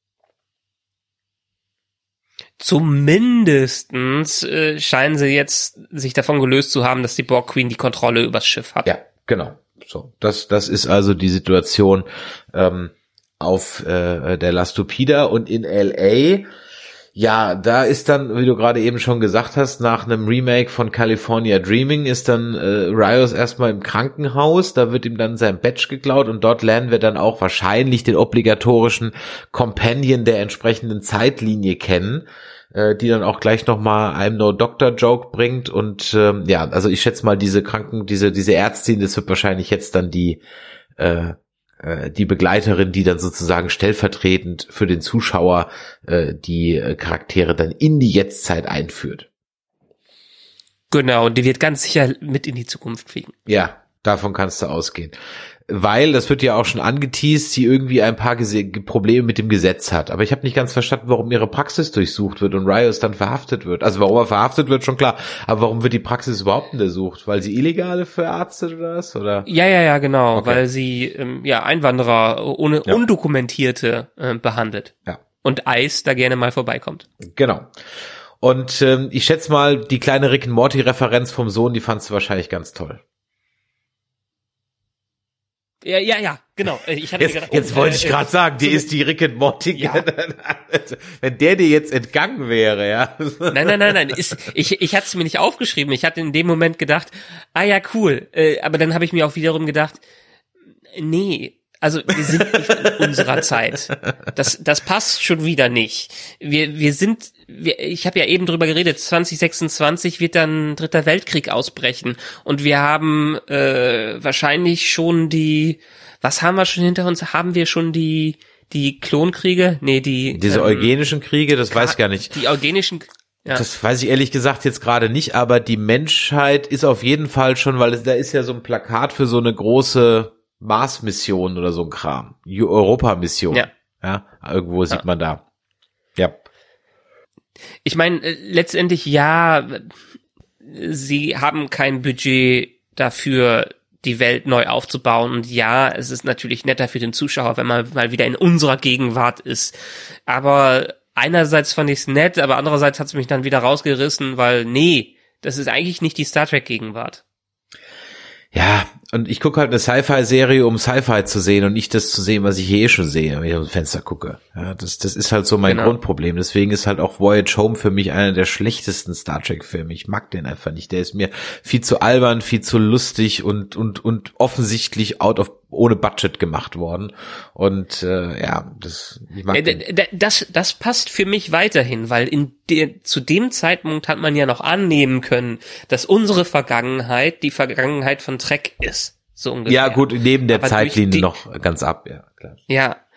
Speaker 4: Zumindestens äh, scheinen sie jetzt sich davon gelöst zu haben, dass die Borg Queen die Kontrolle übers Schiff hat.
Speaker 3: Ja, genau. So, das, das ist also die Situation ähm, auf äh, der Lastupida und in L A. Ja, da ist dann, wie du gerade eben schon gesagt hast, nach einem Remake von California Dreaming ist dann äh, Rios erstmal im Krankenhaus. Da wird ihm dann sein Badge geklaut und dort lernen wir dann auch wahrscheinlich den obligatorischen Companion der entsprechenden Zeitlinie kennen, die dann auch gleich nochmal I'm no Doctor Joke bringt und ähm, ja, also ich schätze mal diese Kranken, diese diese Ärztin, das wird wahrscheinlich jetzt dann die äh, äh, die Begleiterin, die dann sozusagen stellvertretend für den Zuschauer äh, die äh, Charaktere dann in die Jetztzeit einführt.
Speaker 4: Genau, und die wird ganz sicher mit in die Zukunft fliegen.
Speaker 3: Ja, davon kannst du ausgehen. Weil, das wird ja auch schon angeteast, sie irgendwie ein paar Gese- Probleme mit dem Gesetz hat. Aber ich habe nicht ganz verstanden, warum ihre Praxis durchsucht wird und Rios dann verhaftet wird. Also warum er verhaftet wird, schon klar. Aber warum wird die Praxis überhaupt untersucht? Weil sie illegale verarztet oder was? Oder?
Speaker 4: Ja, ja, ja, genau.
Speaker 3: Okay.
Speaker 4: Weil sie ähm, ja Einwanderer ohne
Speaker 3: Ja.
Speaker 4: Undokumentierte äh, behandelt.
Speaker 3: Ja.
Speaker 4: Und Ice da gerne mal vorbeikommt.
Speaker 3: Genau. Und ähm, ich schätze mal, die kleine Rick and Morty-Referenz vom Sohn, die fandst du wahrscheinlich ganz toll.
Speaker 4: Ja, ja, ja, genau. Ich hatte
Speaker 3: Jetzt,
Speaker 4: gedacht,
Speaker 3: jetzt
Speaker 4: oh,
Speaker 3: wollte
Speaker 4: äh,
Speaker 3: ich gerade sagen, die
Speaker 4: so
Speaker 3: ist die Rick and Morty.
Speaker 4: Ja.
Speaker 3: Wenn der dir jetzt entgangen wäre, ja.
Speaker 4: Nein, nein, nein, nein. Ist, ich ich hatte es mir nicht aufgeschrieben. Ich hatte in dem Moment gedacht, ah ja, cool. Äh, aber dann habe ich mir auch wiederum gedacht, nee, also wir sind nicht in unserer Zeit. Das das passt schon wieder nicht. Wir wir sind, wir, ich habe ja eben drüber geredet, zwanzig sechsundzwanzig wird dann Dritter Weltkrieg ausbrechen und wir haben äh, wahrscheinlich schon die, was haben wir schon hinter uns? Haben wir schon die die Klonkriege? Nee, die
Speaker 3: Diese
Speaker 4: ähm,
Speaker 3: eugenischen Kriege, das weiß ich gar nicht.
Speaker 4: Die eugenischen Ja.
Speaker 3: Das weiß ich ehrlich gesagt jetzt gerade nicht, aber die Menschheit ist auf jeden Fall schon, weil es, da ist ja so ein Plakat für so eine große Mars-Mission oder so ein Kram. Europa-Mission.
Speaker 4: Ja.
Speaker 3: Ja, irgendwo sieht
Speaker 4: Ja.
Speaker 3: man da. Ja.
Speaker 4: Ich meine, äh, letztendlich ja, sie haben kein Budget dafür, die Welt neu aufzubauen. Und ja, es ist natürlich netter für den Zuschauer, wenn man mal wieder in unserer Gegenwart ist. Aber einerseits fand ich es nett, aber andererseits hat es mich dann wieder rausgerissen, weil nee, das ist eigentlich nicht die Star Trek Gegenwart.
Speaker 3: Ja, und ich gucke halt eine Sci-Fi-Serie, um Sci-Fi zu sehen und nicht das zu sehen, was ich hier eh schon sehe, wenn ich aus dem Fenster gucke. Ja, das, das ist halt so mein
Speaker 4: Genau.
Speaker 3: Grundproblem. Deswegen ist halt auch Voyage Home für mich einer der schlechtesten Star Trek-Filme. Ich mag den einfach nicht. Der ist mir viel zu albern, viel zu lustig und und und offensichtlich out of ohne Budget gemacht worden. Und äh, ja, das ich mag
Speaker 4: Äh,
Speaker 3: den.
Speaker 4: d- d- Das, das passt für mich weiterhin, weil in der, zu dem Zeitpunkt hat man ja noch annehmen können, dass unsere Vergangenheit die Vergangenheit von Trek ist. So ungefähr.
Speaker 3: Ja gut, neben der
Speaker 4: Aber durch
Speaker 3: Zeitlinie
Speaker 4: die-
Speaker 3: noch ganz ab, ja klar.
Speaker 4: Ja,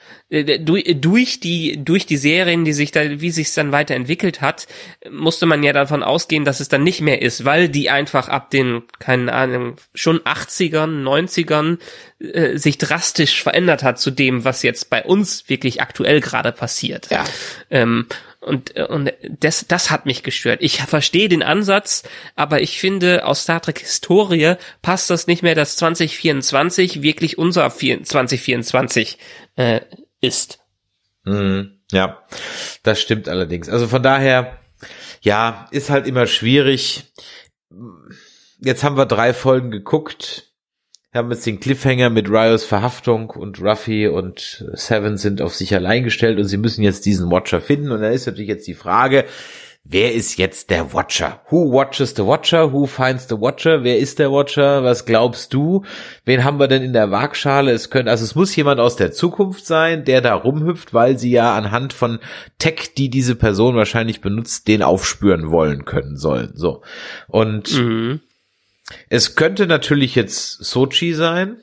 Speaker 4: durch die durch die Serien, die sich da, wie sich's dann weiterentwickelt hat, musste man ja davon ausgehen, dass es dann nicht mehr ist, weil die einfach ab den, keine Ahnung, schon achtzigern, neunzigern äh, sich drastisch verändert hat zu dem, was jetzt bei uns wirklich aktuell gerade passiert.
Speaker 3: Ja.
Speaker 4: Ähm, und und das das hat mich gestört. Ich verstehe den Ansatz, aber ich finde, aus Star Trek Historie passt das nicht mehr, dass zwanzig vierundzwanzig wirklich unser zwanzig vierundzwanzig äh, ist.
Speaker 3: Mhm. Ja, das stimmt allerdings. Also von daher, ja, ist halt immer schwierig. Jetzt haben wir drei Folgen geguckt. Wir haben jetzt den Cliffhanger mit Rios Verhaftung und Ruffy und Seven sind auf sich allein gestellt und sie müssen jetzt diesen Watcher finden. Und da ist natürlich jetzt die Frage, wer ist jetzt der Watcher? Who watches the Watcher? Who finds the Watcher? Wer ist der Watcher? Was glaubst du? Wen haben wir denn in der Waagschale? Es könnte, also es muss jemand aus der Zukunft sein, der da rumhüpft, weil sie ja anhand von Tech, die diese Person wahrscheinlich benutzt, den aufspüren wollen können sollen. So. Und
Speaker 4: Mhm.
Speaker 3: es könnte natürlich jetzt Sochi sein.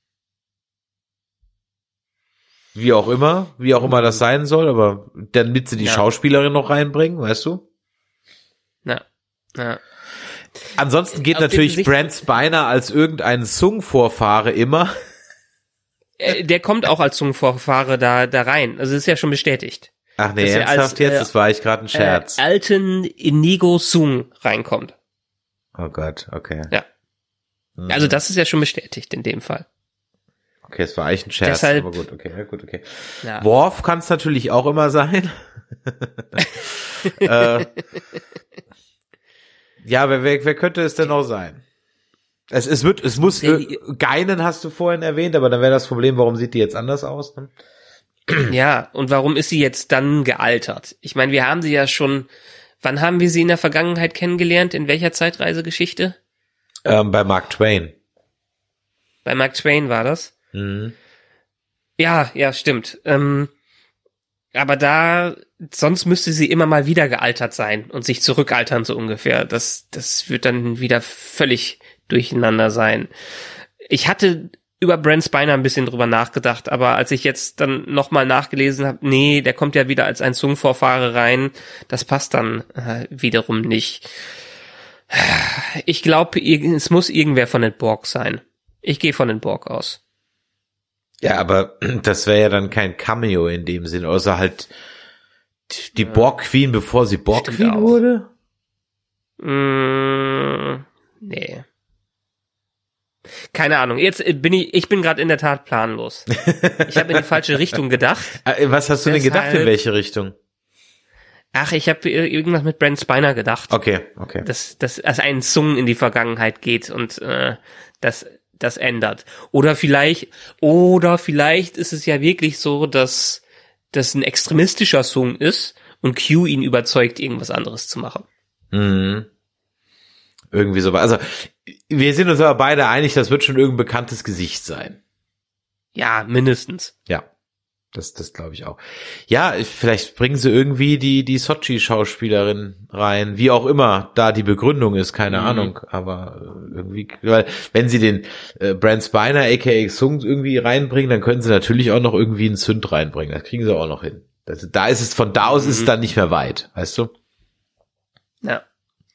Speaker 3: Wie auch immer, wie auch immer das sein soll, aber damit sie die
Speaker 4: Ja.
Speaker 3: Schauspielerin noch reinbringen, weißt du?
Speaker 4: Ja. Ja.
Speaker 3: Ansonsten geht
Speaker 4: Aus dem
Speaker 3: natürlich
Speaker 4: Gesicht-
Speaker 3: Brent Spiner als irgendein Sung-Vorfahre immer.
Speaker 4: Äh, Der kommt auch als Zungenvorfahre da da rein. Also das ist ja schon bestätigt.
Speaker 3: Ach nee,
Speaker 4: Dass er
Speaker 3: ernsthaft
Speaker 4: als,
Speaker 3: jetzt?
Speaker 4: äh,
Speaker 3: Das war ich gerade ein Scherz.
Speaker 4: Äh, Alten Inigo Sung reinkommt.
Speaker 3: Oh Gott, okay.
Speaker 4: Ja.
Speaker 3: Hm.
Speaker 4: Also das ist ja schon bestätigt in dem Fall.
Speaker 3: Okay, es war eigentlich ein Scherz,
Speaker 4: Deshalb-
Speaker 3: aber gut, okay, ja, gut, okay.
Speaker 4: Ja.
Speaker 3: Worf kann es natürlich auch immer sein. äh, ja, wer, wer, wer könnte es denn noch sein? Es, es wird, es muss,
Speaker 4: Der-
Speaker 3: äh, Geinen hast du vorhin erwähnt, aber dann wäre das Problem, warum sieht die jetzt anders aus? Ne?
Speaker 4: Ja, und warum ist sie jetzt dann gealtert? Ich meine, wir haben sie ja schon, wann haben wir sie in der Vergangenheit kennengelernt? In welcher Zeitreisegeschichte?
Speaker 3: Ähm, bei Mark Twain.
Speaker 4: Bei Mark Twain war das?
Speaker 3: Mhm.
Speaker 4: Ja, ja, stimmt. Ähm, aber da, sonst müsste sie immer mal wieder gealtert sein und sich zurückaltern, so ungefähr. Das, das wird dann wieder völlig durcheinander sein. Ich hatte über Brent Spiner ein bisschen drüber nachgedacht, aber als ich jetzt dann nochmal nachgelesen habe, nee, der kommt ja wieder als ein Zungenvorfahre rein, das passt dann äh, wiederum nicht. Ich glaube, es muss irgendwer von den Borg sein. Ich gehe von den Borg aus.
Speaker 3: Ja, aber das wäre ja dann kein Cameo in dem Sinn, außer halt die Borg Queen, bevor sie Borg
Speaker 4: Stimmt
Speaker 3: Queen
Speaker 4: auch.
Speaker 3: wurde?
Speaker 4: Mm, nee. Keine Ahnung. Jetzt bin ich, ich bin gerade in der Tat planlos. Ich habe in die falsche Richtung gedacht.
Speaker 3: Äh, Was hast du denn gedacht, in
Speaker 4: Deshalb-
Speaker 3: welche Richtung?
Speaker 4: Ach, ich habe irgendwas mit Brent Spiner gedacht.
Speaker 3: Okay, okay.
Speaker 4: Dass, dass, dass ein Zungen in die Vergangenheit geht und äh, das, das ändert. Oder vielleicht, oder vielleicht ist es ja wirklich so, dass das ein extremistischer Zungen ist und Q ihn überzeugt, irgendwas anderes zu machen.
Speaker 3: Mhm. Irgendwie so. Also, wir sind uns aber beide einig, das wird schon irgendein bekanntes Gesicht sein.
Speaker 4: Ja, mindestens.
Speaker 3: Ja. Das, das glaube ich auch. Ja, vielleicht bringen sie irgendwie die, die Sochi-Schauspielerin rein, wie auch immer da die Begründung ist, keine
Speaker 4: Mhm.
Speaker 3: Ahnung, aber äh, irgendwie, weil, wenn sie den äh, Brent Spiner, aka Sung, irgendwie reinbringen, dann können sie natürlich auch noch irgendwie einen Sünd reinbringen, das kriegen sie auch noch hin. Das, da ist es, von da aus ist es dann nicht mehr weit, weißt du?
Speaker 4: Ja.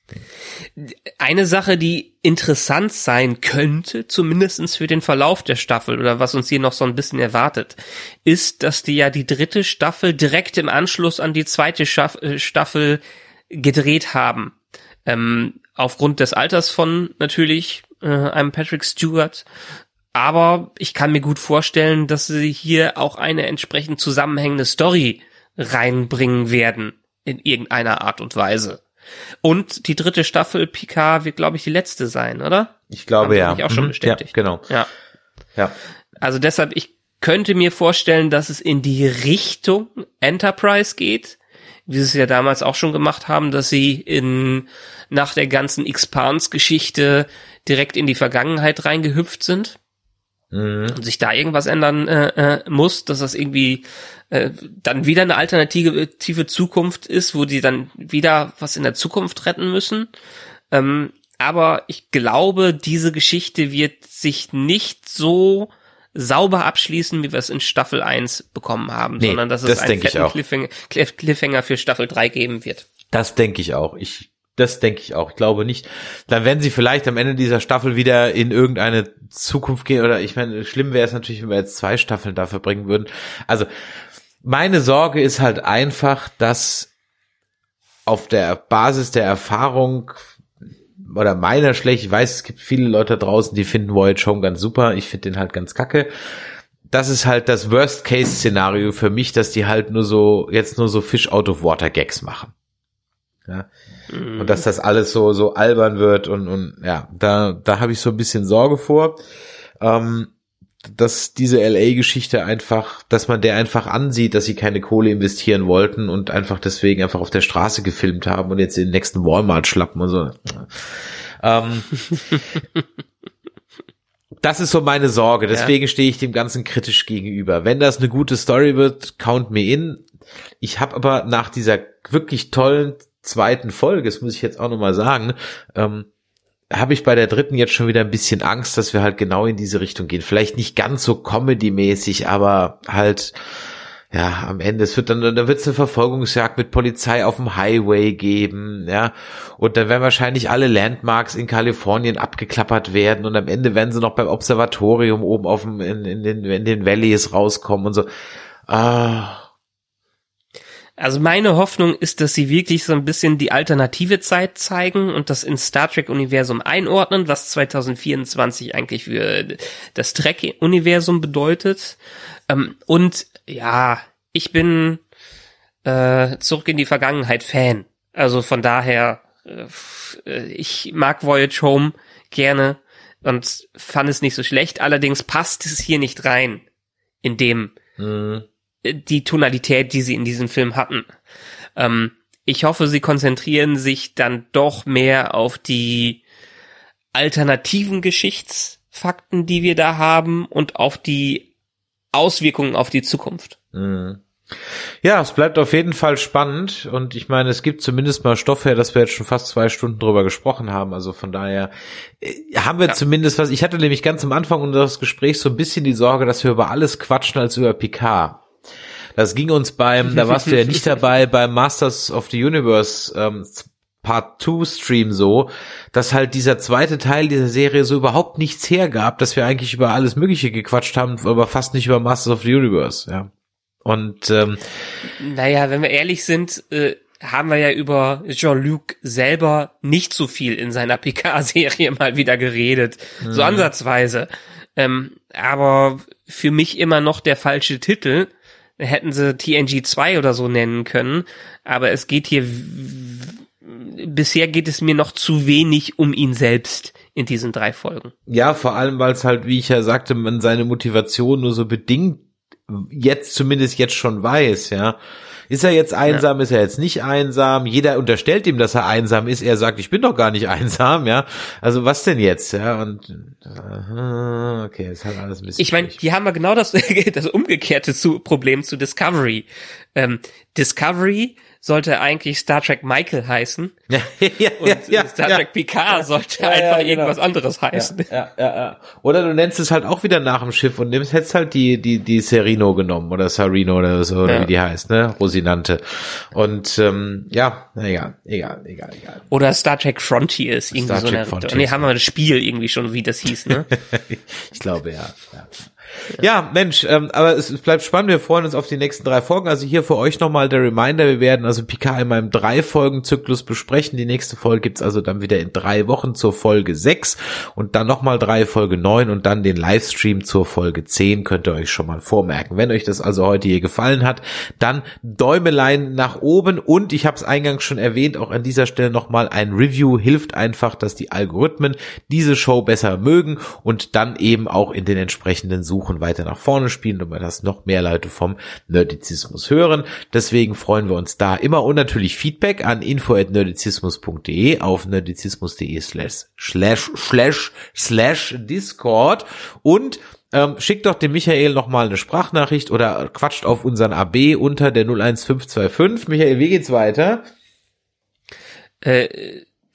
Speaker 4: Eine Sache, die interessant sein könnte, zumindestens für den Verlauf der Staffel oder was uns hier noch so ein bisschen erwartet, ist, dass die ja die dritte Staffel direkt im Anschluss an die zweite Schaff- äh, Staffel gedreht haben. Ähm, aufgrund des Alters von natürlich äh, einem Patrick Stewart. Aber ich kann mir gut vorstellen, dass sie hier auch eine entsprechend zusammenhängende Story reinbringen werden in irgendeiner Art und Weise. Und die dritte Staffel Picard wird, glaube ich, die letzte sein, oder?
Speaker 3: Ich glaube,
Speaker 4: Haben sie
Speaker 3: ja.
Speaker 4: mich auch schon
Speaker 3: Mhm.
Speaker 4: bestätigt.
Speaker 3: Ja, genau.
Speaker 4: Ja.
Speaker 3: Ja.
Speaker 4: Also deshalb, ich könnte mir vorstellen, dass es in die Richtung Enterprise geht, wie sie es ja damals auch schon gemacht haben, dass sie in nach der ganzen Expanse-Geschichte direkt in die Vergangenheit reingehüpft sind.
Speaker 3: Mhm.
Speaker 4: Und sich da irgendwas ändern äh, äh, muss, dass das irgendwie äh, dann wieder eine alternative Zukunft ist, wo die dann wieder was in der Zukunft retten müssen. Ähm, aber ich glaube, diese Geschichte wird sich nicht so sauber abschließen, wie wir es in Staffel eins bekommen haben,
Speaker 3: nee,
Speaker 4: sondern dass es
Speaker 3: das
Speaker 4: einen fetten
Speaker 3: Cliffhanger,
Speaker 4: Cliffhanger für Staffel drei geben wird.
Speaker 3: Das denke ich auch. Ich, das denke ich auch. Ich glaube nicht. Dann werden sie vielleicht am Ende dieser Staffel wieder in irgendeine Zukunft gehen oder ich meine, schlimm wäre es natürlich, wenn wir jetzt zwei Staffeln dafür bringen würden. Also, meine Sorge ist halt einfach, dass auf der Basis der Erfahrung oder meiner schlecht, ich weiß, es gibt viele Leute da draußen, die finden Voyage Home ganz super, ich finde den halt ganz kacke. Das ist halt das Worst-Case-Szenario für mich, dass die halt nur so, jetzt nur so Fish-out-of-water-Gags machen. Ja. Mm. Und dass das alles so, so albern wird und, und, ja, da, da habe ich so ein bisschen Sorge vor, ähm, dass diese L A-Geschichte einfach, dass man der einfach ansieht, dass sie keine Kohle investieren wollten und einfach deswegen einfach auf der Straße gefilmt haben und jetzt in den nächsten Walmart schlappen und so. ähm, das ist so meine Sorge, deswegen ja. stehe ich dem Ganzen kritisch gegenüber. Wenn das eine gute Story wird, count me in. Ich habe aber nach dieser wirklich tollen zweiten Folge, das muss ich jetzt auch nochmal sagen, ähm, habe ich bei der dritten jetzt schon wieder ein bisschen Angst, dass wir halt genau in diese Richtung gehen. Vielleicht nicht ganz so Comedy-mäßig, aber halt, ja, am Ende, es wird dann, dann wird es eine Verfolgungsjagd mit Polizei auf dem Highway geben, ja, und dann werden wahrscheinlich alle Landmarks in Kalifornien abgeklappert werden und am Ende werden sie noch beim Observatorium oben auf dem, in, in den, in den Valleys rauskommen und so. Ah,
Speaker 4: Also meine Hoffnung ist, dass sie wirklich so ein bisschen die alternative Zeit zeigen und das ins Star Trek-Universum einordnen, was zwanzig vierundzwanzig eigentlich für das Trek-Universum bedeutet. Und ja, ich bin äh, zurück in die Vergangenheit Fan. Also von daher, äh, ich mag Voyage Home gerne und fand es nicht so schlecht. Allerdings passt es hier nicht rein in dem mhm. die Tonalität, die sie in diesem Film hatten. Ähm, ich hoffe, sie konzentrieren sich dann doch mehr auf die alternativen Geschichtsfakten, die wir da haben und auf die Auswirkungen auf die Zukunft.
Speaker 3: Mhm. Ja, es bleibt auf jeden Fall spannend und ich meine, es gibt zumindest mal Stoff her, dass wir jetzt schon fast zwei Stunden drüber gesprochen haben, also von daher äh, haben wir ja. zumindest was, ich hatte nämlich ganz am Anfang unseres Gesprächs so ein bisschen die Sorge, dass wir über alles quatschen als über Picard. Das ging uns beim, da warst du ja nicht dabei, beim Masters of the Universe ähm, Part zwei Stream so, dass halt dieser zweite Teil dieser Serie so überhaupt nichts hergab, dass wir eigentlich über alles Mögliche gequatscht haben, aber fast nicht über Masters of the Universe, ja. Und ähm,
Speaker 4: naja, wenn wir ehrlich sind, äh, haben wir ja über Jean-Luc selber nicht so viel in seiner Picard-Serie mal wieder geredet, mhm. so ansatzweise. Ähm, aber für mich immer noch der falsche Titel. Hätten sie T N G zwei oder so nennen können, aber es geht hier, bisher geht es mir noch zu wenig um ihn selbst in diesen drei Folgen.
Speaker 3: Ja, vor allem, weil es halt, wie ich ja sagte, man seine Motivation nur so bedingt jetzt zumindest jetzt schon weiß, ja. Ist er jetzt einsam, ja. Ist er jetzt nicht einsam? Jeder unterstellt ihm, dass er einsam ist. Er sagt, ich bin doch gar nicht einsam, ja. Also was denn jetzt, ja? Und okay, ist halt alles ein bisschen.
Speaker 4: Ich meine, die haben ja genau das, das umgekehrte zu, Problem zu Discovery. Ähm, Discovery sollte eigentlich Star Trek Michael heißen.
Speaker 3: Ja, ja,
Speaker 4: und
Speaker 3: ja,
Speaker 4: Star
Speaker 3: ja,
Speaker 4: Trek Picard
Speaker 3: ja,
Speaker 4: sollte
Speaker 3: ja,
Speaker 4: einfach
Speaker 3: ja, genau.
Speaker 4: irgendwas anderes heißen.
Speaker 3: Ja, ja, ja, ja. Oder du nennst es halt auch wieder nach dem Schiff und nimmst hättest halt die die die Serino genommen oder Sarino oder so, oder ja. wie die heißt, ne? Rosinante. Und ähm, ja, egal, egal, egal, egal.
Speaker 4: Oder Star Trek Frontiers, irgendwie
Speaker 3: Star
Speaker 4: so
Speaker 3: Trek
Speaker 4: eine.
Speaker 3: Frontiers.
Speaker 4: Nee, haben wir das Spiel irgendwie schon, wie das hieß, ne?
Speaker 3: Ich glaube, ja. ja. Ja, Mensch, ähm, aber es, es bleibt spannend, wir freuen uns auf die nächsten drei Folgen, also hier für euch nochmal der Reminder, wir werden also Picard in meinem drei-Folgen-Zyklus besprechen, die nächste Folge gibt's also dann wieder in drei Wochen zur Folge sechs und dann nochmal drei Folge neun und dann den Livestream zur Folge zehn, könnt ihr euch schon mal vormerken. Wenn euch das also heute hier gefallen hat, dann Däumelein nach oben und ich habe es eingangs schon erwähnt, auch an dieser Stelle nochmal ein Review hilft einfach, dass die Algorithmen diese Show besser mögen und dann eben auch in den entsprechenden Suchen weiter nach vorne spielen, damit das noch mehr Leute vom Nerdizismus hören. Deswegen freuen wir uns da immer und natürlich Feedback an info at nerdizismus punkt de auf nerdizismus punkt de slash slash slash slash Discord und ähm, schickt doch dem Michael nochmal eine Sprachnachricht oder quatscht auf unseren A B unter der null eins fünf zwei fünf. Michael, wie geht's weiter?
Speaker 4: Äh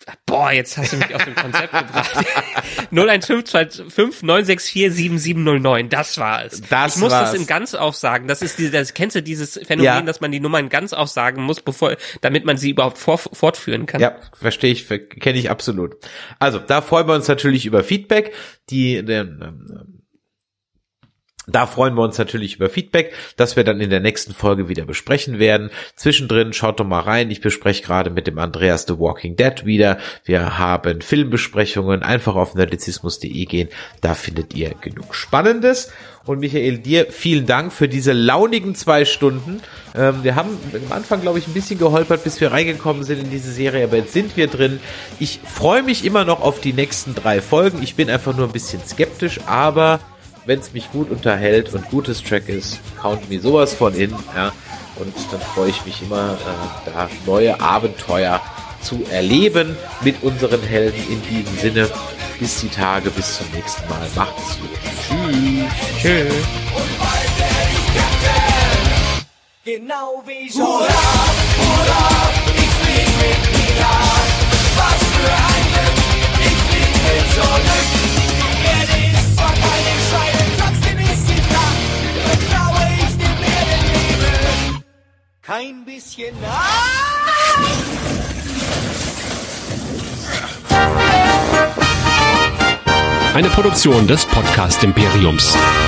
Speaker 4: Boah, jetzt hast du mich aus dem Konzept gebracht. null eins fünf zwei fünf neun sechs vier sieben sieben null neun, das war es.
Speaker 3: Das
Speaker 4: ich muss
Speaker 3: war's.
Speaker 4: das in ganz aufsagen. Das ist diese, das kennst du dieses Phänomen,
Speaker 3: Ja.
Speaker 4: dass man die Nummern ganz aufsagen muss, bevor, damit man sie überhaupt vor, fortführen kann.
Speaker 3: Ja, verstehe ich, kenne ich absolut. Also, da freuen wir uns natürlich über Feedback. Die, ähm, Da freuen wir uns natürlich über Feedback, das wir dann in der nächsten Folge wieder besprechen werden. Zwischendrin schaut doch mal rein. Ich bespreche gerade mit dem Andreas The Walking Dead wieder. Wir haben Filmbesprechungen. Einfach auf nerdizismus punkt de gehen. Da findet ihr genug Spannendes. Und Michael, dir vielen Dank für diese launigen zwei Stunden. Ähm, wir haben am Anfang, glaube ich, ein bisschen geholpert, bis wir reingekommen sind in diese Serie, aber jetzt sind wir drin. Ich freue mich immer noch auf die nächsten drei Folgen. Ich bin einfach nur ein bisschen skeptisch, aber wenn es mich gut unterhält und gutes Track ist, count me sowas von in, ja, und dann freue ich mich immer, äh, da neue Abenteuer zu erleben mit unseren Helden. In diesem Sinne, bis die Tage, bis zum nächsten Mal. Macht es gut. Tschüss.
Speaker 4: Tschüss.
Speaker 2: Genau wie ich. Hurra, hurra, ich flieg mit Mika. Was für ein Glück, ich flieg mit Jean-Luc. Die Erde ist zwar keine Scheibe, trotzdem ist sie flach. Vertraue ich dem Erdenleben. Kein bisschen. Ah!
Speaker 1: Eine Produktion des Podcast Imperiums.